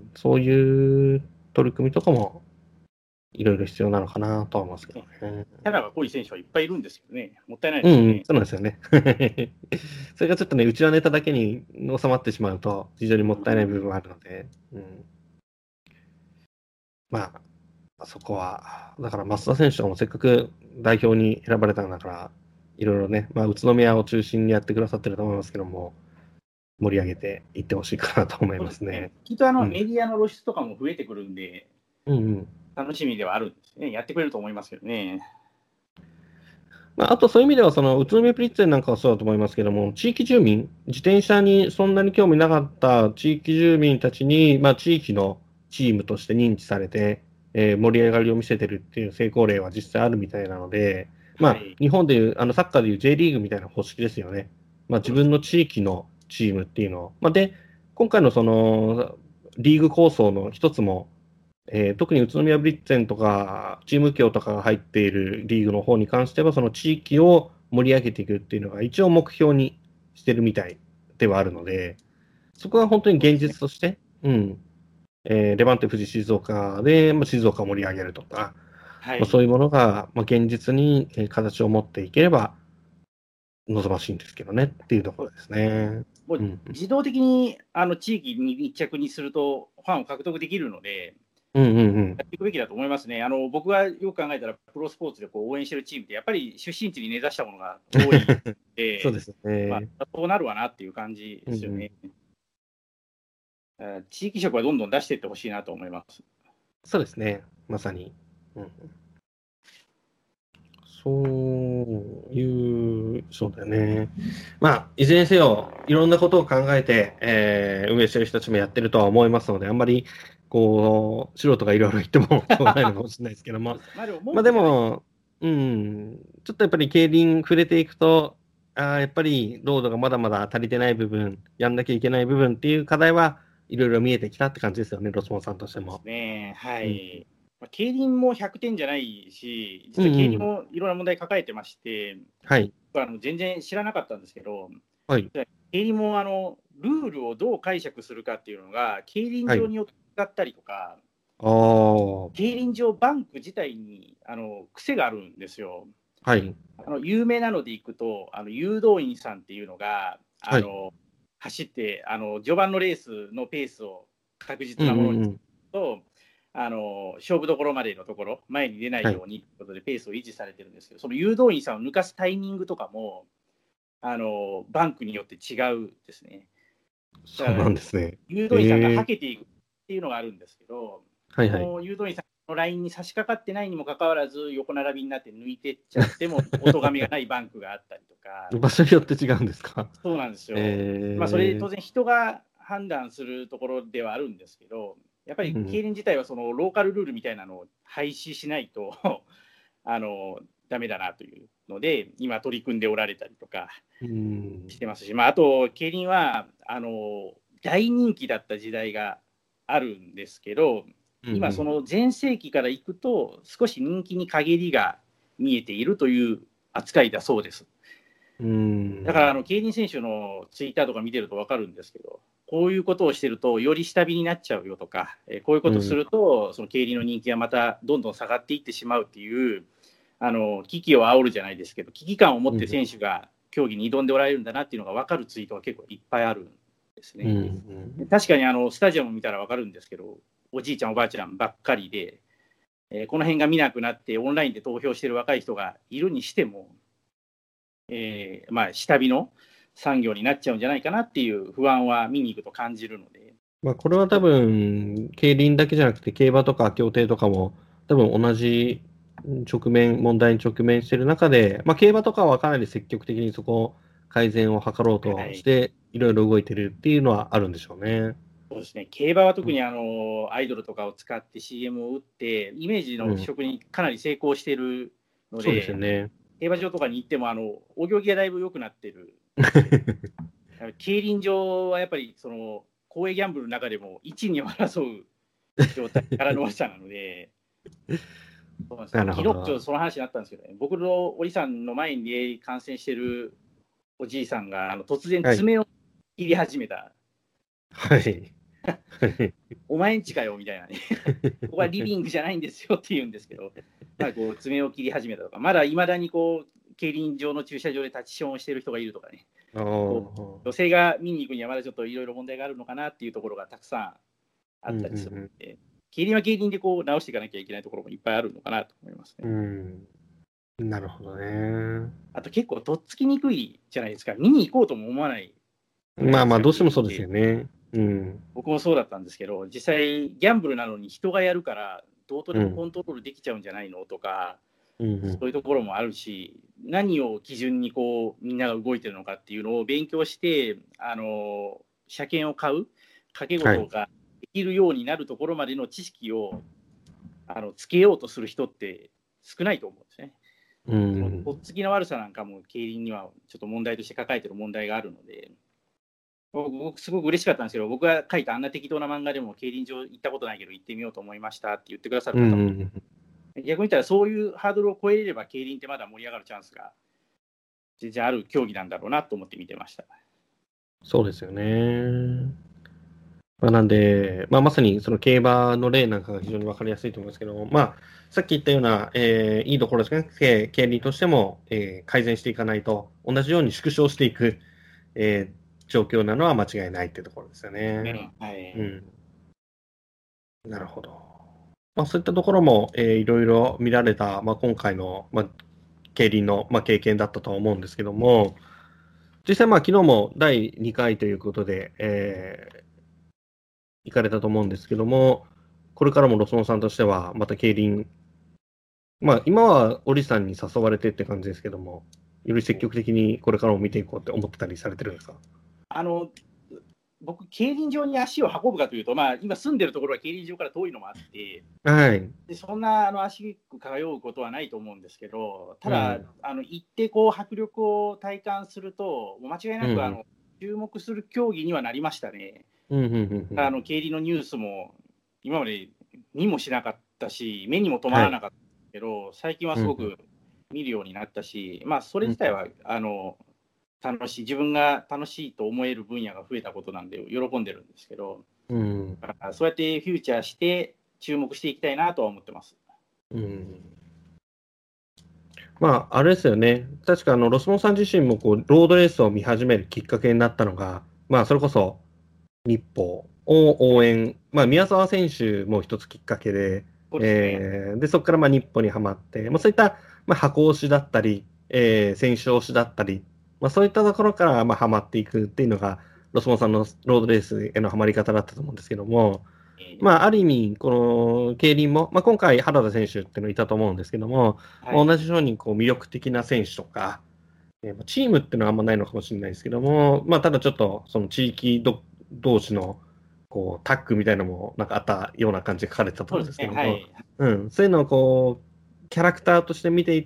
そういう取り組みとかもいろいろ必要なのかなとは思いますけどね。 キャラが濃い選手はいっぱいいるんですけどね、もったいないですよね。うん、 そうなんですよね。それがちょっとね、うちはネタだけに収まってしまうと、非常にもったいない部分があるので、うん、まあ、そこは、だから増田選手とかもせっかく代表に選ばれたんだから、いろいろね、まあ、宇都宮を中心にやってくださってると思いますけども、 盛り上げていってほしいかなと思いますね。 きっとあの、 うんメディアの露出とかも増えてくるんで、 うんうん楽しみではあるんですね。やってくれると思いますけどね。 まあ、あとそういう意味では、その宇都宮プリッツェンなんかはそうだと思いますけども、地域住民、自転車にそんなに興味なかった地域住民たちに、まあ、地域のチームとして認知されて、えー盛り上がりを見せてるっていう成功例は実際あるみたいなので、まあ、 はい。 日本でいう、あのサッカーでいう J リーグみたいな方式ですよね。まあ、自分の地域のチームっていうのを。まあ、で、今回のそのリーグ構想の一つも、えー特に宇都宮ブリッツェンとか、チーム協とかが入っているリーグの方に関しては、その地域を盛り上げていくっていうのが一応目標にしてるみたいではあるので、そこは本当に現実として、うん、えーレバンテ富士静岡で、まあ、静岡を盛り上げるとか、まあ、そうはい。 いうものが、まあ、現実にえー形を持っていければ望ましいんですけどねっていうところですね。 もううん、 自動的にあの地域に密着にすると、ファンを獲得できるので、 うんうんうんやっていくべきだと思いますね。あの僕がよく考えたら、プロスポーツでこう応援してるチームって、やっぱり出身地に根ざしたものが多いので、 そうですまね。 あ、そうなるわなっていう感じうんうん、 ですよね。えー地域色はどんどん出していってほしいなと思います。 そうですね。まさに。うんそういう、そうだよね。まあ、いずれにせよ、いろんなことを考えて、えー運営してる人たちもやってるとは思いますので、あんまり、こう、素人がいろいろ言ってもしょうがないのかもしれないですけども、 まあでもまあで文句じゃない。 も、うん、ちょっとやっぱり競輪触れていくと、あーやっぱりロードがまだまだ足りてない部分、やんなきゃいけない部分っていう課題はいろいろ見えてきたって感じですよね、ロスモンさんとしてそうですも。 ね。はうん、 い。まあ、競輪もひゃくてんじゃないし、実は競輪うんうん、 もいろんな問題抱えてまして、 はい、 あの全然知らなかったんですけど、 はい、 競輪もあのルールをどう解釈するかっていうのが、競輪はい、 場によって違ったりとか、 ああ、 競輪場バンク自体にあの癖があるんですよ。 はい、 あの有名なのでいくと、あの誘導員さんっていうのが、あはい。 の走ってあの序盤のレースのペースを確うん実なものにするうんうん。 と、あの勝負どころまでのところ、前に出ないはい。 ようにということでペースを維持されてるんですけど、その誘導員さんを抜かすタイミングとかも、あのバンクによって違うですね。だそうから、 なんですね。 誘導員さんがええ、 はけていくっていうのがあるんですけど、そはいはい。 の誘導員さんのラインに差し掛かってないにもかかわらず、横並びになって抜いてっちゃっても、お咎めがないバンクがあったりとか、 場所によって違うんですか？ そうなんですよ。まあ、それ、 ええ、 当然、人が判断するところではあるんですけど、やっぱりうん。 競輪自体はそのローカルルールみたいなのを廃止しないとあのダメだなというので、今、取り組んでおられたりとかうん。 してますし、まあ、あと、競輪はあの大人気だった時代があるんですけど、今、そうんうん。 の全盛期からいくと、少し人気に陰りが見えているという扱いだそうです。 うん。 だからあの競輪選手のツイッターとか見てると分かるんですけど、こういうことをしてると、より下火になっちゃうよとか、えーこういうことをすうん。 ると、その競輪の人気がまたどんどん下がっていってしまうっていう、あの危機を煽るじゃないですけど、危機感を持ってうん。 選手が競技に挑んでおられるんだなっていうのが分かるツイートが結構いっぱいあるんですうん。 ね。 うん。 確かにあのスタジアム見たら分かるんですけど、おじいちゃん、おばあちゃんばっかりで、えーこの辺が見なくなって、オンラインで投票してる若い人がいるにしても、えーまあ、下火の産業になっちゃうんじゃないかなっていう不安は見に行くと感じるので、 まあ、これは多分、競輪だけじゃなくて、競馬とか競艇とかも、多分同じ直面、問題に直面している中で、まあ、競馬とかはかなり積極的にそこを改善を図ろうはい、 として、いろいろ動いてるっていうのはあるんでしょうね。 そうですね、競馬はうん。 特にあのアイドルとかを使って シーエム を打って、イメージのうん払拭にかなり成功しているのそうですよで、 ね。 競馬場とかに行ってもあのお行儀がだいぶ良くなってるので、競輪場はやっぱりその公営ギャンブルの中でも一に争う状態からの悪さなので、そうなんですよ。 なるほ昨日ちょっとど。 その話になったんですけどね、僕のおじさんの前に感染してるおじいさんがあの突然はい。 爪を切り始めた。 はい。 お前んちかよみたいなね。ここはリビングじゃないんですよって言うんですけど、まあ、こう爪を切り始めたとか、まだいまだにこう競輪場の駐車場で立ちションをしている人がいるとかね、 あこうあ。 女性が見に行くにはまだちょっといろいろ問題があるのかなっていうところがたくさんあうんったりするうので、競輪は競輪でこう直していかなきゃいけないところもいっぱいあるのかなと思いますね。 んうん。うん。なるほどね。 あと結構とっつきにくいじゃないですか。見に行こうとも思わないまあまあ、どうしてもそうですよね。うん。 僕もそうだったんですけど、実際、ギャンブルなのに人がやるから、どうとでもコントロールできちゃうんじゃないのとか、 うんうん、 そういうところもあるし、何を基準にこうみんなが動いてるのかっていうのを勉強して、あの車検を買う、賭け事ができるようになるところまでの知識を、あのつけようとする人って少ないと思うんですね。 うん、 とっつきの悪さなんかも競輪にはちょっと問題として抱えてる問題があるので、僕すごく嬉しかったんですけど、僕が書いたあんな適当な漫画でも競輪場行ったことないけど行ってみようと思いましたって言ってくださる方も、うんうん、逆に言ったらそういうハードルを超えれれば競輪ってまだ盛り上がるチャンスが全然ある競技なんだろうなと思って見てました。 そうですよね。まあ、なんで、まあ、まさにその競馬の例なんかが非常に分かりやすいと思いますけど、まあ、さっき言ったような、えー、いいところですね、競輪としても、えー、改善していかないと、同じように縮小していく、えー、状況なのは間違いないっていうところですよね。 はい、 うん、なるほど。まあ、そういったところも、えー、いろいろ見られた、まあ、今回の、まあ、競輪の、まあ、経験だったとは思うんですけども、実際、まあ、昨日もだいにかいということで、えー、行かれたと思うんですけども、これからもロスモさんとしては、また競輪、まあ、今は織さんに誘われてって感じですけども、より積極的にこれからも見ていこうって思ってたりされてるんですか？ あの僕、競輪場に足を運ぶかというと、まあ、今住んでるところは競輪場から遠いのもあって、 はい、 でそんなあの足通うことはないと思うんですけど、ただ、うん、あの行ってこう迫力を体感すると、間違いなくあの、うん、注目する競技にはなりましたね。 うんうんうんうん、 あの競輪のニュースも今まで見もしなかったし、目にも留まらなかったけど、はい、最近はすごく見るようになったし、うん、まあ、それ自体は、うん、あの楽しい、自分が楽しいと思える分野が増えたことなんで喜んでるんですけど、うん、そうやってフューチャーして注目していきたいなとは思ってます。 うん、まあ、あれですよね、確かあのロスモンさん自身もこうロードレースを見始めるきっかけになったのが、まあ、それこそ日報を応援、まあ、宮沢選手も一つきっかけで、そで、ねえー、でそこからまあ日報にはまって、まあ、そういったまあ箱推しだったり、えー、選手推しだったり、まあ、そういったところからまあはまっていくっていうのが、ロスモンさんのロードレースへのはまり方だったと思うんですけども、まあ、ある意味、この競輪も、まあ、今回、原田選手っていうのいたと思うんですけども、はい、まあ、同じようにこう魅力的な選手とか、えー、チームっていうのはあんまないのかもしれないですけども、まあ、ただちょっとその地域ど同士のこうタッグみたいなのもなんかあったような感じで書かれてたと思うんですけども、そうですね、はい、うん、そういうのをこうキャラクターとして見ていって、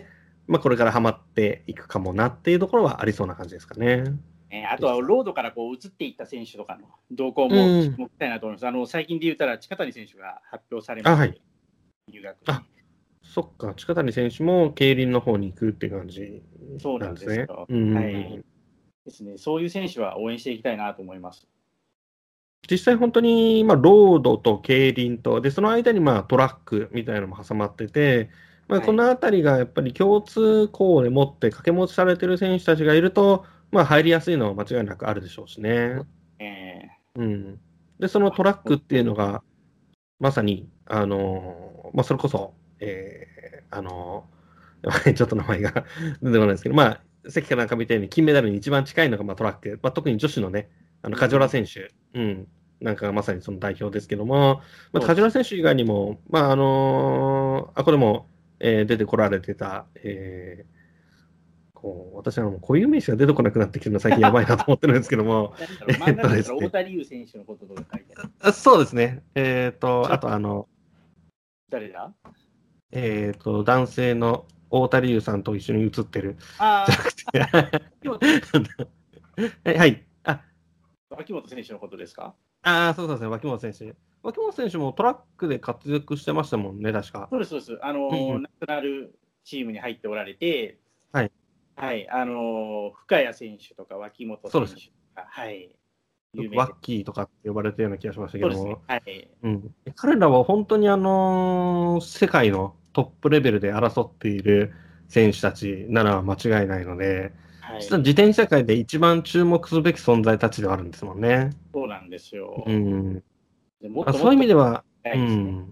まあ、これからハマっていくかもなっていうところはありそうな感じですかね。 えー、あとはロードからこう移っていった選手とかの動向も注目したいなと思います。うん、あの最近で言ったら近谷選手が発表されました、はい、留学に。 あ、そっか、近谷選手も競輪の方に行くって感じなんですね。そうなんですよ。うん、はい。ですね。そういう選手は応援していきたいなと思います。 実際本当に、まあ、ロードと競輪と、で、その間にまあトラックみたいなのも挟まってて、まあ、このあたりがやっぱり共通項でもって掛け持ちされてる選手たちがいると、まあ、入りやすいのは間違いなくあるでしょうしね。えー、うん。で、そのトラックっていうのが、まさに、あのー、まあ、それこそ、えー、あのー、ちょっと名前が出てこないですけど、まあ、関かなんか見たように金メダルに一番近いのがまあトラック、まあ、特に女子のね、あの梶原選手、うん、うん、なんかがまさにその代表ですけども、まあ、梶原選手以外にも、まああのー、あこれも、えー、出てこられてた、えーこう私はもう固有名詞が出てこなくなってきてるの最近やばいなと思ってるんですけども、 漫画だったら太田龍選手のこととか書いてある。 そうですね。えっ、ー、と、あとあの、 誰だえっ、ー、と、男性の太田龍さんと一緒に写ってる。あじゃなくて。はい。あ、 脇本選手のことですか？ ああ、そうですね、脇本選手。脇本選手もトラックで活躍してましたもんね、確か。 そうです、そうです。あの、うんうん、ナショナルチームに入っておられて、はい。はい、あの、深谷選手とか脇本選手とか、はい。 ワッキーとかって呼ばれたような気がしましたけども、 ね、はいうん、彼らは本当にあのー、世界のトップレベルで争っている選手たちなら間違いないので、はい、実は自転車界で一番注目すべき存在たちではあるんですもんね。 そうなんですよ。 うん、もっともっとそういう意味では、ね、うん、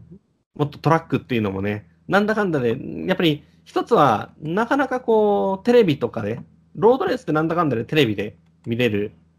もっとトラックっていうのもね、なんだかんだで、やっぱり一つは、なかなかこう、テレビとかで、ロードレースってなんだかんだでテレビで見れる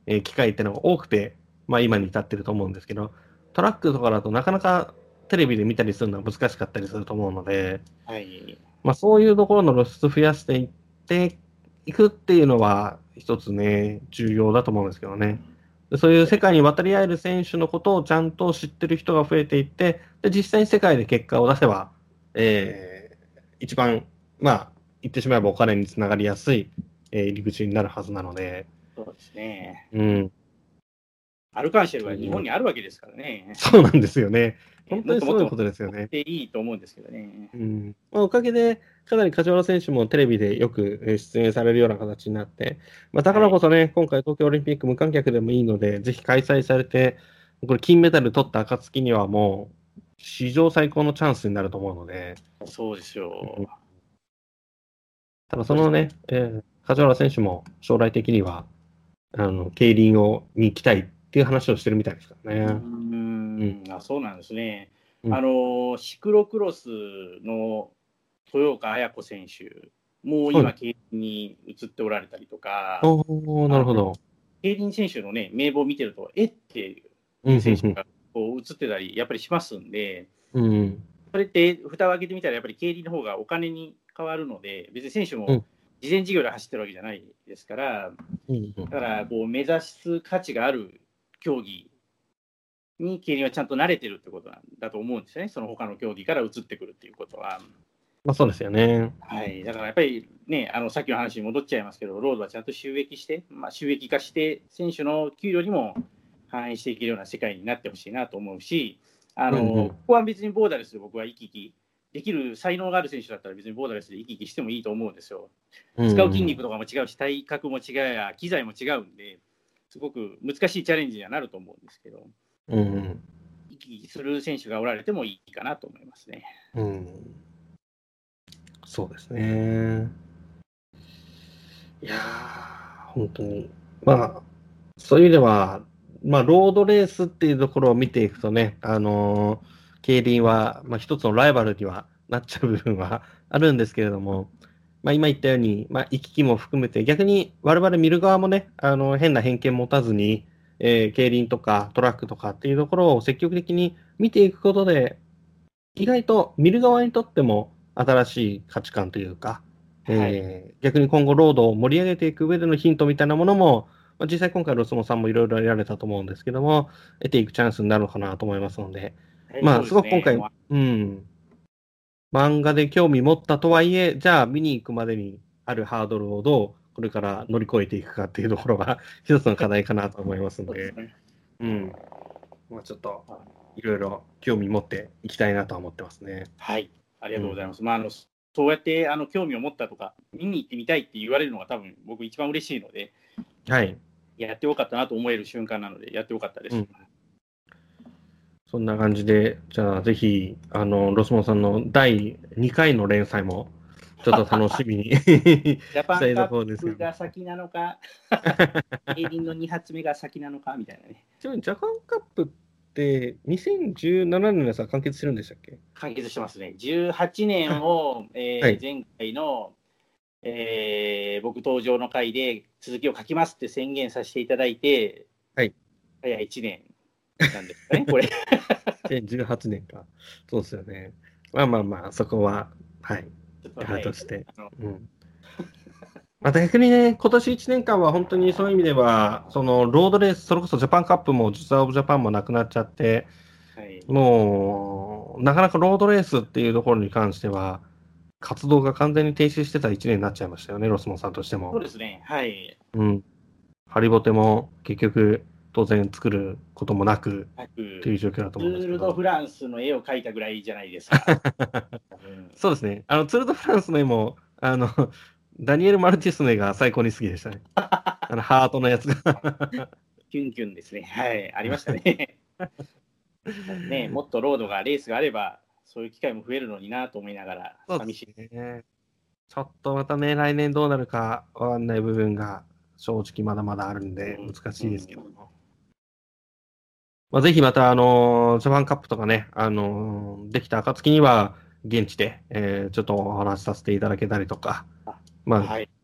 えー機会っていうのが多くて、まあ、今に至ってると思うんですけど、トラックとかだとなかなかテレビで見たりするのは難しかったりすると思うので、 はい。 まあ、そういうところの露出増やしていっていくっていうのは一つね、重要だと思うんですけどね。でそういう世界に渡り合える選手のことをちゃんと知ってる人が増えていって、で実際に世界で結果を出せば、えー一番、まあ、言ってしまえばお金につながりやすい、えー入り口になるはずなので、 そうですね。 うん、 アルカンシェルは日本にあるわけですからね。 そうなんですよね。本当もっともっとにすごいことですよね。 でいいと思うんですけどね。 うんまあ、おかげで、かなり梶原選手もテレビでよくえー出演されるような形になって、まあ、だからこそね、今回東京オリンピック無観客でもいいので、ぜひ開催されて、これ金メダル取った暁にはもう、史上最高のチャンスになると思うので、 そうですよ。 ただそのね、えー梶原選手も将来的には、あの、競輪をに行きたいっていう話をしてるみたいですからうーね。 ん、あ、そうなんですね。 うんあのシクロクロスの豊岡綾子選手もう今、 はい。 競輪に移っておられたりとか、 おー、なるほど。 競輪選手のね、名簿を見てると、えってうん、 いう選手がこう移ってたり、やっぱりしますんで、 うん、うん。 それって蓋を開けてみたら、やっぱり競輪の方がお金に変わるので、別に選手もうん事前事業で走ってるわけじゃないですから、 うんうんだからこう目指す価値がある競技に競輪はちゃんと慣れてるってことなんだと思うんですよね、その他の競技から移ってくるっていうことは。 まあそうですよね。 はい、だからやっぱりね、あのさっきの話に戻っちゃいますけど、ロードはちゃんと収益して、まあ、収益化して、選手の給料にも反映していけるような世界になってほしいなと思うし、あのうんうんここは別にボーダレスで僕は行き来できる才能がある選手だったら別にボーダレスで行き来してもいいと思うんですよ。使う筋肉とかも違うし、体格も違うや、機材も違うんで、すごく難しいチャレンジにはなると思うんですけど、 うんうん行き来する選手がおられてもいいかなと思いますね。 うんそうですね。いやー、本当に。まあ、そういう意味では、まあ、ロードレースっていうところを見ていくとね、あのー競輪は、まあ、一つのライバルにはなっちゃう部分はあるんですけれども、まあ、今言ったように、まあ、行き来も含めて、逆に我々見る側もね、あの変な偏見持たずに、えー競輪とかトラックとかっていうところを積極的に見ていくことで、意外と見る側にとっても新しい価値観というか、えー逆に今後ロードを盛り上げていく上でのヒントみたいなものも、まあ、実際今回ロスモさんもいろいろやられたと思うんですけども、得ていくチャンスになるのかなと思いますので、 はい、 まあ、すそうですね。 ごく今回、 もううん、漫画で興味持ったとはいえ、じゃあ見に行くまでにあるハードルをどうこれから乗り越えていくかっていうところが一つの課題かなと思いますので、 そうですね。 うん、まあ、ちょっといろいろ興味持っていきたいなとは思ってますね。 はい、ありがとうございます。まあ、あのそうやってあの興味を持ったとか、見に行ってみたいって言われるのが多分僕一番嬉しいので、 はい。 やってよかったなと思える瞬間なので、やってよかったです。 うんそんな感じで、じゃあぜひ、あの、ロスモンさんのだいにかいの連載も、ちょっと楽しみにジャパしたいンカところですけど。 ップが先なのか、競輪のに発目が先なのかみたいなね。 ちなみにジャパンカップってにせんじゅうななねんのやつは完結してるんでしたっけ？ 完結してますね。じゅうはちねんを、えーはい前回の、えー僕登場の回で続きを書きますって宣言させていただいて、 はい。 早いいちねんなんですかね、これ。 にせんじゅうはちねんか。そうですよね。まあまあまあ、そこは、はい。 ちょっとあれはいとして。 あのうん。また逆にね、今年いちねんかんは本当にそういう意味では、そのロードレース、それこそジャパンカップも、実はオブジャパンもなくなっちゃって、 はいもう、なかなかロードレースっていうところに関しては、活動が完全に停止してたいちねんになっちゃいましたよね、ロスモンさんとしても。 そうですね、はい。 うん。ハリボテも結局、当然作ることもなくっていう状況だとツ思うんですけど。 ール・ド・フランスの絵を描いたぐらいじゃないですか。うんそうですね。あの、ツール・ド・フランスの絵も、あの、ダニエル・マルティスの絵が最高に好きでしたね。あの、ハートのやつが。 キュンキュンですね。はい、ありましたね。ね、もっとロードが、レースがあれば、そういう機会も増えるのになと思いながら、 そう寂しい。 ですね。ちょっとまたね、来年どうなるかわかんない部分が正直まだまだあるんでうん難しいですけども。まあ、ぜひまた、あのージャパンカップとかね、あのーできた暁には、現地で、えーちょっとお話しさせていただけたりとか、 あまあ、 はい。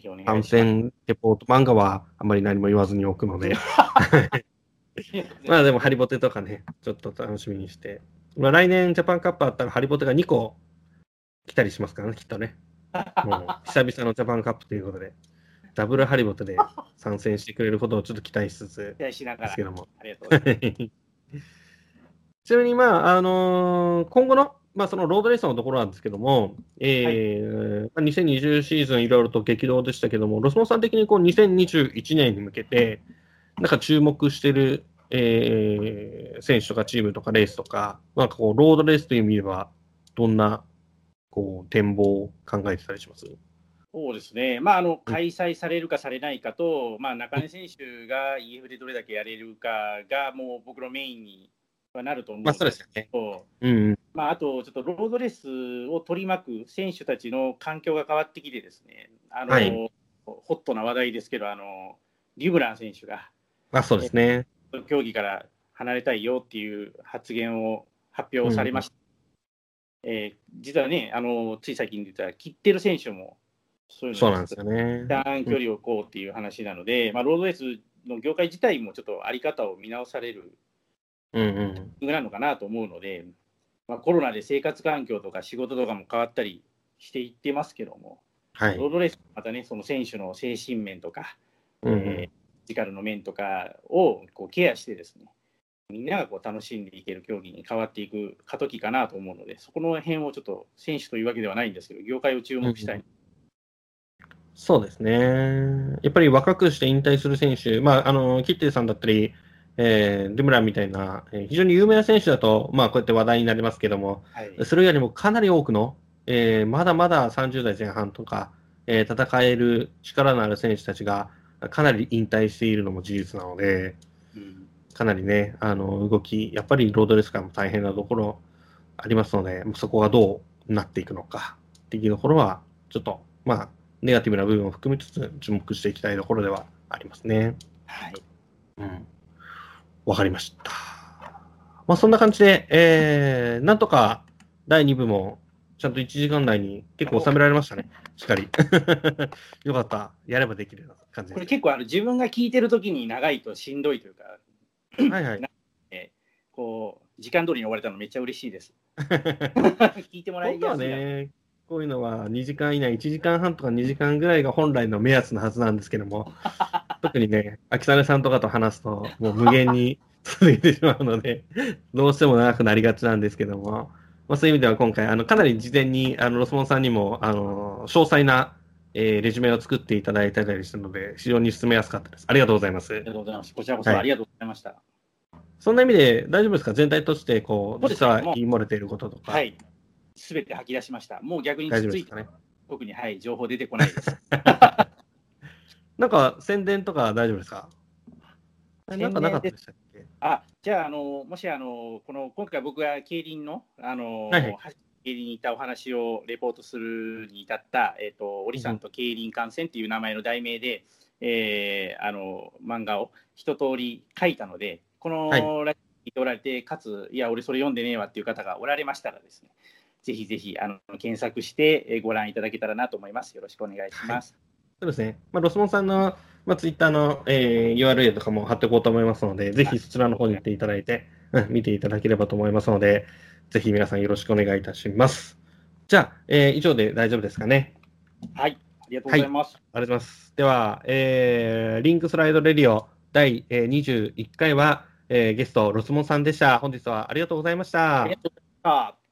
ひお願いし参ます。 戦レポート漫画はあまり何も言わずに置くので、まあでもハリボテとかね、ちょっと楽しみにして、まあ、来年ジャパンカップあったらハリボテがにこ来たりしますからね、きっとね。もう久々のジャパンカップということで、ダブルハリボテで参戦してくれることをちょっと期待しつつ期待しながらですけども。 ありがとうございます。 ちなみに、まああのー今後の、まあ、そのロードレースのところなんですけども、えーまあにせんにじゅうシーズンいろいろと激動でしたけども、ロスモンさん的にこうにせんにじゅういちねんに向けて、なんか注目してる、えー選手とかチームとかレースとか、なんかこうロードレースという意味では、どんなこう展望を考えてたりします？ そうですね、まあ、あの開催されるかされないかと、まあ、中根選手が イーエフ でどれだけやれるかが、もう僕のメインにはなると思うんまあそうですよね。うんうんまあ、あと、ちょっとロードレースを取り巻く選手たちの環境が変わってきてですね、あの、 はいホットな話題ですけど、あのリュブラン選手がまあそうですね。 競技から離れたいよっていう発言を発表されました。えー実はね、あのつい最近で言ったら、切ってる選手もそういうのそうなんですよね。 一旦距離を置こうっていう話なので、まあ、ロードレースの業界自体もちょっとあり方を見直されるうんうん。 なのかなと思うので、まあ、コロナで生活環境とか仕事とかも変わったりしていってますけども、 はい。 ロードレースまたね、その選手の精神面とか、 うんうんえーフィジカルの面とかをこうケアしてですね、みんながこう楽しんでいける競技に変わっていく過渡期かなと思うので、そこの辺をちょっと選手というわけではないんですけど、業界を注目したい。 うんそうですね。やっぱり若くして引退する選手、まあ、あの、キッティさんだったり、えー、ルムランみたいな、えー非常に有名な選手だと、まあ、こうやって話題になりますけども、 はい、 それよりもかなり多くの、えーまだまださんじゅう代前半とか、えー戦える力のある選手たちが、かなり引退しているのも事実なので、 うんかなりね、あの、動き、やっぱりロードレース界も大変なところありますので、そこがどうなっていくのかっていうところは、ちょっと、まあ、ネガティブな部分を含みつつ、注目していきたいところではありますね。 はい、 うん。わかりました。まあ、そんな感じで、えー、なんとかだいに部も、ちゃんといちじかん内に結構収められましたね。しっかり。よかった。やればできるような感じです。 これ結構あの自分が聞いてるときに長いとしんどいというか、 はいはい。 えーこう時間通りに終われたのめっちゃ嬉しいです。聞いてもらい本当はやすいな。 ね、こういうのはにじかん以内、いちじかんはんとかにじかんぐらいが本来の目安のはずなんですけども、特にね、秋雨さんとかと話すと、もう無限に続いてしまうので、どうしても長くなりがちなんですけども、まあ、そういう意味では今回、あのかなり事前にあのロスモンさんにもあの詳細な、えーレジュメを作っていただいたりしたので、非常に進めやすかったです。ありがとうございますあり。がとうございます。こちらこそありがとうございました。 そんな意味で大丈夫ですか？全体としてこう、 そうですね実は言い漏れていることとか。 はい、すべて吐き出しました。もう逆に大つついて、 丈夫ですかね。 特に、はい、情報出てこないです。 なんか宣伝とか大丈夫ですか？なんかなかったでしたっけ？ あ、じゃあ、あのもしあのこの今回僕が競輪のあの、 はいはい競輪に行ったお話をレポートするに至った、えーと、オリさんと競輪観戦っていう名前の題名で、えーあの漫画を一通り書いたので、このはいラジオに聞いておられて、かつ、いや、俺それ読んでねえわっていう方がおられましたらですね、ぜひぜひあの検索してえーご覧いただけたらなと思います。よろしくお願いします。 そうですね。まあ、ロスモンさんの、まあ、ツイッターの、えー ユーアールエル とかも貼っておこうと思いますので、ぜひそちらの方に行っていただいて、うん、見ていただければと思いますので、ぜひ皆さんよろしくお願いいたします。じゃあ、えー以上で大丈夫ですかね。 はい、ありがとうございます。 ありがとうございます。では、えーリンクスライドレディオだいにじゅういっかいは、えーゲスト、ロスモンさんでした。本日はありがとうございました。 ありがとうございました。